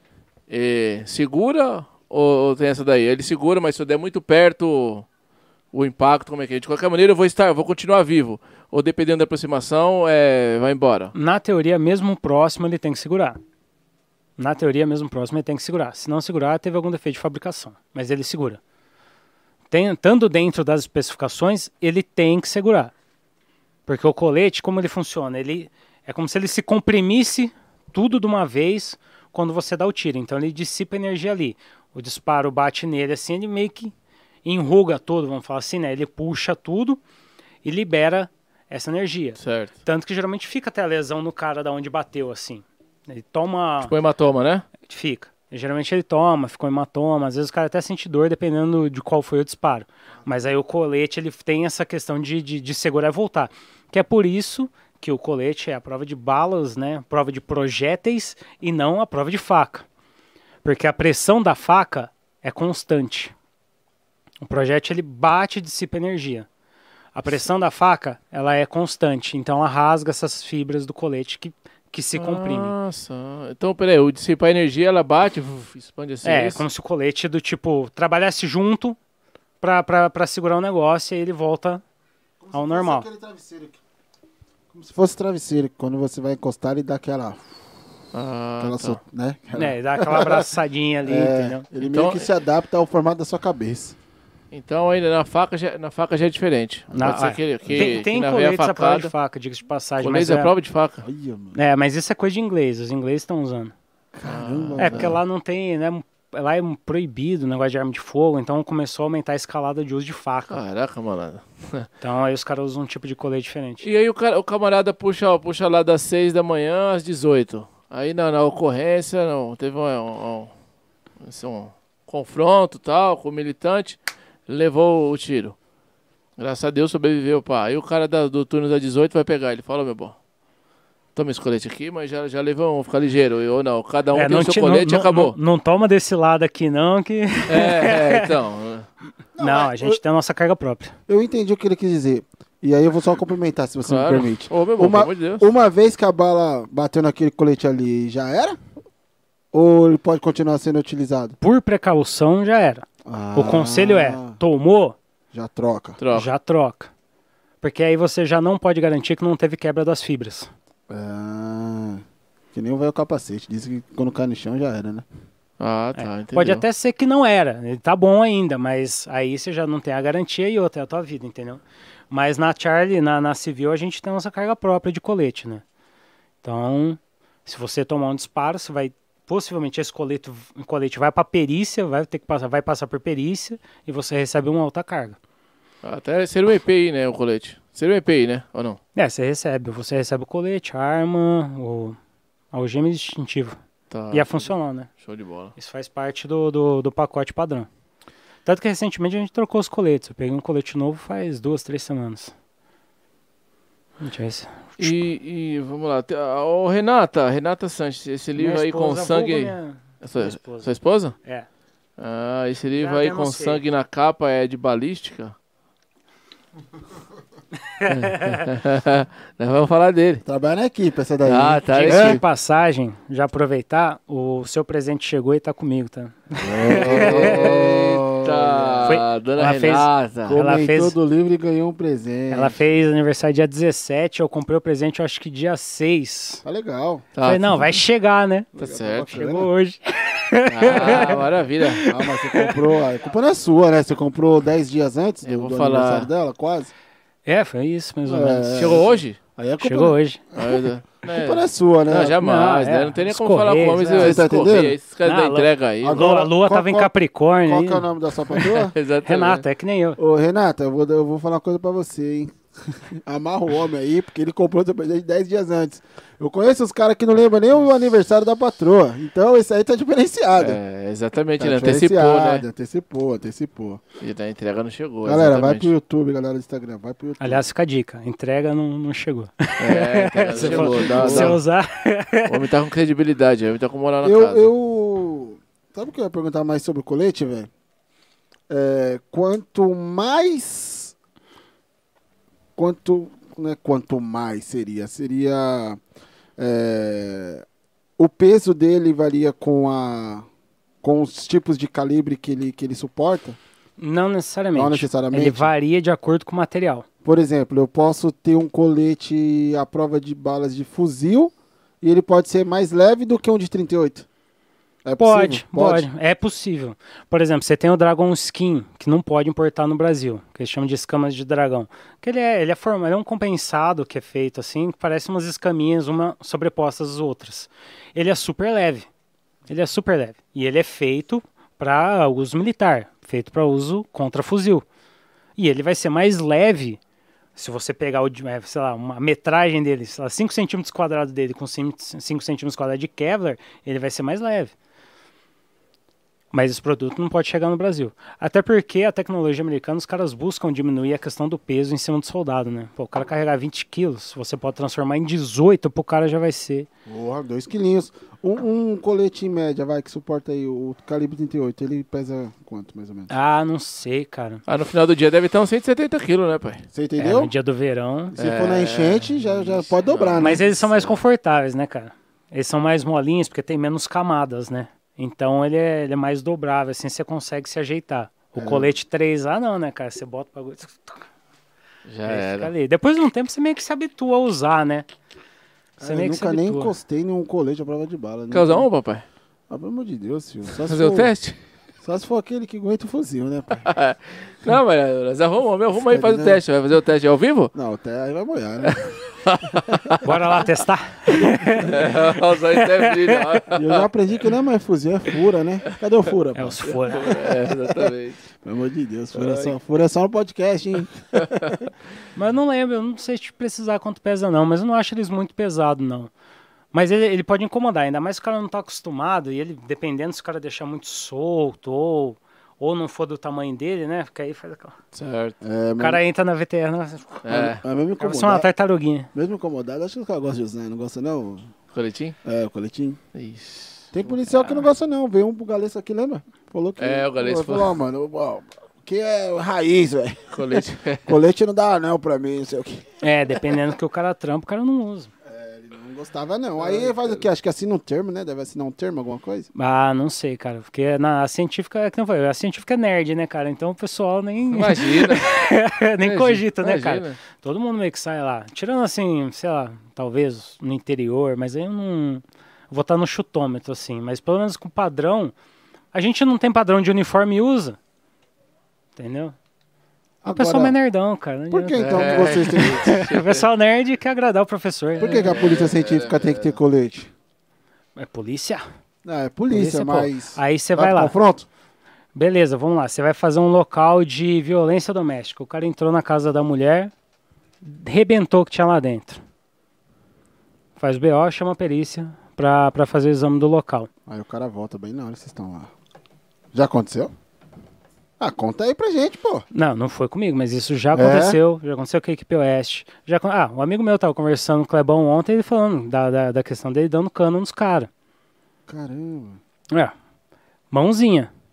segura ou tem essa daí? Ele segura, mas se eu der muito perto o impacto, como é que é? De qualquer maneira eu vou continuar vivo. Ou dependendo da aproximação, vai embora. Na teoria, mesmo próximo, ele tem que segurar. Na teoria, mesmo próximo, ele tem que segurar. Se não segurar, teve algum defeito de fabricação. Mas ele segura. Estando dentro das especificações, ele tem que segurar. Porque o colete, como ele funciona? Ele é como se ele se comprimisse tudo de uma vez quando você dá o tiro. Então ele dissipa energia ali. O disparo bate nele assim, ele meio que enruga tudo, vamos falar assim, né? Ele puxa tudo e libera essa energia. Certo. Tanto que geralmente fica até a lesão no cara da onde bateu, assim. Ele toma... Tipo hematoma, né? Fica. Geralmente ele toma, ficou hematoma, às vezes o cara até sente dor dependendo de qual foi o disparo. Mas aí o colete ele tem essa questão de segurar e voltar. Que é por isso que o colete é a prova de balas, né? A prova de projéteis e não a prova de faca. Porque a pressão da faca é constante. O projétil ele bate e dissipa energia. A pressão da faca ela é constante, então ela rasga essas fibras do colete que se comprime. Nossa, então peraí, o dissipar energia, ela bate, expande assim. É, como se o colete do tipo, trabalhasse junto pra segurar o negócio e aí ele volta ao normal. Aquele travesseiro aqui. Como se fosse travesseiro, quando você vai encostar e dá aquela Tá. né? Dá aquela abraçadinha ali, entendeu? Ele Então, meio que se adapta ao formato da sua cabeça. Então ainda na faca já é diferente. Pode ser Tem na veia coletes à prova de facada, faca, diga-se de passagem. colete Mas é prova de faca. Olha, mano. mas isso é coisa de inglês, os ingleses estão usando. Caramba, Porque lá não tem, né? Lá é proibido o negócio de arma de fogo, então começou a aumentar a escalada de uso de faca. Caraca, malandro. Então aí os caras usam um tipo de colete diferente. E aí o camarada puxa lá das 6 da manhã às 18. Aí na ocorrência, teve um confronto tal com o militante, levou o tiro. Graças a Deus sobreviveu, pá. Aí o cara do turno das 18 vai pegar, ele fala, meu bom, toma esse colete aqui, mas já levou um, fica ligeiro. Ou não, cada um tem o seu colete e acabou. Não toma desse lado aqui não, que... Então... Não, a gente tem a nossa carga própria. Eu entendi o que ele quis dizer. E aí eu vou só complementar, se você me permite. Ô, meu bom, pelo amor de Deus. Uma vez que a bala bateu naquele colete ali, já era? Ou ele pode continuar sendo utilizado? Por precaução, já era. O conselho tomou, Já troca. já troca. Porque aí você já não pode garantir que não teve quebra das fibras. Que nem o velho capacete. Diz que quando cai no chão já era, né? Ah, tá, entendeu. Pode até ser que não era, ele tá bom ainda, mas aí você já não tem a garantia e outra, é a tua vida, entendeu? Mas na Charlie, na Civil, a gente tem a nossa carga própria de colete, né? Então, se você tomar um disparo, você vai, possivelmente esse colete vai pra perícia, vai passar por perícia e você recebe uma alta carga. Até ser um EPI, né, o colete. Ser um EPI, né, ou não? Você recebe o colete, a arma, o algema distintivo. Tá. E é funcional, né? Show de bola. Isso faz parte do pacote padrão. Tanto que recentemente a gente trocou os coletes. Eu peguei um colete novo faz 2, 3 semanas. E vamos lá. Ô, Renata Sanches, esse livro aí com sangue... Sua esposa? É. Ah, esse livro aí com sangue na capa é de balística? Nós vamos falar dele. Trabalha na equipe essa daí. Ah, tá. Diga de passagem, já aproveitar, o seu presente chegou e tá comigo, tá? Eita, dona Renata. Comentou do livro e ganhou um presente. Ela fez aniversário dia 17, eu comprei o presente, eu acho que dia 6. Tá legal. Falei, não, vai chegar, né? Tá certo. Chegou hoje. Ah, maravilha. Mas você comprou... A culpa não é sua, né? Você comprou 10 dias antes do aniversário dela, quase. Foi isso, mais ou menos. Chegou hoje? Aí a culpa Chegou hoje. A culpa não é sua, né? Não, jamais, Não, né? Não tem nem como Correios, falar com homens você tá entendendo? esses caras da entrega aí. Agora, A lua tava em Capricórnio. Qual aí. que é o nome da sua patroa? Exatamente. Renata, é que nem eu. Ô, Renata, eu vou falar uma coisa pra você, hein? Amarra o homem aí, porque ele comprou seu presente 10 dias antes. Eu conheço os caras que não lembram nem o aniversário da patroa. Então esse aí tá diferenciado. Exatamente, Tá ele antecipou, né? Antecipou. E da entrega não chegou. Galera, vai exatamente. pro YouTube, galera do Instagram, vai pro YouTube. Aliás, fica a dica. Entrega não chegou. Entrega não Se chegou. você usar... O homem tá com credibilidade, o homem tá com moral na casa. Sabe o que eu ia perguntar mais sobre o colete, velho? Quanto mais seria? O peso dele varia com os tipos de calibre que ele suporta? Não necessariamente. Não necessariamente? Ele varia de acordo com o material. Por exemplo, eu posso ter um colete à prova de balas de fuzil e ele pode ser mais leve do que um de 38? É Pode. possível? É possível. Por exemplo, você tem o Dragon Skin, que não pode importar no Brasil, que eles chamam de escamas de dragão. Que ele é um compensado que é feito assim, que parece umas escaminhas, uma sobrepostas às outras. Ele é super leve. E ele é feito para uso militar, feito para uso contra fuzil. E ele vai ser mais leve se você pegar sei lá, uma metragem dele, sei lá, 5 centímetros quadrados dele com 5 centímetros quadrados de Kevlar, ele vai ser mais leve. Mas esse produto não pode chegar no Brasil. Até porque a tecnologia americana, os caras buscam diminuir a questão do peso em cima do soldado, né? Pô, o cara carregar 20 quilos, você pode transformar em 18, pro cara já vai ser. Porra, 2 quilinhos. Um colete em média, que suporta aí o calibre 38, ele pesa quanto, mais ou menos? Ah, não sei, cara. No final do dia deve ter uns 170 quilos, né, pai? Você entendeu? No dia do verão. Se for na enchente, já pode dobrar, né? Mas eles são mais confortáveis, né, cara? Eles são mais molinhos porque tem menos camadas, né? Então ele é mais dobrável, assim você consegue se ajeitar. O colete 3A não, né, cara? Você bota o bagulho... Já fica era. ali. Depois de um tempo você meio que se habitua a usar, né? Você Eu meio que se nunca nem habitua. encostei em um colete à prova de bala. Quer usar um, papai? Ah, pelo amor de Deus, filho. Fazer o teste? Só se for aquele que aguenta o fuzil, né, pai? Não, mas nós arruma aí e faz o teste. Vai fazer o teste ao vivo? Não, até aí vai molhar, né? Bora lá testar? Os olhos até brilham. E eu já aprendi que não é mais fuzil, é fura, né? Cadê o fura? É pai? os fora. Exatamente. Pelo amor de Deus, fura só no podcast, hein? Mas eu não lembro, eu não sei te precisar quanto pesa não, mas eu não acho eles muito pesados, não. Mas ele pode incomodar, ainda mais se o cara não tá acostumado, e ele, dependendo se o cara deixar muito solto, ou não for do tamanho dele, né? Fica aí, faz aquela... Certo. O cara entra na veterana, Mas mesmo é uma tartaruguinha. mesmo incomodado, acho que o cara gosta de usar, não gosta não? Coletinho? O coletinho. Isso. Tem policial que não gosta não, veio um pro Galês aqui, lembra? Falou que... O Galês falou, mano, que é raiz, velho. Colete. Colete não dá não pra mim, não sei o que. Dependendo do que o cara trampa, o cara não usa. Não gostava não. Aí faz o quê? Acho que assina um termo, né? Deve assinar um termo, alguma coisa. Ah, não sei, cara. Porque a científica, a científica é nerd, né, cara? Então o pessoal nem... Imagina. nem cogita, né, Imagina. cara? Todo mundo meio que sai lá. Tirando assim, sei lá, talvez no interior, mas aí eu não... Vou estar no chutômetro, assim. Mas pelo menos com padrão, a gente não tem padrão de uniforme e usa. Entendeu? O pessoal é nerdão, cara. Não Por que adianta. então que vocês têm... O pessoal nerd quer agradar o professor. Por que a polícia científica tem que ter colete? É polícia? Não, é polícia, Pô. mas... Aí você Vai vai pro lá. confronto? Beleza, vamos lá. Você vai fazer um local de violência doméstica. O cara entrou na casa da mulher, rebentou o que tinha lá dentro. Faz BO, chama a perícia pra fazer o exame do local. Aí o cara volta bem na hora que vocês estão lá. Já aconteceu? Ah, conta aí pra gente, pô. Não foi comigo, mas isso já aconteceu. Já aconteceu com a equipe Oeste. Um amigo meu tava conversando com o Clebão ontem, ele falando da questão dele dando cano nos caras. Caramba. Mãozinha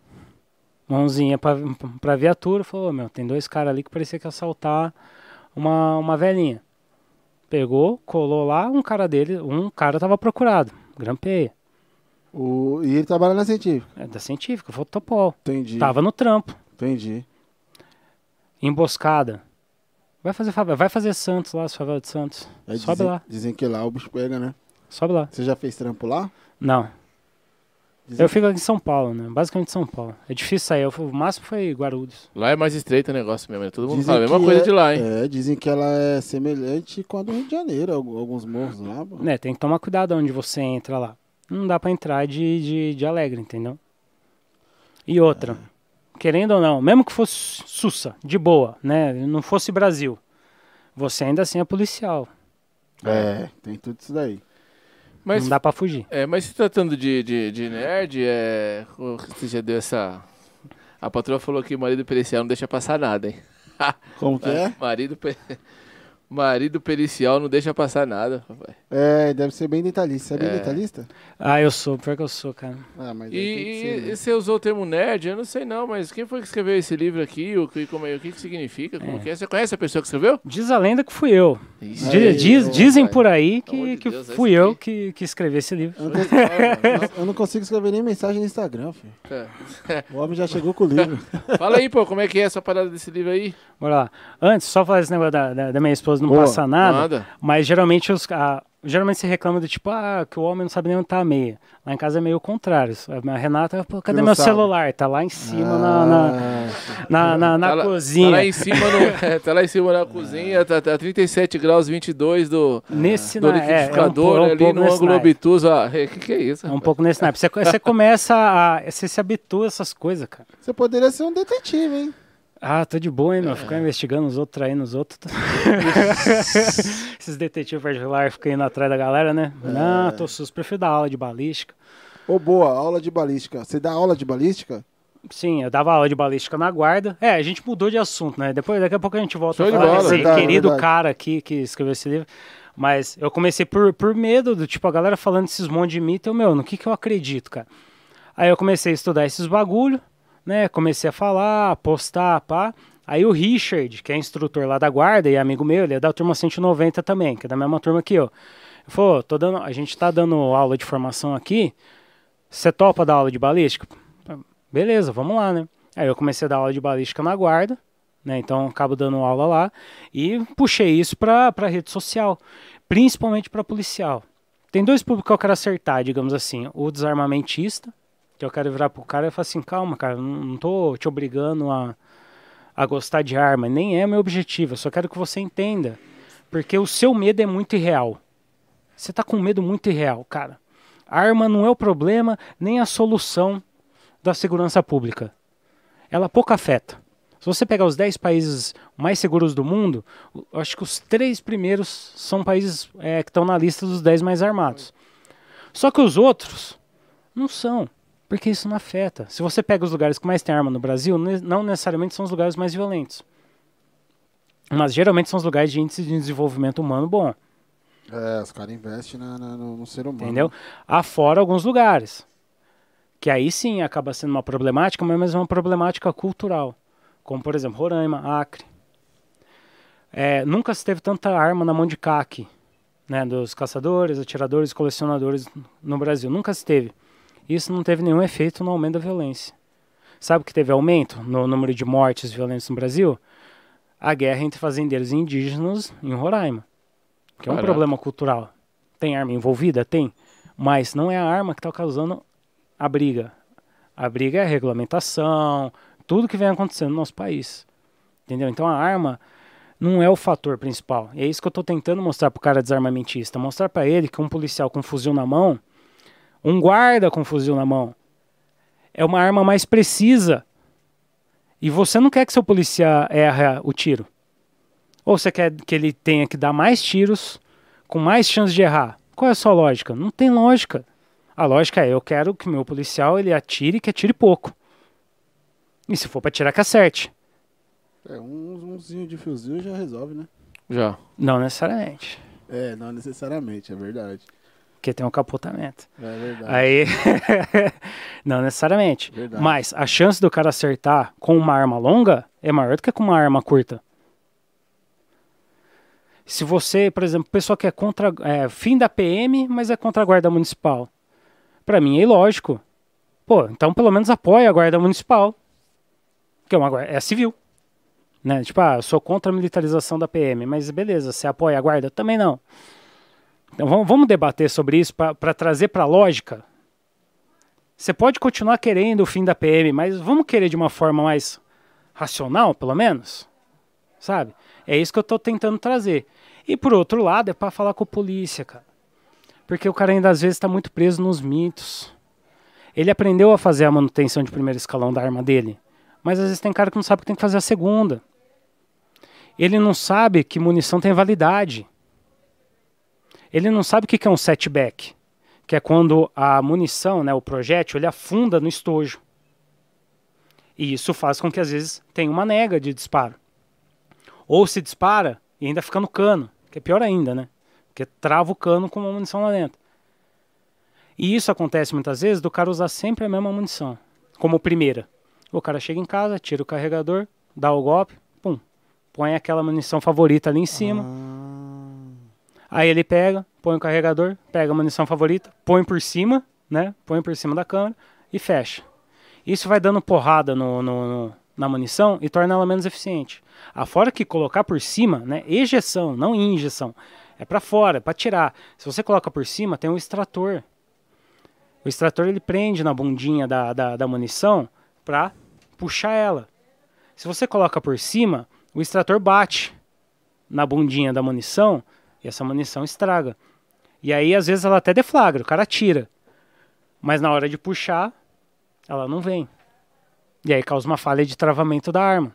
pra viatura. Falou, tem 2 caras ali que parecia que ia assaltar uma velhinha. Pegou, colou lá, um cara tava procurado. Grampeia. E ele trabalha na científica? É da científica, Fotopol. Entendi. Tava no trampo. Entendi. Emboscada. Vai fazer Santos lá, favela de Santos. Sobe lá. Dizem que lá o bicho pega, né? Sobe lá. Você já fez trampo lá? Não. Dizem Eu fico aqui em São Paulo, né? Basicamente São Paulo. É difícil sair. O máximo foi Guarulhos. Lá é mais estreito o negócio mesmo, né? Todo mundo Dizem fala a mesma que coisa de lá, hein? Dizem que ela é semelhante com a do Rio de Janeiro, alguns morros lá. Pô. Tem que tomar cuidado onde você entra lá. Não dá pra entrar de Alegre, entendeu? E outra, querendo ou não, mesmo que fosse Sussa, de boa, né? Não fosse Brasil. você ainda assim é policial. Tem tudo isso daí. Mas, não dá pra fugir. mas se tratando de nerd, você já deu essa... A patroa falou que marido pericial não deixa passar nada, hein? Como que é? Marido pericial não deixa passar nada, papai. Deve ser bem detalhista. Você é bem detalhista? Eu sou, pior que eu sou, cara. Mas tem que ser, né? E você usou o termo nerd? Eu não sei não, mas quem foi que escreveu esse livro aqui? O que significa? Como que é? Você conhece a pessoa que escreveu? Diz a lenda que fui eu. Ixi. Dizem por aí Pelo amor de que Deus, fui eu que escrevi esse livro. Eu não consigo escrever nem mensagem no Instagram, filho. É. O homem já chegou com o livro. Fala aí, pô, como é que é essa parada desse livro aí? Bora lá. Antes, só falar esse negócio da minha esposa não Boa. passar nada. Nada. Mas geralmente geralmente se reclama do tipo, que o homem não sabe nem onde tá a meia. Lá em casa é meio o contrário. A Renata, pô, cadê Não meu sabe. celular? Tá lá em cima na cozinha. Tá lá em cima na cozinha, tá 37 graus 22 do liquidificador ali no ângulo obtuso. Que é isso? É um pouco nesse naipe. Você começa você se habitua a essas coisas, cara. Você poderia ser um detetive, hein? Tô de boa, hein, meu? Ficar investigando os outros, traindo os outros. Esses detetives particulares ficam indo atrás da galera, né? Não, tô sus, prefiro dar aula de balística. Boa, aula de balística. Você dá aula de balística? Sim, eu dava aula de balística na guarda. A gente mudou de assunto, né? Daqui a pouco a gente volta Show de a falar bola. desse Verdade, querido verdade. cara aqui que escreveu esse livro. Mas eu comecei por medo do tipo, a galera falando esses monte de mito. No que eu acredito, cara? Aí eu comecei a estudar esses bagulho, né? Comecei a falar, postar, pá. Aí o Richard, que é instrutor lá da guarda e amigo meu, ele é da turma 190 também, que é da mesma turma que eu. Ele falou, a gente tá dando aula de formação aqui, você topa dar aula de balística? Beleza, vamos lá, né? Aí eu comecei a dar aula de balística na guarda, né? Então eu acabo dando aula lá e puxei isso pra rede social, principalmente pra policial. Tem dois públicos que eu quero acertar, digamos assim, o desarmamentista, que eu quero virar pro cara e falar assim, calma, cara, não tô te obrigando a gostar de arma, nem é meu objetivo, eu só quero que você entenda, porque o seu medo é muito irreal. Você tá com um medo muito irreal, cara. A arma não é o problema, nem a solução da segurança pública. Ela pouco afeta. Se você pegar os 10 países mais seguros do mundo, eu acho que os 3 primeiros são países que estão na lista dos 10 mais armados. Só que os outros não são. Porque isso não afeta. Se você pega os lugares que mais tem arma no Brasil, não necessariamente são os lugares mais violentos. Mas geralmente são os lugares de índice de desenvolvimento humano bom. Os caras investem no ser humano. Entendeu? Afora alguns lugares. Que aí sim acaba sendo uma problemática, mas é uma problemática cultural. Como, por exemplo, Roraima, Acre. Nunca se teve tanta arma na mão de CAC, né, dos caçadores, atiradores e colecionadores no Brasil. Nunca se teve. Isso não teve nenhum efeito no aumento da violência. Sabe o que teve aumento no número de mortes violentas no Brasil? A guerra entre fazendeiros e indígenas em Roraima. Que é um problema cultural. Tem arma envolvida? Tem. Mas não é a arma que está causando a briga. A briga é a regulamentação, tudo que vem acontecendo no nosso país. Entendeu? Então a arma não é o fator principal. E é isso que eu estou tentando mostrar para o cara desarmamentista. Mostrar para ele que um policial com fuzil na mão, um guarda com fuzil na mão, é uma arma mais precisa. E você não quer que seu policial erre o tiro. Ou você quer que ele tenha que dar mais tiros com mais chance de errar. Qual é a sua lógica? Não tem lógica. A lógica é, eu quero que meu policial ele atire, que atire pouco. E se for para atirar, que acerte. Umzinho de fuzil já resolve, né? Já. Não necessariamente. Não necessariamente, é verdade. Porque tem um capotamento. É verdade. Aí, não necessariamente. Verdade. Mas a chance do cara acertar com uma arma longa é maior do que com uma arma curta. Se você, por exemplo, pessoa que é contra fim da PM, mas é contra a guarda municipal. Pra mim é ilógico. Pô, então pelo menos apoia a guarda municipal. Que é civil. Né? Tipo, eu sou contra a militarização da PM, mas beleza, você apoia a guarda? Também não. Então vamos debater sobre isso para trazer para a lógica. Você pode continuar querendo o fim da PM, mas vamos querer de uma forma mais racional, pelo menos? Sabe? É isso que eu estou tentando trazer. E por outro lado, é para falar com a polícia, cara. Porque o cara ainda às vezes está muito preso nos mitos. Ele aprendeu a fazer a manutenção de primeiro escalão da arma dele, mas às vezes tem cara que não sabe que tem que fazer a segunda. ele não sabe que munição tem validade. Ele não sabe o que é um setback, que é quando a munição, né, o projétil, ele afunda no estojo. E isso faz com que às vezes tenha uma nega de disparo. Ou se dispara e ainda fica no cano, que é pior ainda, né? Porque trava o cano com uma munição lá dentro. E isso acontece muitas vezes do cara usar sempre a mesma munição, como primeira. O cara chega em casa, tira o carregador, dá o golpe, pum, põe aquela munição favorita ali em cima. Aí ele pega, põe o carregador, pega a munição favorita, põe por cima, né? Põe por cima da câmera e fecha. Isso vai dando porrada na munição e torna ela menos eficiente. Afora que colocar por cima, né? Ejeção, não injeção. É pra fora, é pra tirar. Se você coloca por cima, tem um extrator. O extrator ele prende na bundinha da munição pra puxar ela. Se você coloca por cima, o extrator bate na bundinha da munição e essa munição estraga. E aí às vezes ela até deflagra, o cara tira. Mas na hora de puxar, ela não vem. E aí causa uma falha de travamento da arma.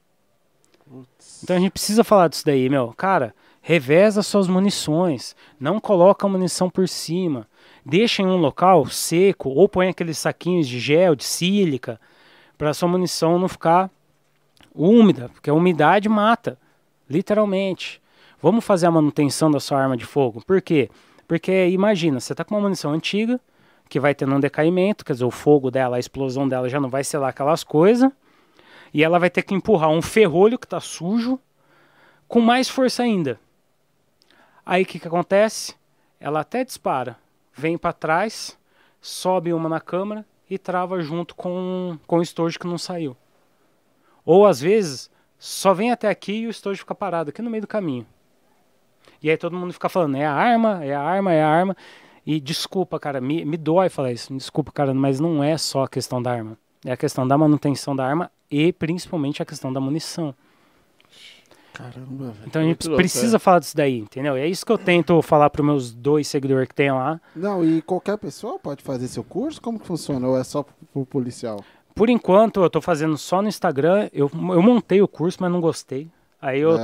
Então a gente precisa falar disso daí, meu. Cara, reveza suas munições. Não coloca a munição por cima. Deixa em um local seco ou põe aqueles saquinhos de gel, de sílica, para a sua munição não ficar úmida, porque a umidade mata, literalmente. Vamos fazer a manutenção da sua arma de fogo. Por quê? Porque imagina, você está com uma munição antiga, que vai tendo um decaimento, quer dizer, o fogo dela, a explosão dela já não vai ser lá aquelas coisas, e ela vai ter que empurrar um ferrolho que está sujo, com mais força ainda. Aí o que acontece? Ela até dispara, vem para trás, sobe uma na câmera e trava junto com o estojo que não saiu. Ou às vezes, só vem até aqui e o estojo fica parado aqui no meio do caminho. E aí todo mundo fica falando, é a arma, é a arma, é a arma. E desculpa, cara, me dói falar isso. Desculpa, cara, mas não é só a questão da arma. É a questão da manutenção da arma e principalmente a questão da munição. Caramba, velho. Então a gente precisa falar disso daí, entendeu? E é isso que eu tento falar para os meus 2 seguidores que tem lá. Não, e qualquer pessoa pode fazer seu curso? Como que funciona? Ou é só pro policial? Por enquanto, eu tô fazendo só no Instagram. Eu montei o curso, mas não gostei. Aí eu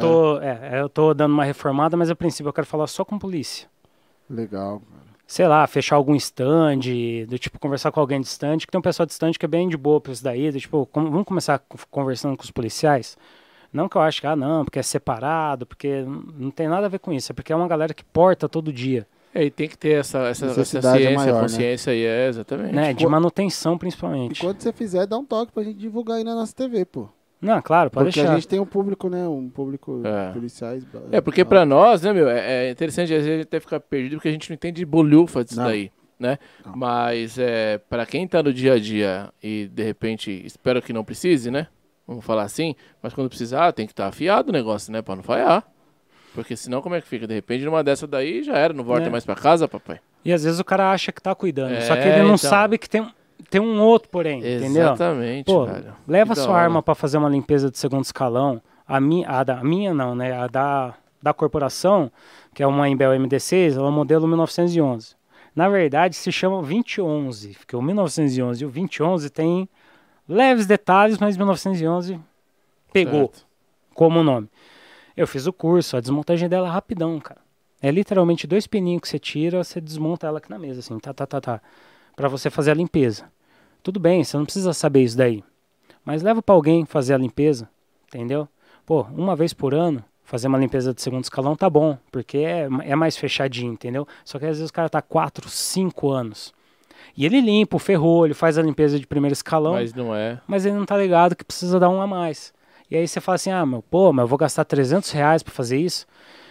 tô dando uma reformada, mas a princípio eu quero falar só com polícia. Legal, cara. Sei lá, fechar algum stand, do tipo, conversar com alguém de stand, que tem um pessoal de stand que é bem de boa pra isso daí, do tipo, vamos começar conversando com os policiais. Não que eu acho que, não, porque é separado, porque não tem nada a ver com isso, é porque é uma galera que porta todo dia. É, e tem que ter essa ciência, maior, consciência aí, exatamente. Né? De manutenção, principalmente. E quando você fizer, dá um toque pra gente divulgar aí na nossa TV, pô. Não, claro, pode porque deixar. A gente tem um público, né? Um público policiais. Porque pra nós, né, meu, é interessante às vezes a gente até ficar perdido porque a gente não entende bolhufa disso daí, né? Não. Mas pra quem tá no dia a dia e de repente, espero que não precise, né? Vamos falar assim, mas quando precisar tem que estar afiado o negócio, né? Pra não falhar. Porque senão como é que fica? De repente numa dessa daí já era, não volta mais pra casa, papai. E às vezes o cara acha que tá cuidando, só que ele não sabe que tem um outro porém, entendeu? Exatamente, pô, velho. Leva sua arma pra fazer uma limpeza de segundo escalão. A minha não, né? A da corporação, que é uma Imbel MD6, ela é modelo 1911. Na verdade se chama 2011, porque o 1911 e o 2011 tem leves detalhes, mas 1911 pegou como nome. Eu fiz o curso, a desmontagem dela é rapidão, cara. É literalmente 2 pininhos que você tira, você desmonta ela aqui na mesa, assim, pra você fazer a limpeza. Tudo bem, você não precisa saber isso daí. Mas leva pra alguém fazer a limpeza, entendeu? Pô, uma vez por ano, fazer uma limpeza de segundo escalão tá bom, porque é mais fechadinho, entendeu? Só que às vezes o cara tá 4, 5 anos. E ele limpa o ferrolho, faz a limpeza de primeiro escalão. Mas não é. Mas ele não tá ligado que precisa dar um a mais. E aí você fala assim, mas eu vou gastar R$300 pra fazer isso?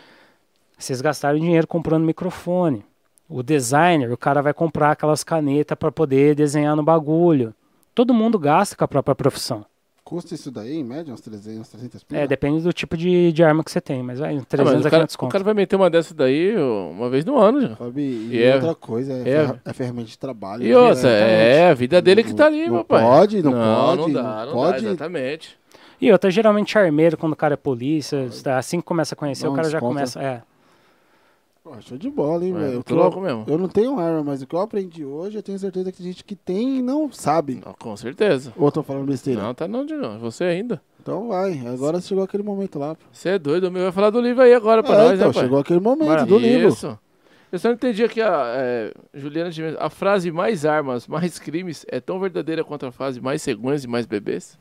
Vocês gastaram dinheiro comprando microfone. O designer, o cara vai comprar aquelas canetas para poder desenhar no bagulho. Todo mundo gasta com a própria profissão. Custa isso daí, em média, uns 300 pila? Depende do tipo de arma que você tem, mas vai 300 a 500 conto. O cara vai meter uma dessa daí uma vez no ano já. Fabi, e outra coisa, é ferramenta de trabalho. E outra, a vida dele que tá ali, papai. Não pode. Não dá, exatamente. E outra, geralmente armeiro, quando o cara é polícia, assim que começa a conhecer, o cara já começa... Pô, show de bola, hein, velho. Mesmo. Eu não tenho arma, mas o que eu aprendi hoje, eu tenho certeza que tem gente que tem e não sabe. Não, com certeza. Ou eu tô falando besteira? Não, tá não, Digão. Você ainda. Então vai. Agora chegou aquele momento lá. Você é doido, o meu vai falar do livro aí agora pra nós, então, né, pai? chegou aquele momento Bora. do livro. Isso. Eu só não entendi aqui, Juliana, a frase mais armas, mais crimes é tão verdadeira quanto a frase mais cegonhas e mais bebês?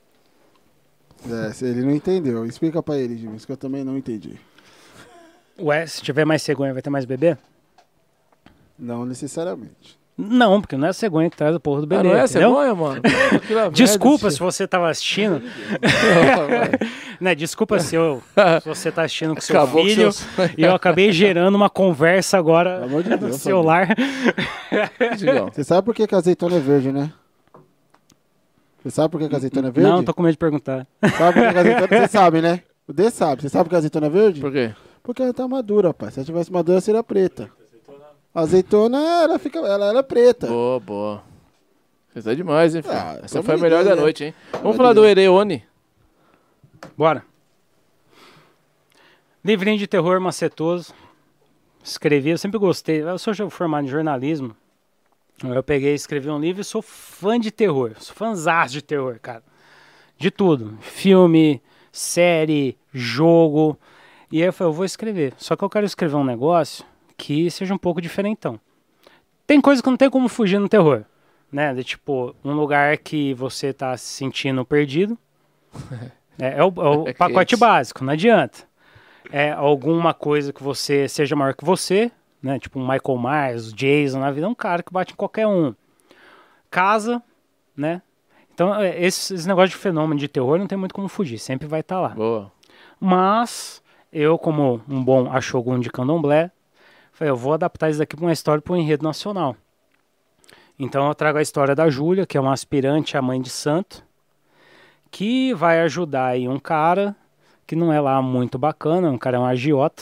Se ele não entendeu. Explica pra ele, Jimmy, isso que eu também não entendi. Ué, se tiver mais cegonha, vai ter mais bebê? Não necessariamente. Não, porque não é a cegonha que traz o porra do bebê, Não é entendeu? cegonha, mano? Desculpa se você tava assistindo. Né, desculpa se você tá assistindo com seu Acabou com filho seus- e eu acabei gerando uma conversa agora Pelo amor de no Deus, celular. Digão. Você sabe por que que a azeitona é verde, né? Você sabe por que que a azeitona é verde? Não, tô com medo de perguntar. Sabe por que que a azeitona... Você sabe, né? O D sabe. Você sabe por que a azeitona é verde? Por quê? Porque ela tá madura, pai. Se ela tivesse madura, seria preta. A azeitona, ela é preta. Boa, boa. Você tá demais, hein, filho? Ah, Essa pelo foi a amor de melhor Deus, da né? noite, hein? Vamos amor falar de do Deus. Ereone. Bora. Livrinho de terror macetoso. Escrevi, eu sempre gostei. Eu sou formado em jornalismo. Eu peguei e escrevi um livro e sou fã de terror. Sou fãzaço de terror, cara. De tudo. Filme, série, jogo. E aí eu falei, eu vou escrever. Só que eu quero escrever um negócio que seja um pouco diferentão. Tem coisa que não tem como fugir no terror. Né? De, tipo, um lugar que você tá se sentindo perdido. É o É pacote quente. básico, não adianta. É alguma coisa que você seja maior que você, né? Tipo um Michael Myers, Jason na vida, é um cara que bate em qualquer um. Casa, né? Então, esse negócio de fenômeno de terror não tem muito como fugir, sempre vai estar lá. Boa. Mas, eu, como um bom Ashogun de candomblé, falei, eu vou adaptar isso daqui para uma história para um enredo nacional. Então, eu trago a história da Júlia, que é uma aspirante à mãe de santo, que vai ajudar aí um cara que não é lá muito bacana, um cara é um agiota,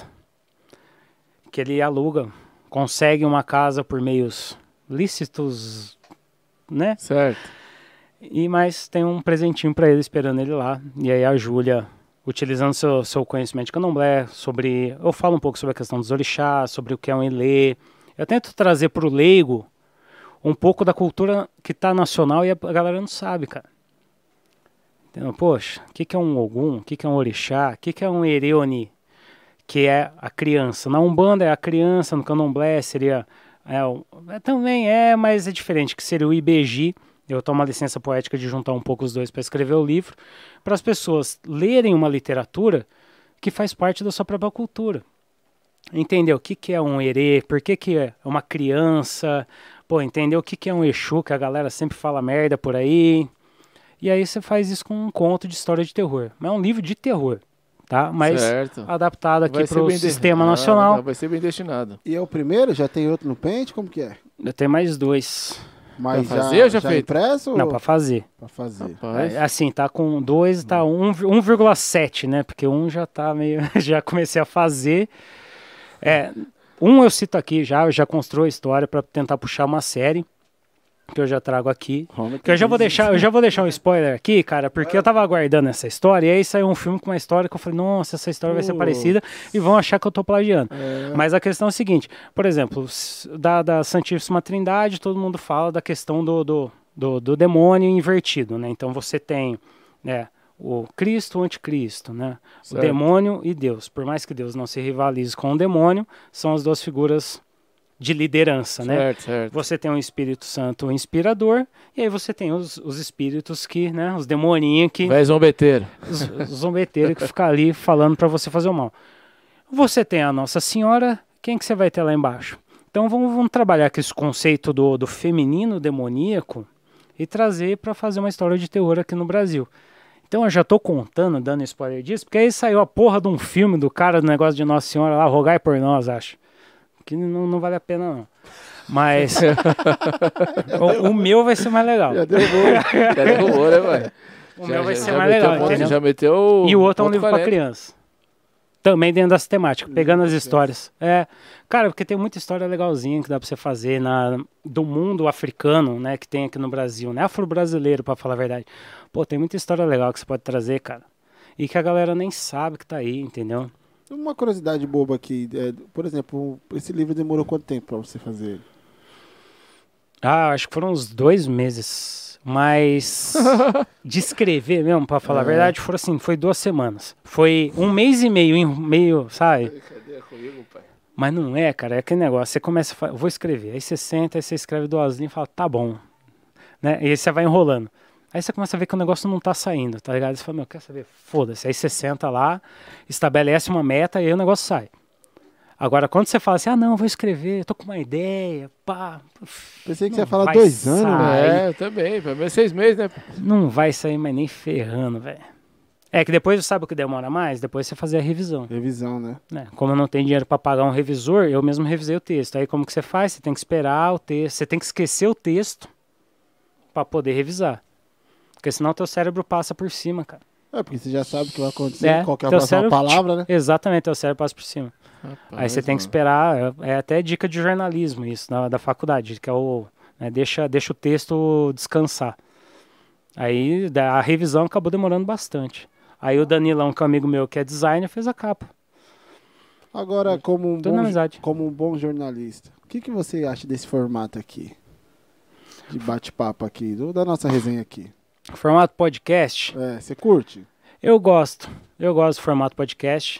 que ele aluga, consegue uma casa por meios lícitos, né? Certo. Mas tem um presentinho pra ele esperando ele lá. E aí a Júlia, utilizando seu conhecimento de candomblé, eu falo um pouco sobre a questão dos orixás, sobre o que é um ilê. Eu tento trazer pro leigo um pouco da cultura que tá nacional e a galera não sabe, cara. Entendeu? Poxa, o que é um Ogum? O que é um orixá? O que é um Ereone? Que é a criança. Na Umbanda é a criança, no candomblé seria... também mas é diferente, que seria o Ibeji. Eu tomo a licença poética de juntar um pouco os dois para escrever o livro, para as pessoas lerem uma literatura que faz parte da sua própria cultura. Entendeu? O que é um herê? Por que é uma criança? Pô, entendeu? O que é um Exu, que a galera sempre fala merda por aí? E aí você faz isso com um conto de história de terror. Mas é um livro de terror, tá? Mas Certo. adaptado aqui Vai ser para o bem sistema Ah, nacional. vai ser bem destinado. E é o primeiro? Já tem outro no pente? Como que é? Eu tenho mais 2. Mas Pra fazer ou já feito? impresso? Não, ou... para fazer. Pra fazer. Rapaz. Assim, tá com 2, tá 1,7, né? Porque 1 já tá meio... já comecei a fazer. Eu cito aqui já construo a história para tentar puxar uma série que eu já trago aqui. Que eu já vou deixar um spoiler aqui, cara, porque eu tava aguardando essa história e aí saiu um filme com uma história que eu falei, nossa, essa história vai ser parecida e vão achar que eu tô plagiando. Mas a questão é a seguinte, por exemplo, da Santíssima Trindade, todo mundo fala da questão do demônio invertido, né? Então você tem, o Cristo, o Anticristo, né? Certo. O demônio e Deus. Por mais que Deus não se rivalize com o demônio, são as duas figuras de liderança, né? Certo, certo. Você tem um Espírito Santo inspirador, e aí você tem os espíritos que, né, os demoninhos que... Vai zombeteiro. Os zombeteiros que ficam ali falando pra você fazer o mal. Você tem a Nossa Senhora, quem que você vai ter lá embaixo? Então vamos trabalhar com esse conceito do feminino demoníaco e trazer pra fazer uma história de terror aqui no Brasil. Então eu já tô contando, dando spoiler disso, porque aí saiu a porra de um filme do cara do negócio de Nossa Senhora lá, rogai por nós, acho. Que não vale a pena, não. Mas o meu vai ser mais legal. Já derrubou. Já derrubou, né, velho? O meu vai ser já mais meteu legal, ponto, entendeu? Já meteu E o outro é um ponto livro 40. pra criança. Também dentro dessa temática, pegando as histórias. Cara, porque tem muita história legalzinha que dá pra você fazer do mundo africano, né, que tem aqui no Brasil, né, afro-brasileiro, pra falar a verdade. Pô, tem muita história legal que você pode trazer, cara. E que a galera nem sabe que tá aí, entendeu? Uma curiosidade boba aqui. Por exemplo, esse livro demorou quanto tempo pra você fazer ele? Acho que foram uns 2 meses. Mas de escrever mesmo, pra falar a verdade, foi 2 semanas. Foi 1 mês e meio, sabe? Brincadeira comigo, pai. Mas não é, cara, é aquele negócio. Você começa a falar, eu vou escrever. Aí você senta, aí você escreve 2 linhas e fala, tá bom. Né? E aí você vai enrolando. Aí você começa a ver que o negócio não tá saindo, tá ligado? Aí você fala, meu, quer saber? Foda-se. Aí você senta lá, estabelece uma meta e aí o negócio sai. Agora, quando você fala assim, não, eu vou escrever, tô com uma ideia, pá. Pensei que você ia falar 2 anos, né? Eu também, pelo menos 6 meses, né? Não vai sair mais nem ferrando, velho. É que depois, sabe o que demora mais? Depois você fazer a revisão. Revisão, né? Como eu não tenho dinheiro pra pagar um revisor, eu mesmo revisei o texto. Aí como que você faz? Você tem que esperar o texto, você tem que esquecer o texto pra poder revisar. Porque senão teu cérebro passa por cima, cara. Porque você já sabe o que vai acontecer, qual que é a próxima cérebro, palavra, né? Exatamente, teu cérebro passa por cima. Rapaz, Aí você tem que esperar, é até dica de jornalismo isso, da faculdade, que é o, deixa o texto descansar. Aí a revisão acabou demorando bastante. Aí o Danilão, que é um amigo meu que é designer, fez a capa. Agora, como um bom jornalista, o que você acha desse formato aqui? De bate-papo aqui, da nossa resenha aqui. Formato podcast? Você curte? Eu gosto do formato podcast.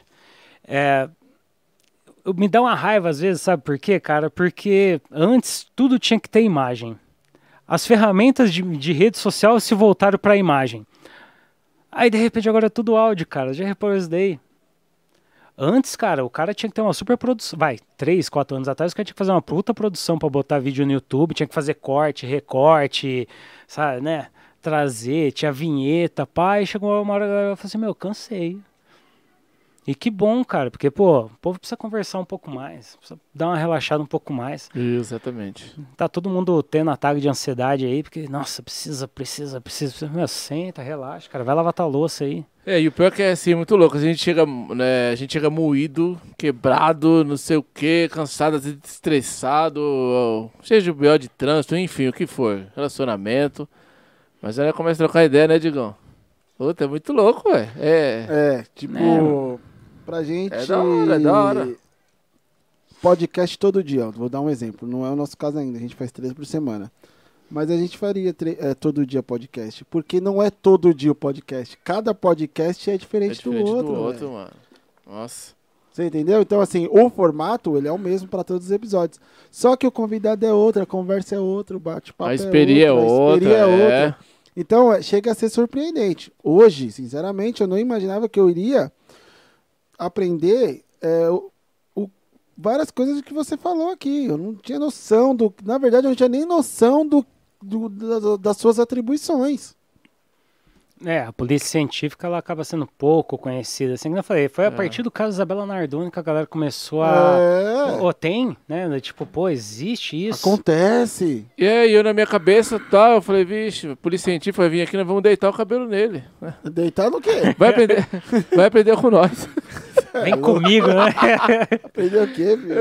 Me dá uma raiva às vezes, sabe por quê, cara? Porque antes tudo tinha que ter imagem. As ferramentas de rede social se voltaram para a imagem. Aí de repente agora é tudo áudio, cara. Já reparou isso daí? Antes, cara, o cara tinha que ter uma super produção. 3, 4 anos atrás, o cara tinha que fazer uma puta produção pra botar vídeo no YouTube, tinha que fazer corte, recorte, sabe, né? Trazer, tinha vinheta, pá. E chegou uma hora que eu falei assim, meu, cansei. E que bom, cara, porque, pô, o povo precisa conversar um pouco mais, precisa dar uma relaxada um pouco mais. Exatamente. Tá todo mundo tendo ataque de ansiedade aí, porque, nossa, precisa. Meu, senta, relaxa, cara, vai lavar tua louça aí. E o pior é que é assim, muito louco. A gente chega moído, quebrado, não sei o que, cansado, às vezes estressado, seja o B.O. de trânsito, enfim, o que for, relacionamento. Mas aí começa a trocar ideia, né, Digão? Puta, é muito louco, velho. Pra gente... É da hora. Podcast todo dia, vou dar um exemplo. Não é o nosso caso ainda, a gente faz 3 por semana. Mas a gente faria todo dia podcast. Porque não é todo dia o podcast. Cada podcast é diferente do outro, mano. Nossa. Você entendeu? Então, assim, o formato, ele é o mesmo para todos os episódios. Só que o convidado é outro, a conversa é outra, o bate-papo é outra. Então, chega a ser surpreendente. Hoje, sinceramente, eu não imaginava que eu iria aprender várias coisas que você falou aqui. Eu não tinha noção na verdade, eu não tinha nem noção das suas atribuições. A polícia científica ela acaba sendo pouco conhecida. Assim que eu falei, foi a partir do caso Isabela Nardoni que a galera começou a... tem, né? Tipo, pô, existe isso. Acontece. E aí, eu na minha cabeça, eu falei, vixe, a polícia científica vai vir aqui, nós vamos deitar o cabelo nele. Deitar no quê? Vai aprender com nós. Vem comigo, né? Aprender o quê, filho?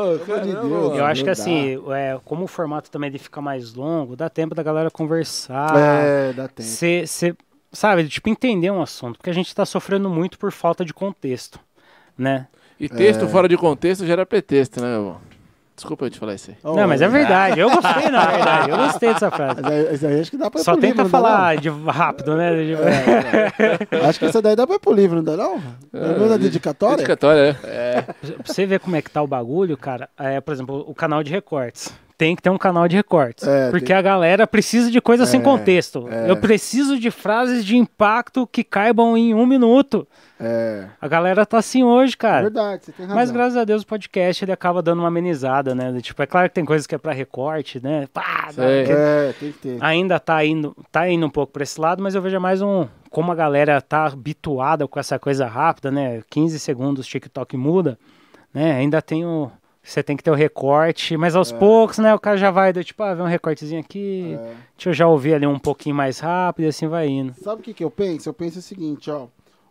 Eu acho que assim, como o formato também ele fica mais longo, dá tempo da galera conversar. Dá tempo. Sabe, tipo, entender um assunto, porque a gente tá sofrendo muito por falta de contexto, né? E texto fora de contexto gera pretexto, né, meu irmão? Desculpa eu te falar isso aí. Não, mas é verdade, eu gostei, na verdade, eu gostei dessa frase. Mas aí acho que dá pra ir Só pro tenta livro, falar rápido, né? Acho que essa daí dá pra ir pro livro, não dá não? É na dedicatória? Dedicatória, Pra você ver como é que tá o bagulho, cara, por exemplo, o canal de recortes. Tem que ter um canal de recortes. Porque a galera precisa de coisas sem contexto. Eu preciso de frases de impacto que caibam em 1 minuto. A galera tá assim hoje, cara. É verdade, você tem razão. Mas graças a Deus o podcast ele acaba dando uma amenizada, né? Tipo, é claro que tem coisas que é pra recorte, né? Tem que ter. Ainda tá indo um pouco pra esse lado, mas eu vejo mais como a galera tá habituada com essa coisa rápida, né? 15 segundos o TikTok muda, né? Ainda tem você tem que ter o recorte, mas aos poucos, né? O cara já vai, ver um recortezinho aqui, deixa eu já ouvir ali um pouquinho mais rápido e assim vai indo. Sabe o que eu penso? Eu penso o seguinte, ó.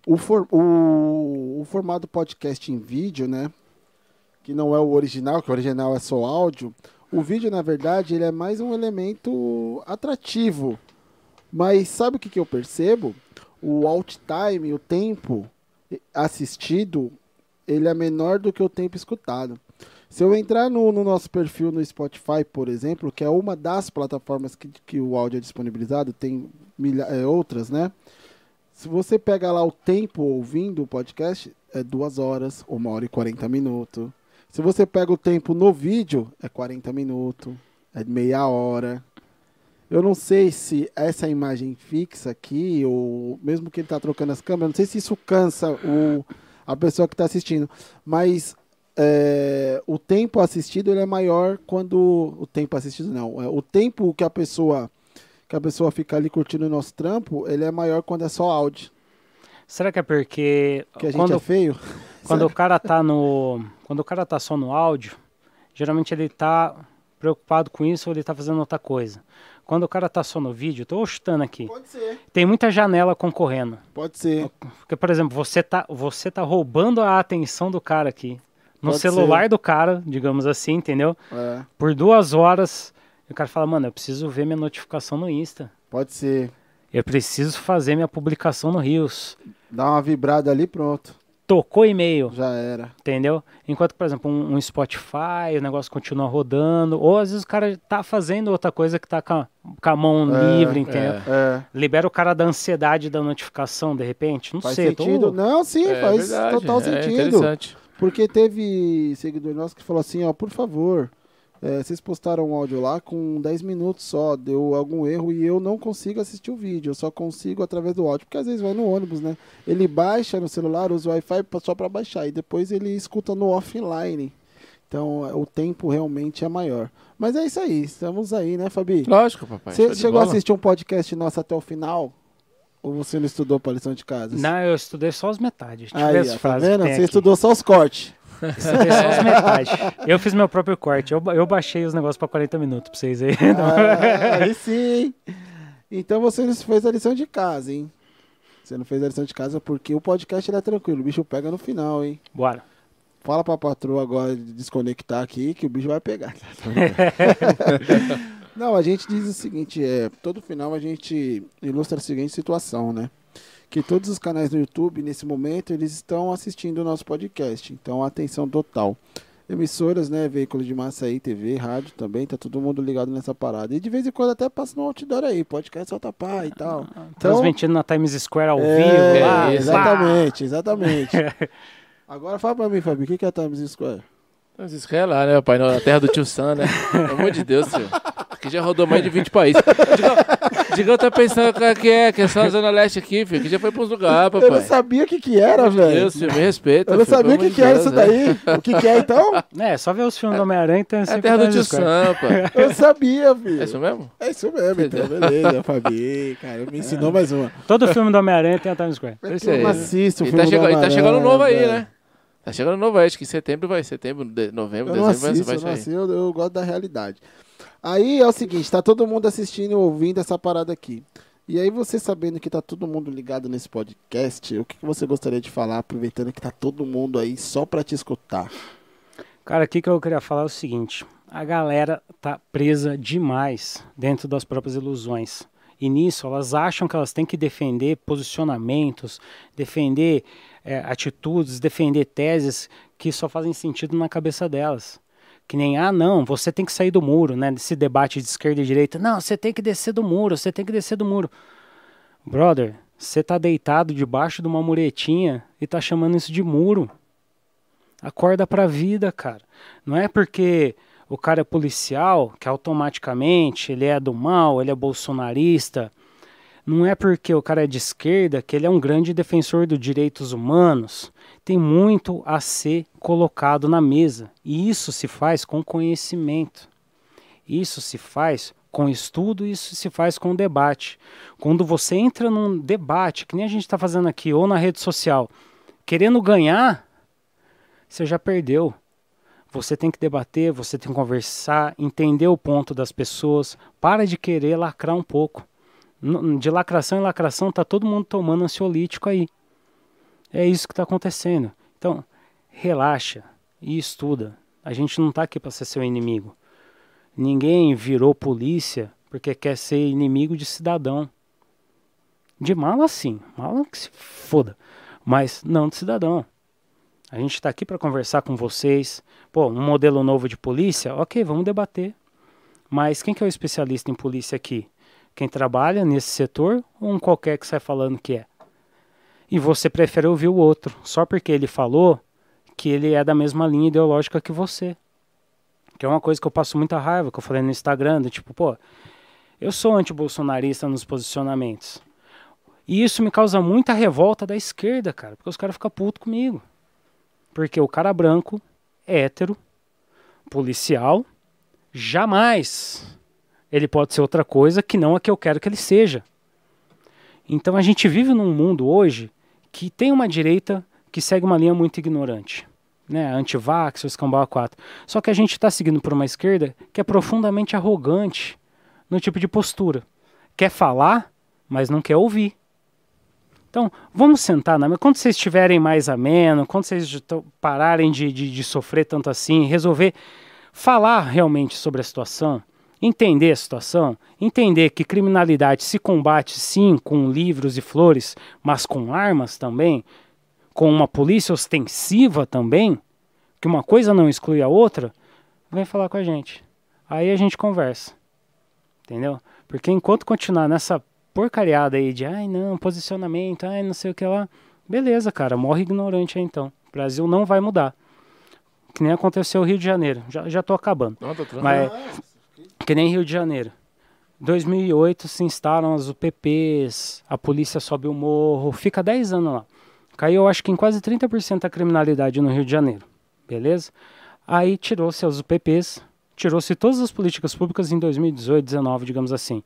O formato podcast em vídeo, né? Que não é o original, que o original é só áudio. O vídeo, na verdade, ele é mais um elemento atrativo. Mas sabe o que eu percebo? O out time, o tempo assistido, ele é menor do que o tempo escutado. Se eu entrar no nosso perfil no Spotify, por exemplo, que é uma das plataformas que o áudio é disponibilizado, tem outras, né? Se você pega lá o tempo ouvindo o podcast, é 2 horas, 1 hora e 40 minutos. Se você pega o tempo no vídeo, é 40 minutos, é meia hora. Eu não sei se essa imagem fixa aqui, ou mesmo que ele tá trocando as câmeras, não sei se isso cansa a pessoa que está assistindo, mas o tempo assistido ele é maior quando... O tempo assistido não, o tempo que a pessoa fica ali curtindo o nosso trampo, ele é maior quando é só áudio. Será que é porque... Que a gente é feio? Quando o cara tá só no áudio, geralmente ele tá preocupado com isso ou ele tá fazendo outra coisa. Quando o cara tá só no vídeo, tô chutando aqui. Pode ser. Tem muita janela concorrendo. Pode ser. Porque, por exemplo, você tá roubando a atenção do cara aqui. No Pode celular ser. do cara, digamos assim, entendeu? É, Por 2 horas, o cara fala, mano, eu preciso ver minha notificação no Insta. pode ser. Eu preciso fazer minha publicação no Reels. Dá uma vibrada ali, pronto. Tocou e-mail. Já era. Entendeu? Enquanto, por exemplo, um Spotify, o negócio continua rodando. Ou às vezes o cara tá fazendo outra coisa que tá com a mão livre, entendeu? Libera o cara da ansiedade da notificação, de repente. Não Faz sei. sentido? Não, sim, faz verdade, total sentido. Interessante. Porque teve seguidor nosso que falou assim, ó, por favor, vocês postaram um áudio lá com 10 minutos só, deu algum erro e eu não consigo assistir o vídeo, eu só consigo através do áudio, porque às vezes vai no ônibus, né? Ele baixa no celular, usa o Wi-Fi só para baixar e depois ele escuta no offline. Então o tempo realmente é maior. Mas é isso aí, estamos aí, né, Fabi? Lógico, papai. Você chegou a assistir um podcast nosso até o final? Ou você não estudou para lição de casa? Não, eu estudei só as metades. Deixa eu Aí, ver ó, as tá frases vendo? que tem Você aqui. estudou só os cortes. Estudei só as metades. Eu fiz meu próprio corte. Eu baixei os negócios pra 40 minutos pra vocês aí. Aí sim. Então você não fez a lição de casa, hein? Você não fez a lição de casa porque o podcast ele é tranquilo. O bicho pega no final, hein? Bora. Fala pra patroa agora de desconectar aqui que o bicho vai pegar. Não, a gente diz o seguinte, todo final a gente ilustra a seguinte situação, né? Que todos os canais no YouTube, nesse momento, eles estão assistindo o nosso podcast. Então, atenção total. Emissoras, né? Veículos de massa aí, TV, rádio também, tá todo mundo ligado nessa parada. E de vez em quando até passa no outdoor aí, podcast solta pá e tal. Então, Transmitindo na Times Square ao vivo lá. exatamente. Agora fala pra mim, Fábio, o que é Times Square? Mas isso que é lá, né, pai? Na terra do tio Sam, né? Pelo amor de Deus, senhor. Aqui já rodou mais de 20 países. Digão tá pensando que é só a Zona Leste aqui, filho. Que já foi pra uns lugares, papai. Eu não sabia o que era, Meu velho. Deus, filho, me respeita. Eu não filho, sabia o pelo amor que era de isso Deus, daí. O que é então? Só ver os filmes do Homem-Aranha e tem É a sempre terra do Times tio Square. Sam, pai. Eu sabia, filho. É isso mesmo? É isso mesmo, então. Beleza, Fabi. Cara, me ensinou mais uma. Todo filme do Homem-Aranha tem a Times Square. É isso Eu aí. não assisto o E filme tá do chegando Homem-Aranha, novo aí, velho. né? Tá chegando novo aí, acho que em setembro, novembro, Eu não dezembro assisto, vai eu não sair. assisto, eu gosto da realidade. Aí é o seguinte, tá todo mundo assistindo e ouvindo essa parada aqui. E aí você sabendo que tá todo mundo ligado nesse podcast, o que você gostaria de falar, aproveitando que tá todo mundo aí só pra te escutar? Cara, aqui que eu queria falar é o seguinte. A galera tá presa demais dentro das próprias ilusões. E nisso elas acham que elas têm que defender posicionamentos, defender atitudes, defender teses que só fazem sentido na cabeça delas. Que nem, não, você tem que sair do muro, né? Desse debate de esquerda e direita. Não, você tem que descer do muro, você tem que descer do muro. Brother, você tá deitado debaixo de uma muretinha e tá chamando isso de muro. Acorda pra vida, cara. Não é porque o cara é policial que automaticamente ele é do mal, ele é bolsonarista. Não é porque o cara é de esquerda que ele é um grande defensor dos direitos humanos. Tem muito a ser colocado na mesa. E isso se faz com conhecimento. Isso se faz com estudo, isso se faz com debate. Quando você entra num debate, que nem a gente está fazendo aqui, ou na rede social, querendo ganhar, você já perdeu. Você tem que debater, você tem que conversar, entender o ponto das pessoas. Para de querer lacrar um pouco. De lacração em lacração, tá todo mundo tomando ansiolítico aí. É isso que está acontecendo. Então, relaxa e estuda. A gente não está aqui para ser seu inimigo. Ninguém virou polícia porque quer ser inimigo de cidadão. De mala sim, mala que se foda. Mas não de cidadão. A gente está aqui para conversar com vocês. Pô, um modelo novo de polícia? Ok, vamos debater. Mas quem que é o especialista em polícia aqui? Quem trabalha nesse setor ou um qualquer que sai falando que é? E você prefere ouvir o outro, só porque ele falou que ele é da mesma linha ideológica que você. Que é uma coisa que eu passo muita raiva, que eu falei no Instagram, do tipo, pô, eu sou anti-bolsonarista nos posicionamentos. E isso me causa muita revolta da esquerda, cara, porque os caras ficam putos comigo. Porque o cara branco, hétero, policial, jamais ele pode ser outra coisa que não a que eu quero que ele seja. Então a gente vive num mundo hoje que tem uma direita que segue uma linha muito ignorante, né? Anti-vax, o escambau 4. Só que a gente está seguindo por uma esquerda que é profundamente arrogante no tipo de postura. Quer falar, mas não quer ouvir. Então, vamos sentar na mesa. Quando vocês estiverem mais ameno, quando vocês pararem de sofrer tanto assim, resolver falar realmente sobre a situação, entender a situação, entender que criminalidade se combate sim com livros e flores, mas com armas também, com uma polícia ostensiva também, que uma coisa não exclui a outra, vem falar com a gente. Aí a gente conversa. Entendeu? Porque enquanto continuar nessa porcariada aí de, ai não, posicionamento, ai não sei o que lá, beleza, cara, morre ignorante aí então. O Brasil não vai mudar. Que nem aconteceu no Rio de Janeiro. Já tô acabando. Não, tô tranquilo. Mas, que nem Rio de Janeiro. 2008 se instalam as UPPs, a polícia sobe o morro, fica 10 anos lá. Caiu, acho que em quase 30% a criminalidade no Rio de Janeiro. Beleza? Aí tirou-se as UPPs, tirou-se todas as políticas públicas em 2018, 2019, digamos assim.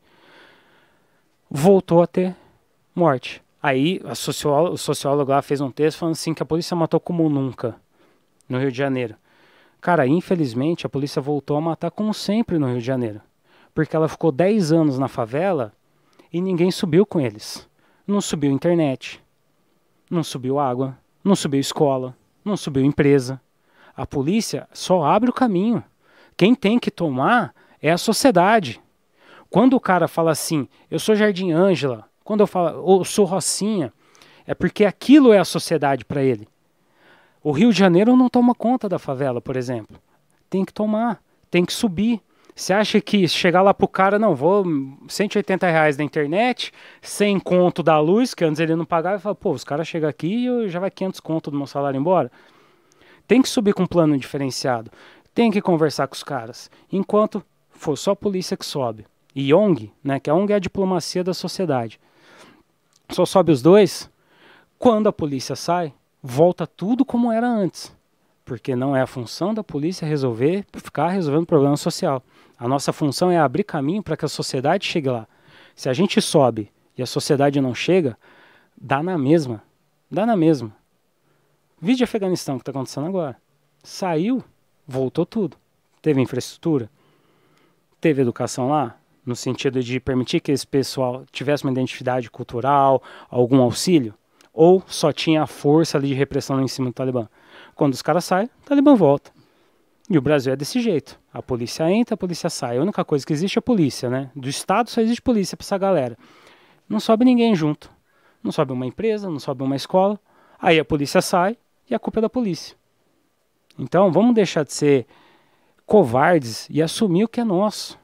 Voltou a ter morte. Aí o sociólogo lá fez um texto falando assim que a polícia matou como nunca no Rio de Janeiro. Cara, infelizmente a polícia voltou a matar como sempre no Rio de Janeiro. Porque ela ficou 10 anos na favela e ninguém subiu com eles. Não subiu internet, não subiu água, não subiu escola, não subiu empresa. A polícia só abre o caminho. Quem tem que tomar é a sociedade. Quando o cara fala assim, eu sou Jardim Ângela, quando eu falo, eu sou Rocinha, é porque aquilo é a sociedade para ele. O Rio de Janeiro não toma conta da favela, por exemplo. Tem que tomar, tem que subir. Você acha que chegar lá pro cara, não, vou R$180 da internet, 100 conto da luz, que antes ele não pagava, e fala, pô, os caras chegam aqui e já vai 500 conto do meu salário embora. Tem que subir com um plano diferenciado. Tem que conversar com os caras. Enquanto for só a polícia que sobe. E ONG, né, que a ONG é a diplomacia da sociedade. Só sobe os dois, quando a polícia sai, volta tudo como era antes. Porque não é a função da polícia ficar resolvendo problema social. A nossa função é abrir caminho para que a sociedade chegue lá. Se a gente sobe e a sociedade não chega, dá na mesma. Dá na mesma. Vídeo Afeganistão que está acontecendo agora. Saiu, voltou tudo. Teve infraestrutura, teve educação lá, no sentido de permitir que esse pessoal tivesse uma identidade cultural, algum auxílio, ou só tinha a força ali de repressão lá em cima do Talibã. Quando os caras saem, o Talibã volta. E o Brasil é desse jeito. A polícia entra, a polícia sai. A única coisa que existe é a polícia, né? Do Estado só existe polícia para essa galera. Não sobe ninguém junto. Não sobe uma empresa, não sobe uma escola. Aí a polícia sai e a culpa é da polícia. Então, vamos deixar de ser covardes e assumir o que é nosso.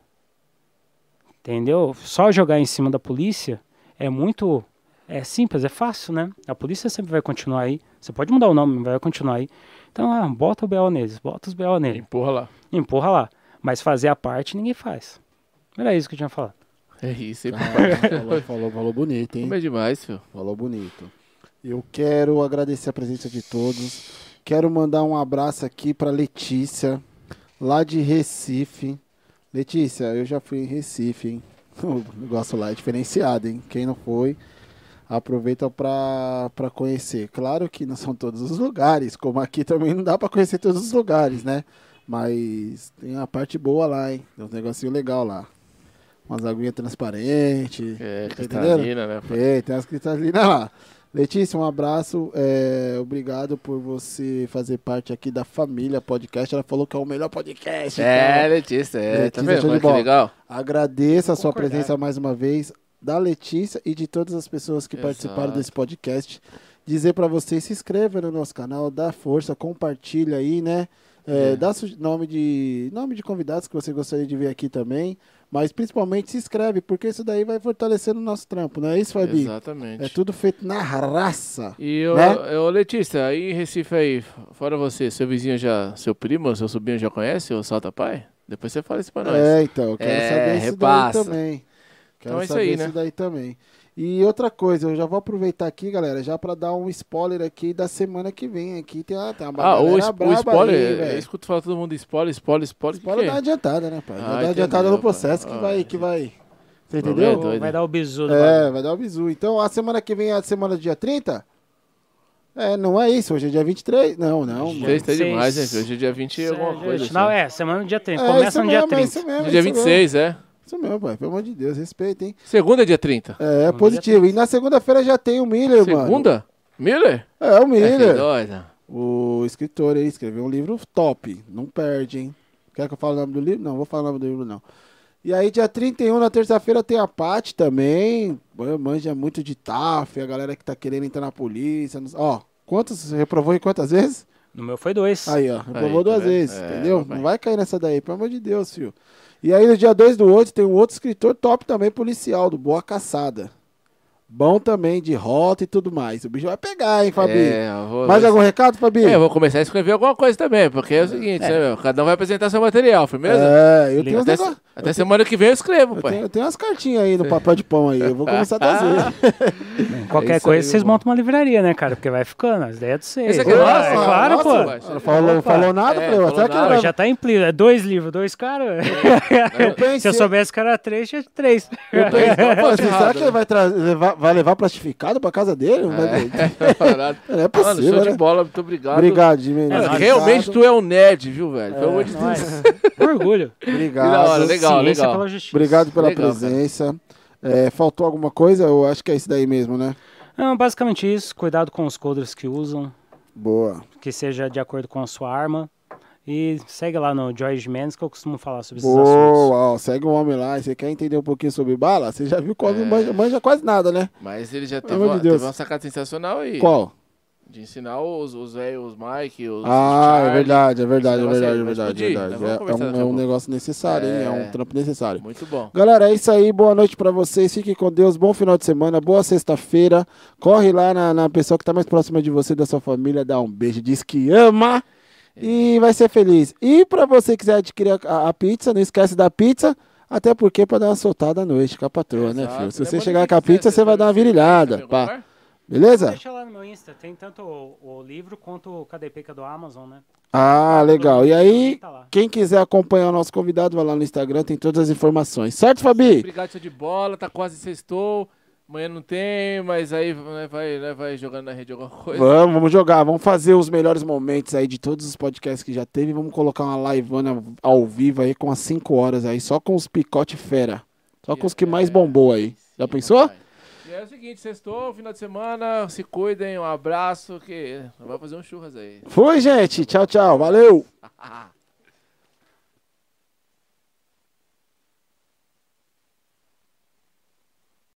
Entendeu? Só jogar em cima da polícia é muito... É simples, é fácil, né? A polícia sempre vai continuar aí. Você pode mudar o nome, mas vai continuar aí. Então, bota o BO neles, bota os BO neles. Empurra lá. Empurra lá. Mas fazer a parte, ninguém faz. Era isso que eu tinha falado. É isso, hein, Falou bonito, hein? Como é demais, filho. Falou bonito. Eu quero agradecer a presença de todos. Quero mandar um abraço aqui para Letícia, lá de Recife. Letícia, eu já fui em Recife, hein? O negócio lá é diferenciado, hein? Quem não foi, aproveita para conhecer. Claro que não são todos os lugares, como aqui também não dá para conhecer todos os lugares, né? Mas tem uma parte boa lá, hein? Tem um negocinho legal lá. Umas aguinhas transparentes. É, tá cristalina, né? Tem umas cristalinas lá. Letícia, um abraço. Obrigado por você fazer parte aqui da família podcast. Ela falou que é o melhor podcast. É, Letícia, tá vendo como é que bola. legal? Agradeço a sua presença mais uma vez, da Letícia e de todas as pessoas que participaram desse podcast. dizer pra vocês, se inscreva no nosso canal, dá força, compartilha aí, né? Dá nome de convidados que você gostaria de ver aqui também. Mas principalmente se inscreve, porque isso daí vai fortalecendo o nosso trampo, não é isso, Fabi? Exatamente. É tudo feito na raça. E né? ô Letícia, aí em Recife aí, fora você, seu vizinho seu primo, seu sobrinho já conhece o Salta Pai? Depois você fala isso pra nós. Então, eu quero saber isso daí também. Quero Então é saber isso aí, né? isso daí também. E outra coisa, eu já vou aproveitar aqui, galera, já pra dar um spoiler aqui da semana que vem. Aqui tem uma o spoiler, aí, eu velho. escuto falar todo mundo spoiler. Spoiler dá uma adiantada, né, pai? Vai dar adiantada entendeu, no processo pai. que vai... Você Não, entendeu? é doido. Vai dar o bizu do bagulho. Vai dar o bizu. Então, a semana que vem é a semana do dia 30? Não é isso. Hoje é dia 23? Não. Fez tá 26. demais, né? Hoje é dia 20 e alguma coisa. Não, assim. semana do dia 30. Começa no dia 30. Isso mesmo, Dia isso 26, mesmo. é? Isso mesmo, pai. Pelo amor de Deus, respeita, hein? Segunda é dia 30. É positivo. E na segunda-feira já tem o Miller, mano. Segunda? Miller? O Miller. Doida. O escritor aí escreveu um livro top. Não perde, hein? Quer que eu fale o nome do livro? Não, vou falar o nome do livro, não. E aí, dia 31, na terça-feira, tem a Paty também. Manja muito de TAF, a galera que tá querendo entrar na polícia. Quantos você reprovou em quantas vezes? No meu foi 2. Aí, reprovou Aí, tá 2 vendo? vezes, entendeu? Papai. Não vai cair nessa daí, pelo amor de Deus, filho. E aí, no dia 2/8, tem um outro escritor top também, policial, do Boa Caçada. Bom também, de rota e tudo mais. O bicho vai pegar, hein, Fabi? Mais algum recado, Fabi? Eu vou começar a escrever alguma coisa também, porque é o seguinte, né, meu? Cada um vai apresentar seu material, firmeza? Eu tenho uns negócios. Até semana que vem eu escrevo, pai. Eu tenho umas cartinhas aí no papel de pão aí. Eu vou começar a trazer. Qualquer isso coisa, aí, vocês irmão. montam uma livraria, né, cara? Porque vai ficando, as ideias é de vocês. Esse aqui é nosso? É claro, Nossa, pô. mano. Falou nada, falei, falou será que nada. ele Já tá implícito. 2 livros, 2 caras. pensei- Se eu soubesse que era 3, tinha 3. Eu pensei, pô, assim, será errado, que ele vai levar plastificado pra casa dele? Não é Mano, show possível, de né? bola, muito obrigado. Obrigado, Jimmy. Mano, Obrigado. realmente tu é um nerd, viu, velho? Pelo amor de Deus. Orgulho. Obrigado. Que da hora, legal, Ciência legal. pela justiça. Obrigado pela Legal, presença. Faltou alguma coisa? Eu acho que é isso daí mesmo, né? Não, basicamente isso. Cuidado com os coders que usam. Boa. Que seja de acordo com a sua arma. E segue lá no George Mendes que eu costumo falar sobre esses assuntos. Boa, ó, segue o homem lá. E você quer entender um pouquinho sobre bala? Você já viu que o homem manja quase nada, né? Mas ele já Pelo teve amor de Deus. uma sacada sensacional aí. Qual? De ensinar os velhos, os Mike, os É Charlie. verdade. Esse negócio aí vai explodir. Nós vamos conversar daqui a É um pouco. negócio necessário, hein? É um trampo necessário. Muito bom. Galera, é isso aí. Boa noite pra vocês. Fiquem com Deus. Bom final de semana. Boa sexta-feira. Corre lá na pessoa que tá mais próxima de você, da sua família. Dá um beijo. Diz que ama. E vai ser feliz. E pra você que quiser adquirir a pizza, não esquece da pizza. Até porque pra dar uma soltada à noite com a patroa, né, Exato. filho? Se Não é você bom chegar nem com a que quiser, pizza, você vai dar uma virilhada. Tem algum Pá. lugar? Beleza? Deixa lá no meu Insta. Tem tanto o livro quanto o KDP, que é do Amazon, né? Legal. E aí, Tá lá. quem quiser acompanhar o noso convidado, vai lá no Instagram, tem todas as informações. Certo, Fabi? Obrigado, show de bola. Tá quase sextou. Amanhã não tem, mas aí vai jogando na rede alguma coisa. Vamos jogar, vamos fazer os melhores momentos aí de todos os podcasts que já teve. Vamos colocar uma liveana ao vivo aí com as 5 horas aí, só com os picote fera. Só com os que mais bombou aí. Já pensou? Rapaz. E é o seguinte, sextou, final de semana, se cuidem, um abraço, que vai fazer um churras aí. Foi, gente. Tchau, tchau. Valeu.